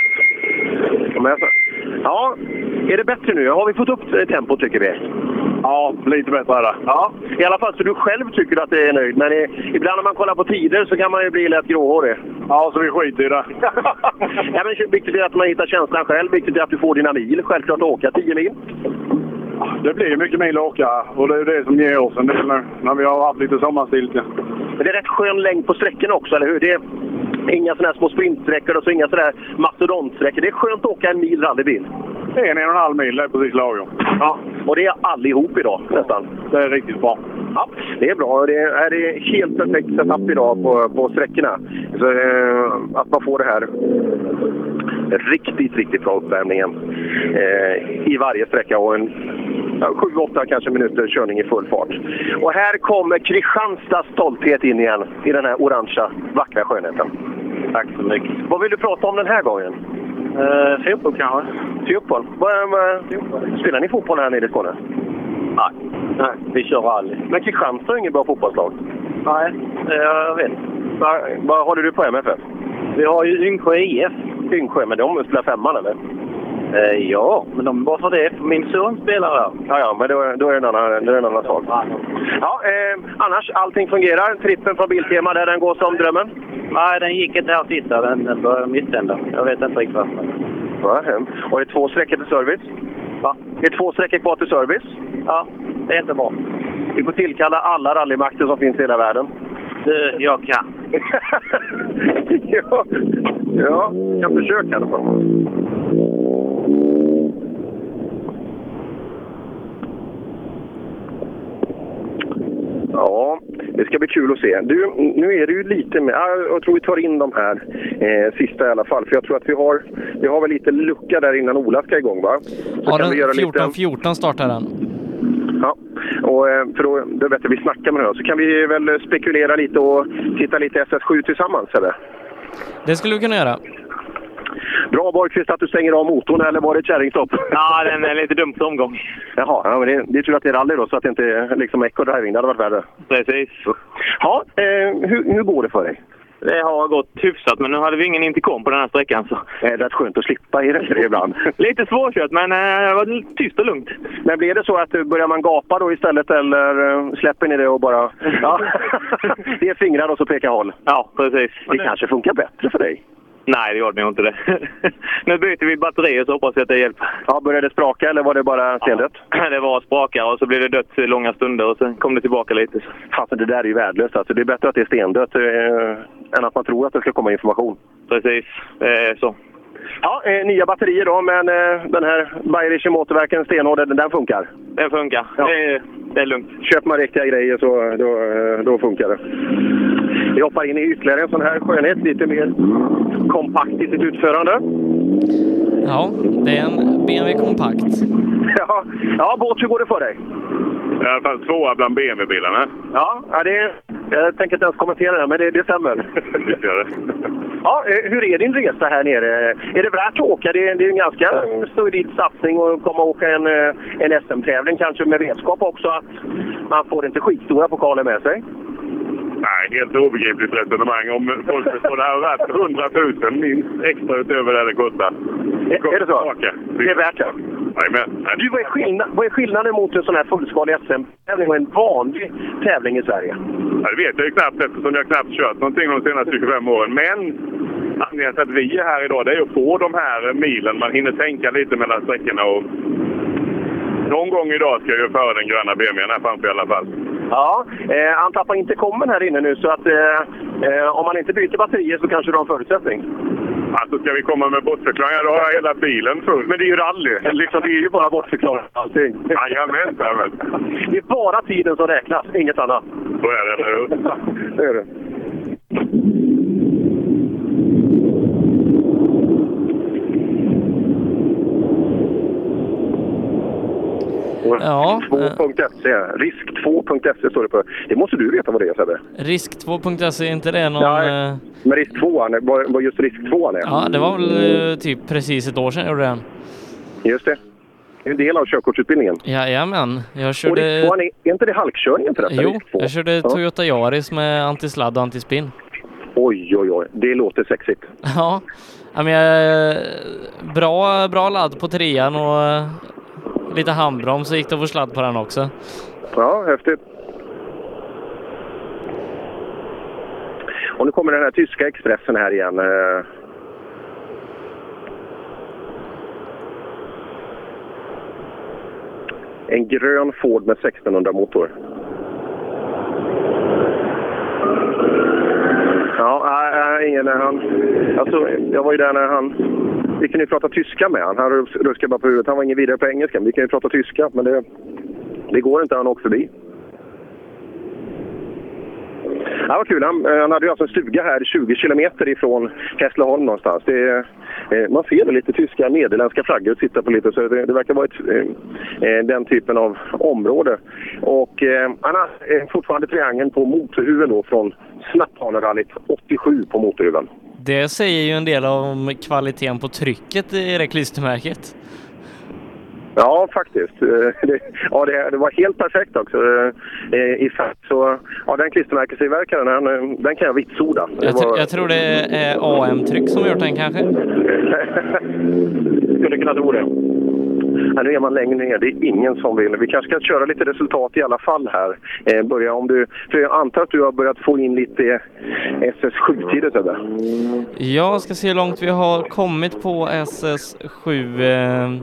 Speaker 11: Ja, är det bättre nu? Har vi fått upp tempo tycker vi?
Speaker 5: Ja, lite bättre är det.
Speaker 11: Ja, i alla fall så du själv tycker att det är nöjd. Men ibland när man kollar på tider så kan man ju bli lätt gråhårig.
Speaker 5: Ja, så vi skiter i det.
Speaker 11: Ja, men viktigt är att man hittar känslan själv. Viktigt är att du får dina mil. Självklart att åka 10 mil.
Speaker 5: Det blir mycket mil att åka och det är det som ger oss en del när vi har haft lite sommarstiltje.
Speaker 11: Men det är rätt skön längd på sträckorna också, eller hur? Det är inga sådana här små sprintsträckor och så inga sådana här mastodontsträckor. Det är skönt att åka en mil rallybil.
Speaker 5: Det är 1,5 mil, det är precis lagom.
Speaker 11: Ja, och det är allihop idag nästan.
Speaker 5: Det är riktigt bra.
Speaker 11: Ja, det är bra. Det är helt perfekt setup idag på sträckorna. Så att man får det här riktigt bra uppvärmningen i varje sträcka och en 7-8 kanske minuter körning i full fart. Och här kommer Kristianstads stolthet in igen i den här orangea vackra skönheten.
Speaker 3: Tack så mycket.
Speaker 11: Vad vill du prata om den här gången?
Speaker 3: Fotboll kanske.
Speaker 11: Fotboll? Spelar ni fotboll här nere i Skåne?
Speaker 3: Nej, vi kör rally.
Speaker 11: Men Kristianstad är ingen bra fotbollslag?
Speaker 3: Nej, jag vet.
Speaker 11: Vad håller du på MFF?
Speaker 3: Vi har ju Yngsjö IF.
Speaker 11: Yngsjö, men de spelar 5:an eller?
Speaker 3: Ja, men de bara för det. Min son spelar där.
Speaker 11: Ja, men då är det en annan sak. Ja, annars allting fungerar. Trippen från Biltema där den går som drömmen?
Speaker 3: Nej, den gick inte här sista. Den började misstända. Jag vet inte riktigt varför.
Speaker 11: Och det är 2 sträckor till service?
Speaker 3: Va?
Speaker 11: Det är 2 sträckor kvar till service?
Speaker 3: Ja, det är inte bra.
Speaker 11: Vi får tillkalla alla rallymakter som finns i hela världen.
Speaker 3: Jag kan.
Speaker 11: ja, kan försöka i alla fall. Ja, det ska bli kul att se. Du, nu är det ju lite med... Jag tror vi tar in de här sista i alla fall. För jag tror att vi har väl lite lucka där innan Ola ska igång, va?
Speaker 1: Ja, den 14 startar den.
Speaker 11: Ja, och för då är det bättre vi snackar med det. Så kan vi väl spekulera lite och titta lite SS7 tillsammans, eller?
Speaker 1: Det skulle vi kunna göra.
Speaker 11: Bra, Borgqvist, att du stänger av motorn, eller var det ett kärringstopp?
Speaker 3: Ja, den är lite dumt omgång.
Speaker 11: Jaha, ja, men det är tur att det är rally då, så att det inte är liksom eco-driving. Det hade varit värre.
Speaker 3: Precis.
Speaker 11: Ja, hur går det för dig?
Speaker 3: Det har gått hyfsat, men nu hade vi ingen intercom på den här sträckan. Så.
Speaker 11: Det är rätt skönt att slippa i det ibland.
Speaker 3: Lite svårkört, men det var tyst och lugnt.
Speaker 11: Men blir det så att börjar man gapa då istället, eller släpper ni det och bara... Ja. Det är fingrar och så pekar håll.
Speaker 3: Ja, precis.
Speaker 11: Det kanske funkar bättre för dig.
Speaker 3: Nej, det gjorde nog inte det. Nu byter vi batterier så hoppas jag att det hjälper.
Speaker 11: Ja, började det spraka eller var det bara stendött?
Speaker 3: Ja, det var sprakar och så blev det dött långa stunder och sen kom det tillbaka lite.
Speaker 11: Fast det där är ju värdelöst. Alltså, det är bättre att det är stendött än att man tror att det ska komma information.
Speaker 3: Precis, så.
Speaker 11: Ja, nya batterier då, men den här Bayerische motorverken stenhård, den funkar?
Speaker 3: Den funkar, ja. Det är lugnt.
Speaker 11: Köper man riktiga grejer så då funkar det. Vi hoppar in i ytterligare en sån här skönhet, lite mer kompakt i sitt utförande.
Speaker 1: Ja, det är en BMW kompakt.
Speaker 11: Ja, Båt, hur går det för dig?
Speaker 5: I alla fall 2 bland BMW-bilarna.
Speaker 11: Ja, det Jag tänker inte ens kommentera det, men det stämmer. Ja, hur är din resa här nere? Är det värt att åka? Det är en ganska solid satsning att komma och åka en SM-tävling, kanske med redskap också, att man får inte skitstora pokaler med sig.
Speaker 5: Nej, helt obegripligt resonemang. Om folk förstår det här värt 100 000 minst extra utöver det kostar.
Speaker 11: Är det så? Det är värt det?
Speaker 5: Jajamän.
Speaker 11: Vad är skillnaden mot en sån här fullskalig SM-tävling och en vanlig tävling i Sverige?
Speaker 5: Ja, det vet jag ju knappt eftersom jag knappt kört någonting de senaste 25 åren. Men anledningen till att vi är här idag, det är att få de här milen. Man hinner tänka lite mellan sträckorna och någon gång idag ska jag ju föra den gröna BMWn här framför i alla fall.
Speaker 11: Ja, han tappar inte kommen här inne nu, så att om man inte byter batterier så kanske du har en förutsättning.
Speaker 5: Alltså ska vi komma med bortförklaringar, då har jag hela bilen full. Men det är ju rally.
Speaker 11: Liksom, det är ju bara bortförklaringar allting.
Speaker 5: Jajamän.
Speaker 11: Det är bara tiden som räknas, inget annat.
Speaker 5: Så är det, eller hur?
Speaker 11: Det är det.
Speaker 1: Ja.
Speaker 11: Risk2.se. Risk2.se står det på. Det måste du veta vad det är, Sebbe.
Speaker 1: Risk2.se, är inte det någon...
Speaker 11: Ja, men Risk2, vad just Risk2 är?
Speaker 1: Ja, det var väl typ precis ett år sedan jag gjorde den.
Speaker 11: Just det. Det är en del av körkortsutbildningen.
Speaker 1: Jajamän. Jag körde...
Speaker 11: Och Risk2, är inte det halkkörningen förresten?
Speaker 1: Jo,
Speaker 11: Risk2?
Speaker 1: jag körde Toyota Yaris med antisladd och antispinn.
Speaker 11: Oj. Det låter sexigt.
Speaker 1: Ja, men bra ladd på 3an och lite handbroms, så gick det att få sladd på den också.
Speaker 11: Ja, häftigt. Och nu kommer den här tyska Expressen här igen. En grön Ford med 1600 motor. Ja, ingen när han... Alltså, jag var ju där när han... Vi kan ju prata tyska med han. Han ruskade bara på huvudet. Han var ingen vidare på engelska. Vi kan ju prata tyska, men det går inte. Han åker förbi. Ja, vad kul. Han hade ju alltså en stuga här 20 kilometer ifrån Hässleholm någonstans. Man ser lite tyska, nederländska flaggor och tittar på lite. Så det verkar vara den typen av område. Och han har fortfarande triangeln på motorhuven då från Snapphanerallyt 87 på motorhuven.
Speaker 1: Det säger ju en del om kvaliteten på trycket i det klistermärket.
Speaker 11: Ja, faktiskt. Det var helt perfekt också i färg. Så ja, den klistermärkestillverkaren, den kan jag vitsorda.
Speaker 1: Jag tror det är AM-tryck som har gjort den kanske.
Speaker 11: Skulle kunna tro det. Ja, nu är man längre ner, det är ingen som vill. Vi kanske ska köra lite resultat i alla fall här. För jag antar att du har börjat få in lite SS7-tider, Sebbe.
Speaker 1: Jag ska se hur långt vi har kommit på SS7.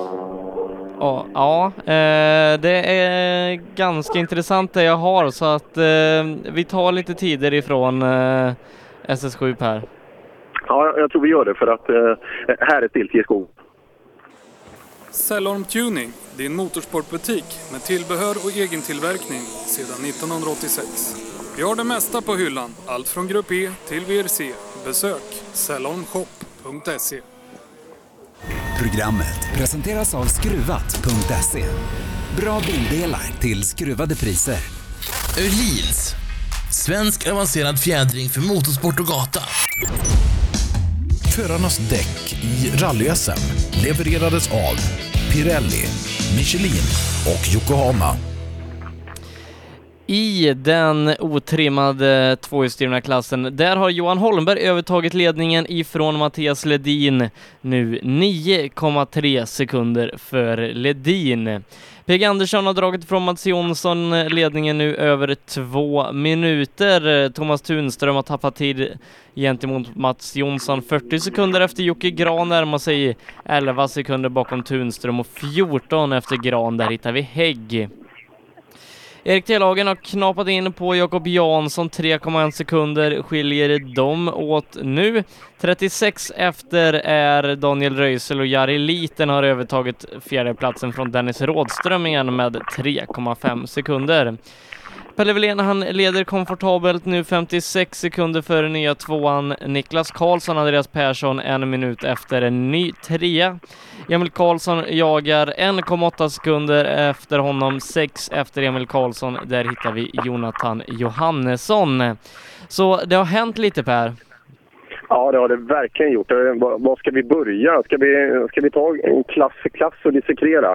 Speaker 1: Ja, det är ganska intressant det jag har, så att vi tar lite tider ifrån SS7 här.
Speaker 11: Ja, jag tror vi gör det, för att här är Stiltje skog.
Speaker 7: Cellorm Tuning, din motorsportbutik med tillbehör och egen tillverkning sedan 1986. Vi har det mesta på hyllan, allt från Grupp E till VRC. Besök cellormshop.se.
Speaker 8: Programmet presenteras av skruvat.se. Bra bildelar till skruvade priser.
Speaker 9: Öhlins, svensk avancerad fjädring för motorsport och gata.
Speaker 10: Förarnas däck i rally-SM levererades av Pirelli, Michelin och Yokohama.
Speaker 1: I den otrimmade tvåhjulsdrivna klassen, där har Johan Holmberg övertagit ledningen ifrån Mattias Ledin, nu 9,3 sekunder för Ledin. P.G. Andersson har dragit från Mats Jonsson ledningen nu över 2 minuter. Thomas Tunström har tappat tid gentemot Mats Jonsson 40 sekunder efter Jocke Gran, närmar sig 11 sekunder bakom Tunström och 14 efter Gran, där hittar vi Hägg. Erik Telagen har knapat in på Jakob Jansson, 3,1 sekunder skiljer dem åt nu. 36 efter är Daniel Röisel och Jari Liten har övertagit fjärdeplatsen från Dennis Rådström igen med 3,5 sekunder. Pelle Wilén, han leder komfortabelt nu 56 sekunder före nya tvåan Niklas Karlsson. Andreas Persson 1 minut efter en ny trea. Emil Karlsson jagar 1,8 sekunder efter honom, 6 efter Emil Karlsson. Där hittar vi Jonathan Johannesson. Så det har hänt lite, Per.
Speaker 11: Ja, det har det verkligen gjort. Var ska vi börja? Ska vi ta en klass för klass och dissekrera?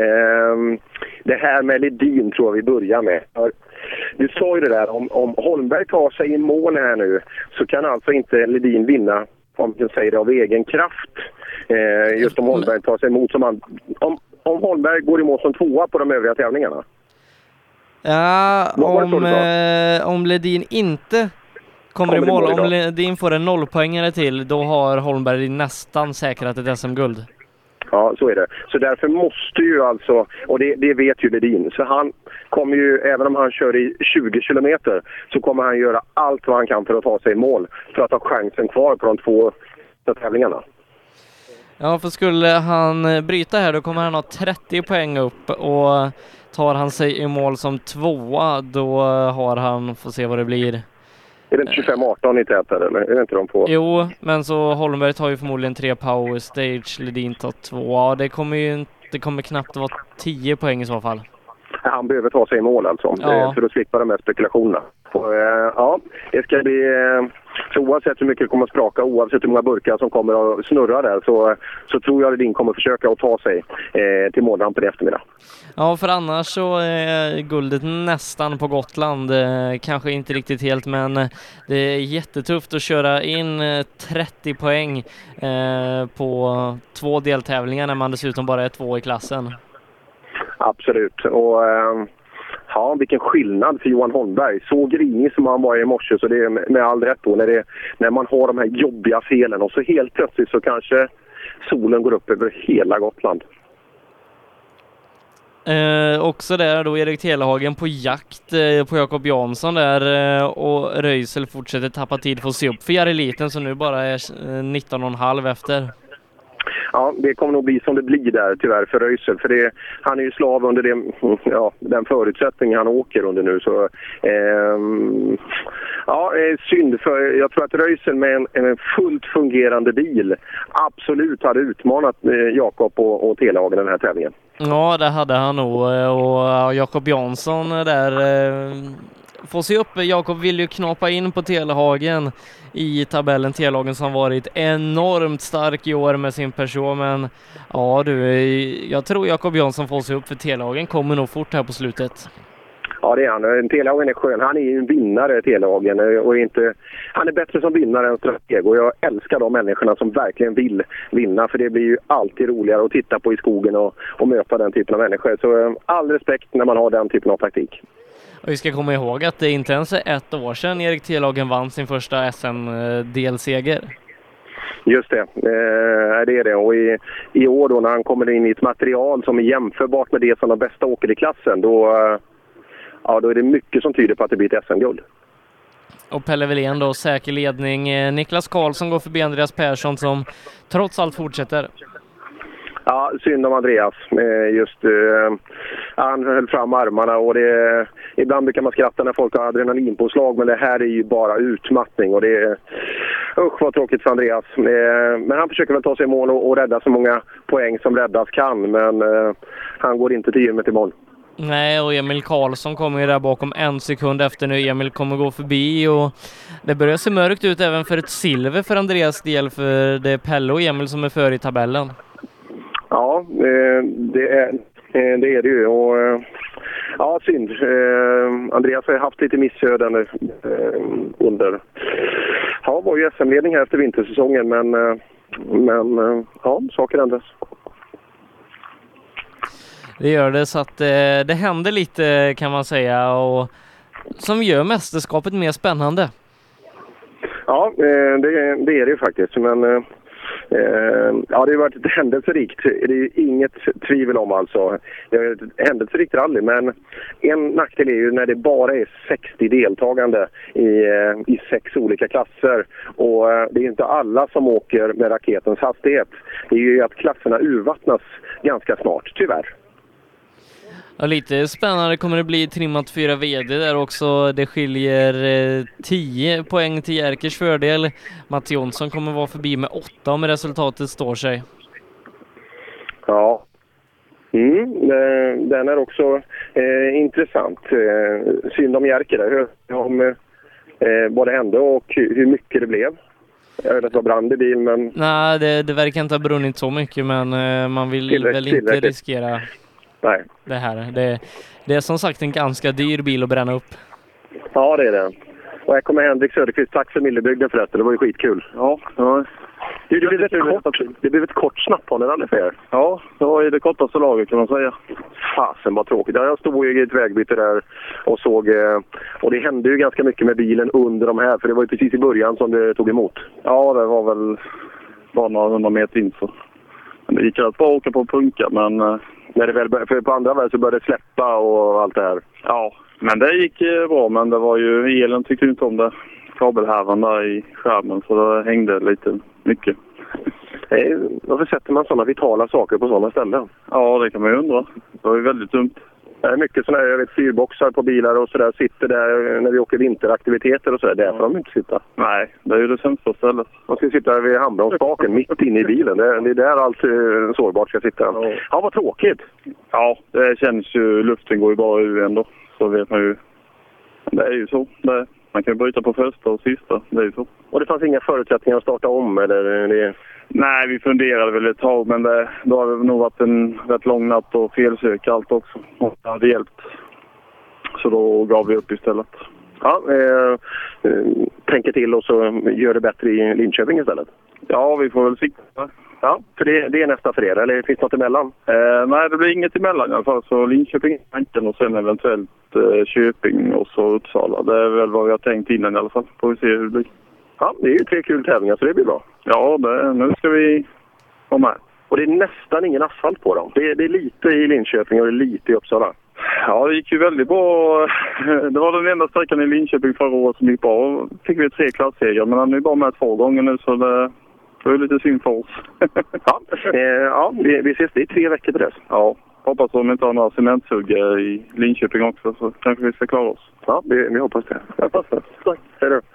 Speaker 11: Det här med Ledin tror jag vi börjar med. Du sa ju det där, om Holmberg tar sig i mål här nu så kan alltså inte Ledin vinna, om jag säger det, av egen kraft. Just om Holmberg tar sig emot som om Holmberg går emot som tvåa på de övriga tävlingarna.
Speaker 1: Ja, om Ledin inte kommer i mål, om Ledin får en 0-poängare till, då har Holmberg nästan säkrat ett SM-guld.
Speaker 11: Ja, så är det. Så därför måste ju alltså, och det vet ju Ledin, så han kommer ju, även om han kör i 20 kilometer, så kommer han göra allt vad han kan för att ta sig i mål, för att ha chansen kvar på de 2 tävlingarna.
Speaker 1: Ja, för skulle han bryta här, då kommer han ha 30 poäng upp, och tar han sig i mål som tvåa, då har han, får se vad det blir.
Speaker 11: Är det inte 25-18 i täten, eller är det inte de på?
Speaker 1: Jo, men så Holmberg tar ju förmodligen 3 power stage, Ledin tar 2. Ja, det kommer knappt vara 10 poäng i så fall.
Speaker 11: Han behöver ta sig i mål alltså, för att slippa de här spekulationerna. Ja, det ska bli, så oavsett hur mycket det kommer att spraka, oavsett hur många burkar som kommer att snurra där, så tror jag att Ledin kommer att försöka att ta sig till målrampen i eftermiddag.
Speaker 1: Ja, för annars så är guldet nästan på Gotland. Kanske inte riktigt helt, men det är jättetufft att köra in 30 poäng på 2 deltävlingar när man dessutom bara är 2 i klassen.
Speaker 11: Absolut, och ja, vilken skillnad för Johan Holmberg. Så grinig som han var i morse, så det är med all rätt på när man har de här jobbiga felen, och så helt plötsligt så kanske solen går upp över hela Gotland.
Speaker 1: Också där då Erik Telehagen på jakt på Jakob Jansson där, och Röisel fortsätter tappa tid för att se upp för Järeliten som nu bara är 19,5 efter.
Speaker 11: Ja, det kommer nog bli som det blir där tyvärr för Röisel, för han är ju slav under den förutsättning han åker under nu, så synd, för jag tror att Röisel med en fullt fungerande bil absolut hade utmanat Jakob och Telehagen den här tävlingen.
Speaker 1: Ja, det hade han nog, och Jakob Jansson där får se upp. Jakob vill ju knapa in på Telehagen i tabellen. Telehagen som varit enormt stark i år med sin person, men ja jag tror Jakob Jansson får se upp, för Telehagen kommer nog fort här på slutet.
Speaker 11: Ja, det är han. Telehagen är skön. Han är ju en vinnare, Telehagen, och han är bättre som vinnare än strateg, och jag älskar de människorna som verkligen vill vinna, för det blir ju alltid roligare att titta på i skogen och möta den typen av människor. Så all respekt när man har den typen av taktik.
Speaker 1: Och vi ska komma ihåg att det inte ens är 1 år sedan Erik Telehagen vann sin första SM-delseger.
Speaker 11: Just det, det är det. Och i år då, när han kommer in i ett material som är jämförbart med det som de bästa åker i klassen, då är det mycket som tyder på att det blir ett SM-guld.
Speaker 1: Och Pelle Wilén då, säker ledning. Niklas Karlsson går förbi Andreas Persson som trots allt fortsätter.
Speaker 11: Ja, synd om Andreas. Han höll fram armarna, och ibland brukar man skratta när folk har adrenalinpåslag, men det här är ju bara utmattning, och usch vad tråkigt för Andreas. Men han försöker väl ta sig i mål och rädda så många poäng som räddas kan, men han går inte till gymmet imorgon.
Speaker 1: Nej, och Emil Karlsson kommer ju där bakom 1 sekund efter nu. Emil kommer gå förbi, och det börjar se mörkt ut även för ett silver för Andreas del, för det är Pelle och Emil som är före i tabellen. Ja,
Speaker 11: det är det ju, och ja, synd. Andreas har haft lite missöden under, var ju SM-ledning här efter vintersäsongen, men saker ändras.
Speaker 1: Det gör det, så att det händer lite kan man säga, och som gör mästerskapet mer spännande.
Speaker 11: Ja, det är det faktiskt, men det har varit händelserikt. Det är inget tvivel om alltså. Det är ett händelserikt rally, men en nackdel är ju när det bara är 60 deltagande i 6 olika klasser, och det är inte alla som åker med raketens hastighet. Det är ju att klasserna urvattnas ganska snart, tyvärr.
Speaker 1: Ja, lite spännande kommer det bli trimmat 4 VD där också. Det skiljer 10 poäng till Jerkers fördel. Mats Jonsson kommer vara förbi med 8 om resultatet står sig.
Speaker 11: Ja. Den är också intressant. Synd om Jerker där. Om vad det hände och hur mycket det blev. Jag vet att det var brand i bil, men...
Speaker 1: Nej, det verkar inte ha brunnit så mycket, men man vill väl inte riskera det här. Det är som sagt en ganska dyr bil att bränna upp.
Speaker 11: Ja, det är det. Och här kommer Henrik Söderqvist. Tack för Millebygden förresten. Det var ju skitkul. Ja. Det blev ett kort snapphållande för er. Ja, det var ju det kortaste laget kan man säga. Fasen vad tråkigt. Jag stod ju i ett vägbyte där och såg... Och det hände ju ganska mycket med bilen under de här. För det var ju precis i början som det tog emot. Ja, det var väl bara några 100 meter in så. Men det gick rätt bra att åka på punka, men... När det väl för på andra väl så började det släppa och allt det här. Ja, men det gick bra. Men det var ju... Elen tyckte inte om det. Kabelhärvan där i skärmen, så det hängde lite mycket. Varför sätter man sådana vitala saker på sådana ställen? Ja, det kan man ju undra. Det var ju väldigt dumt. Det är mycket sådana här fyrboxar på bilar och sådär. Sitter där när vi åker vinteraktiviteter och sådär. Där får de inte sitta. Nej, det är ju det sämsta stället. Man ska sitta vid handbromsspaken mitt inne i bilen. Det är där allt sårbart ska sitta. Ja, vad tråkigt. Ja, det känns ju. Luften går ju bara ur ändå. Så vet man ju. Det är ju så. Man kan ju bryta på första och sista. Det är ju så. Och det fanns inga förutsättningar att starta om? Eller det... Nej, vi funderade väl ett tag. Men då har det nog varit en rätt lång natt och felsök allt också. Och det hade hjälpt. Så då gav vi upp istället. Ja, tänker till och så gör det bättre i Linköping istället. Ja, vi får väl sikta. Ja, för det är nästa fredag. Eller finns det något emellan? Nej, det blir inget emellan i alla fall. Så Linköping och sen eventuellt Köping och så Uppsala. Det är väl vad vi har tänkt innan i alla fall. Får vi se hur det blir. Ja, det är ju 3 kul tävlingar så det blir bra. Ja, nu ska vi vara med. Och det är nästan ingen asfalt på dem. Det är lite i Linköping och det är lite i Uppsala. Ja, det gick ju väldigt bra. Det var den enda sträckan i Linköping förra året som gick bra. Fick vi 3 klassseger, men han är bara med 2 gånger nu så det är lite synd för oss. Ja, vi ses det i 3 veckor till dess. Ja, hoppas att de inte har några cementsuggar i Linköping också så kanske vi ska klara oss. Ja, vi hoppas det. Jag hoppas det. Tack. Hej då.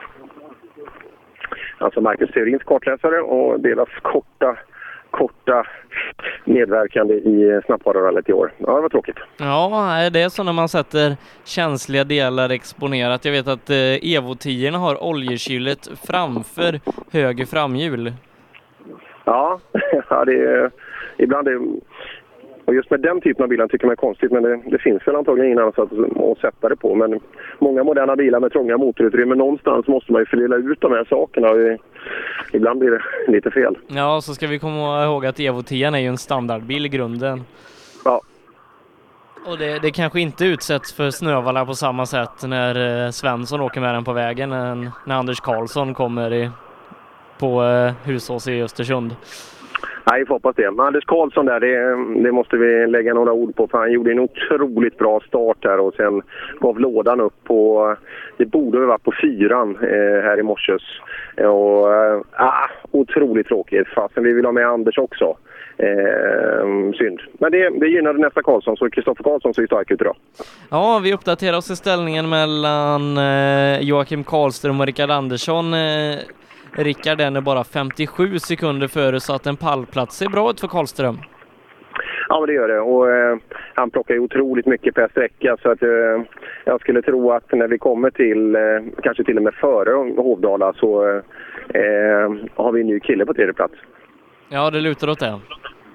Speaker 11: Alltså Marcus Theorins kartläsare och deras korta medverkande i Snapphalarrallyt i år. Ja, det var tråkigt.
Speaker 1: Ja, det är så när man sätter känsliga delar exponerat. Jag vet att Evo-10 har oljekylet framför höger framhjul.
Speaker 11: Ja, det är ibland och just med den typen av bilar tycker man är konstigt, men det finns väl antagligen ingen annans att sätta det på. Men många moderna bilar med trånga motorutrymme, någonstans måste man ju fördela ut de här sakerna. Ibland blir det lite fel.
Speaker 1: Ja, så ska vi komma ihåg att Evo 10 är ju en standardbil i grunden.
Speaker 11: Ja. Och
Speaker 1: det kanske inte utsätts för snövallar på samma sätt när Svensson åker med den på vägen när Anders Karlsson kommer på Husås i Östersund.
Speaker 11: Nej, vi får hoppas det. Men Anders Karlsson där, det måste vi lägga några ord på. För han gjorde en otroligt bra start här och sen gav lådan upp på... Det borde ha varit på 4 här i morses. Och otroligt tråkigt. Fast vi vill ha med Anders också. Synd. Men det gynnade nästa Karlsson, så Kristoffer Karlsson så är stark ut idag.
Speaker 1: Ja, vi uppdaterar oss i ställningen mellan Joakim Karlström och Rickard Andersson. Rickard är bara 57 sekunder före, så att en pallplats ser bra ut för Karlström.
Speaker 11: Ja, men det gör det. Och han plockar ju otroligt mycket per sträcka, så att jag skulle tro att när vi kommer till kanske till och med före Hovdala så har vi en ny kille på 3:e plats.
Speaker 1: Ja, det lutar åt det.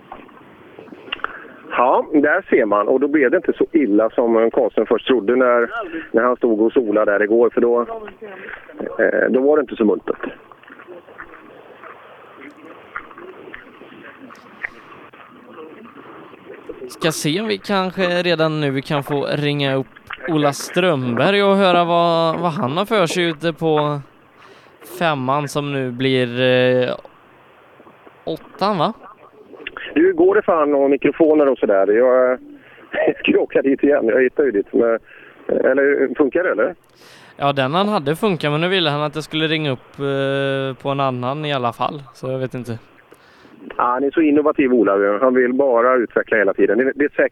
Speaker 11: Ja, där ser man. Och då blev det inte så illa som Karlsson först trodde när han stod och solade där igår. För då var det inte så muntert.
Speaker 1: Ska se om vi kanske redan nu kan få ringa upp Ola Strömberg och höra vad han har för sig ute på 5:an som nu blir 8:an, va?
Speaker 11: Du, går det fan och mikrofoner och sådär? Jag ska åka dit igen. Jag hittar ju dit. Eller funkar det, eller?
Speaker 1: Ja, den han hade funkar, men nu ville han att jag skulle ringa upp på en annan i alla fall. Så jag vet inte.
Speaker 11: Han är så innovativ, Ola. Han vill bara utveckla hela tiden. Det är säkert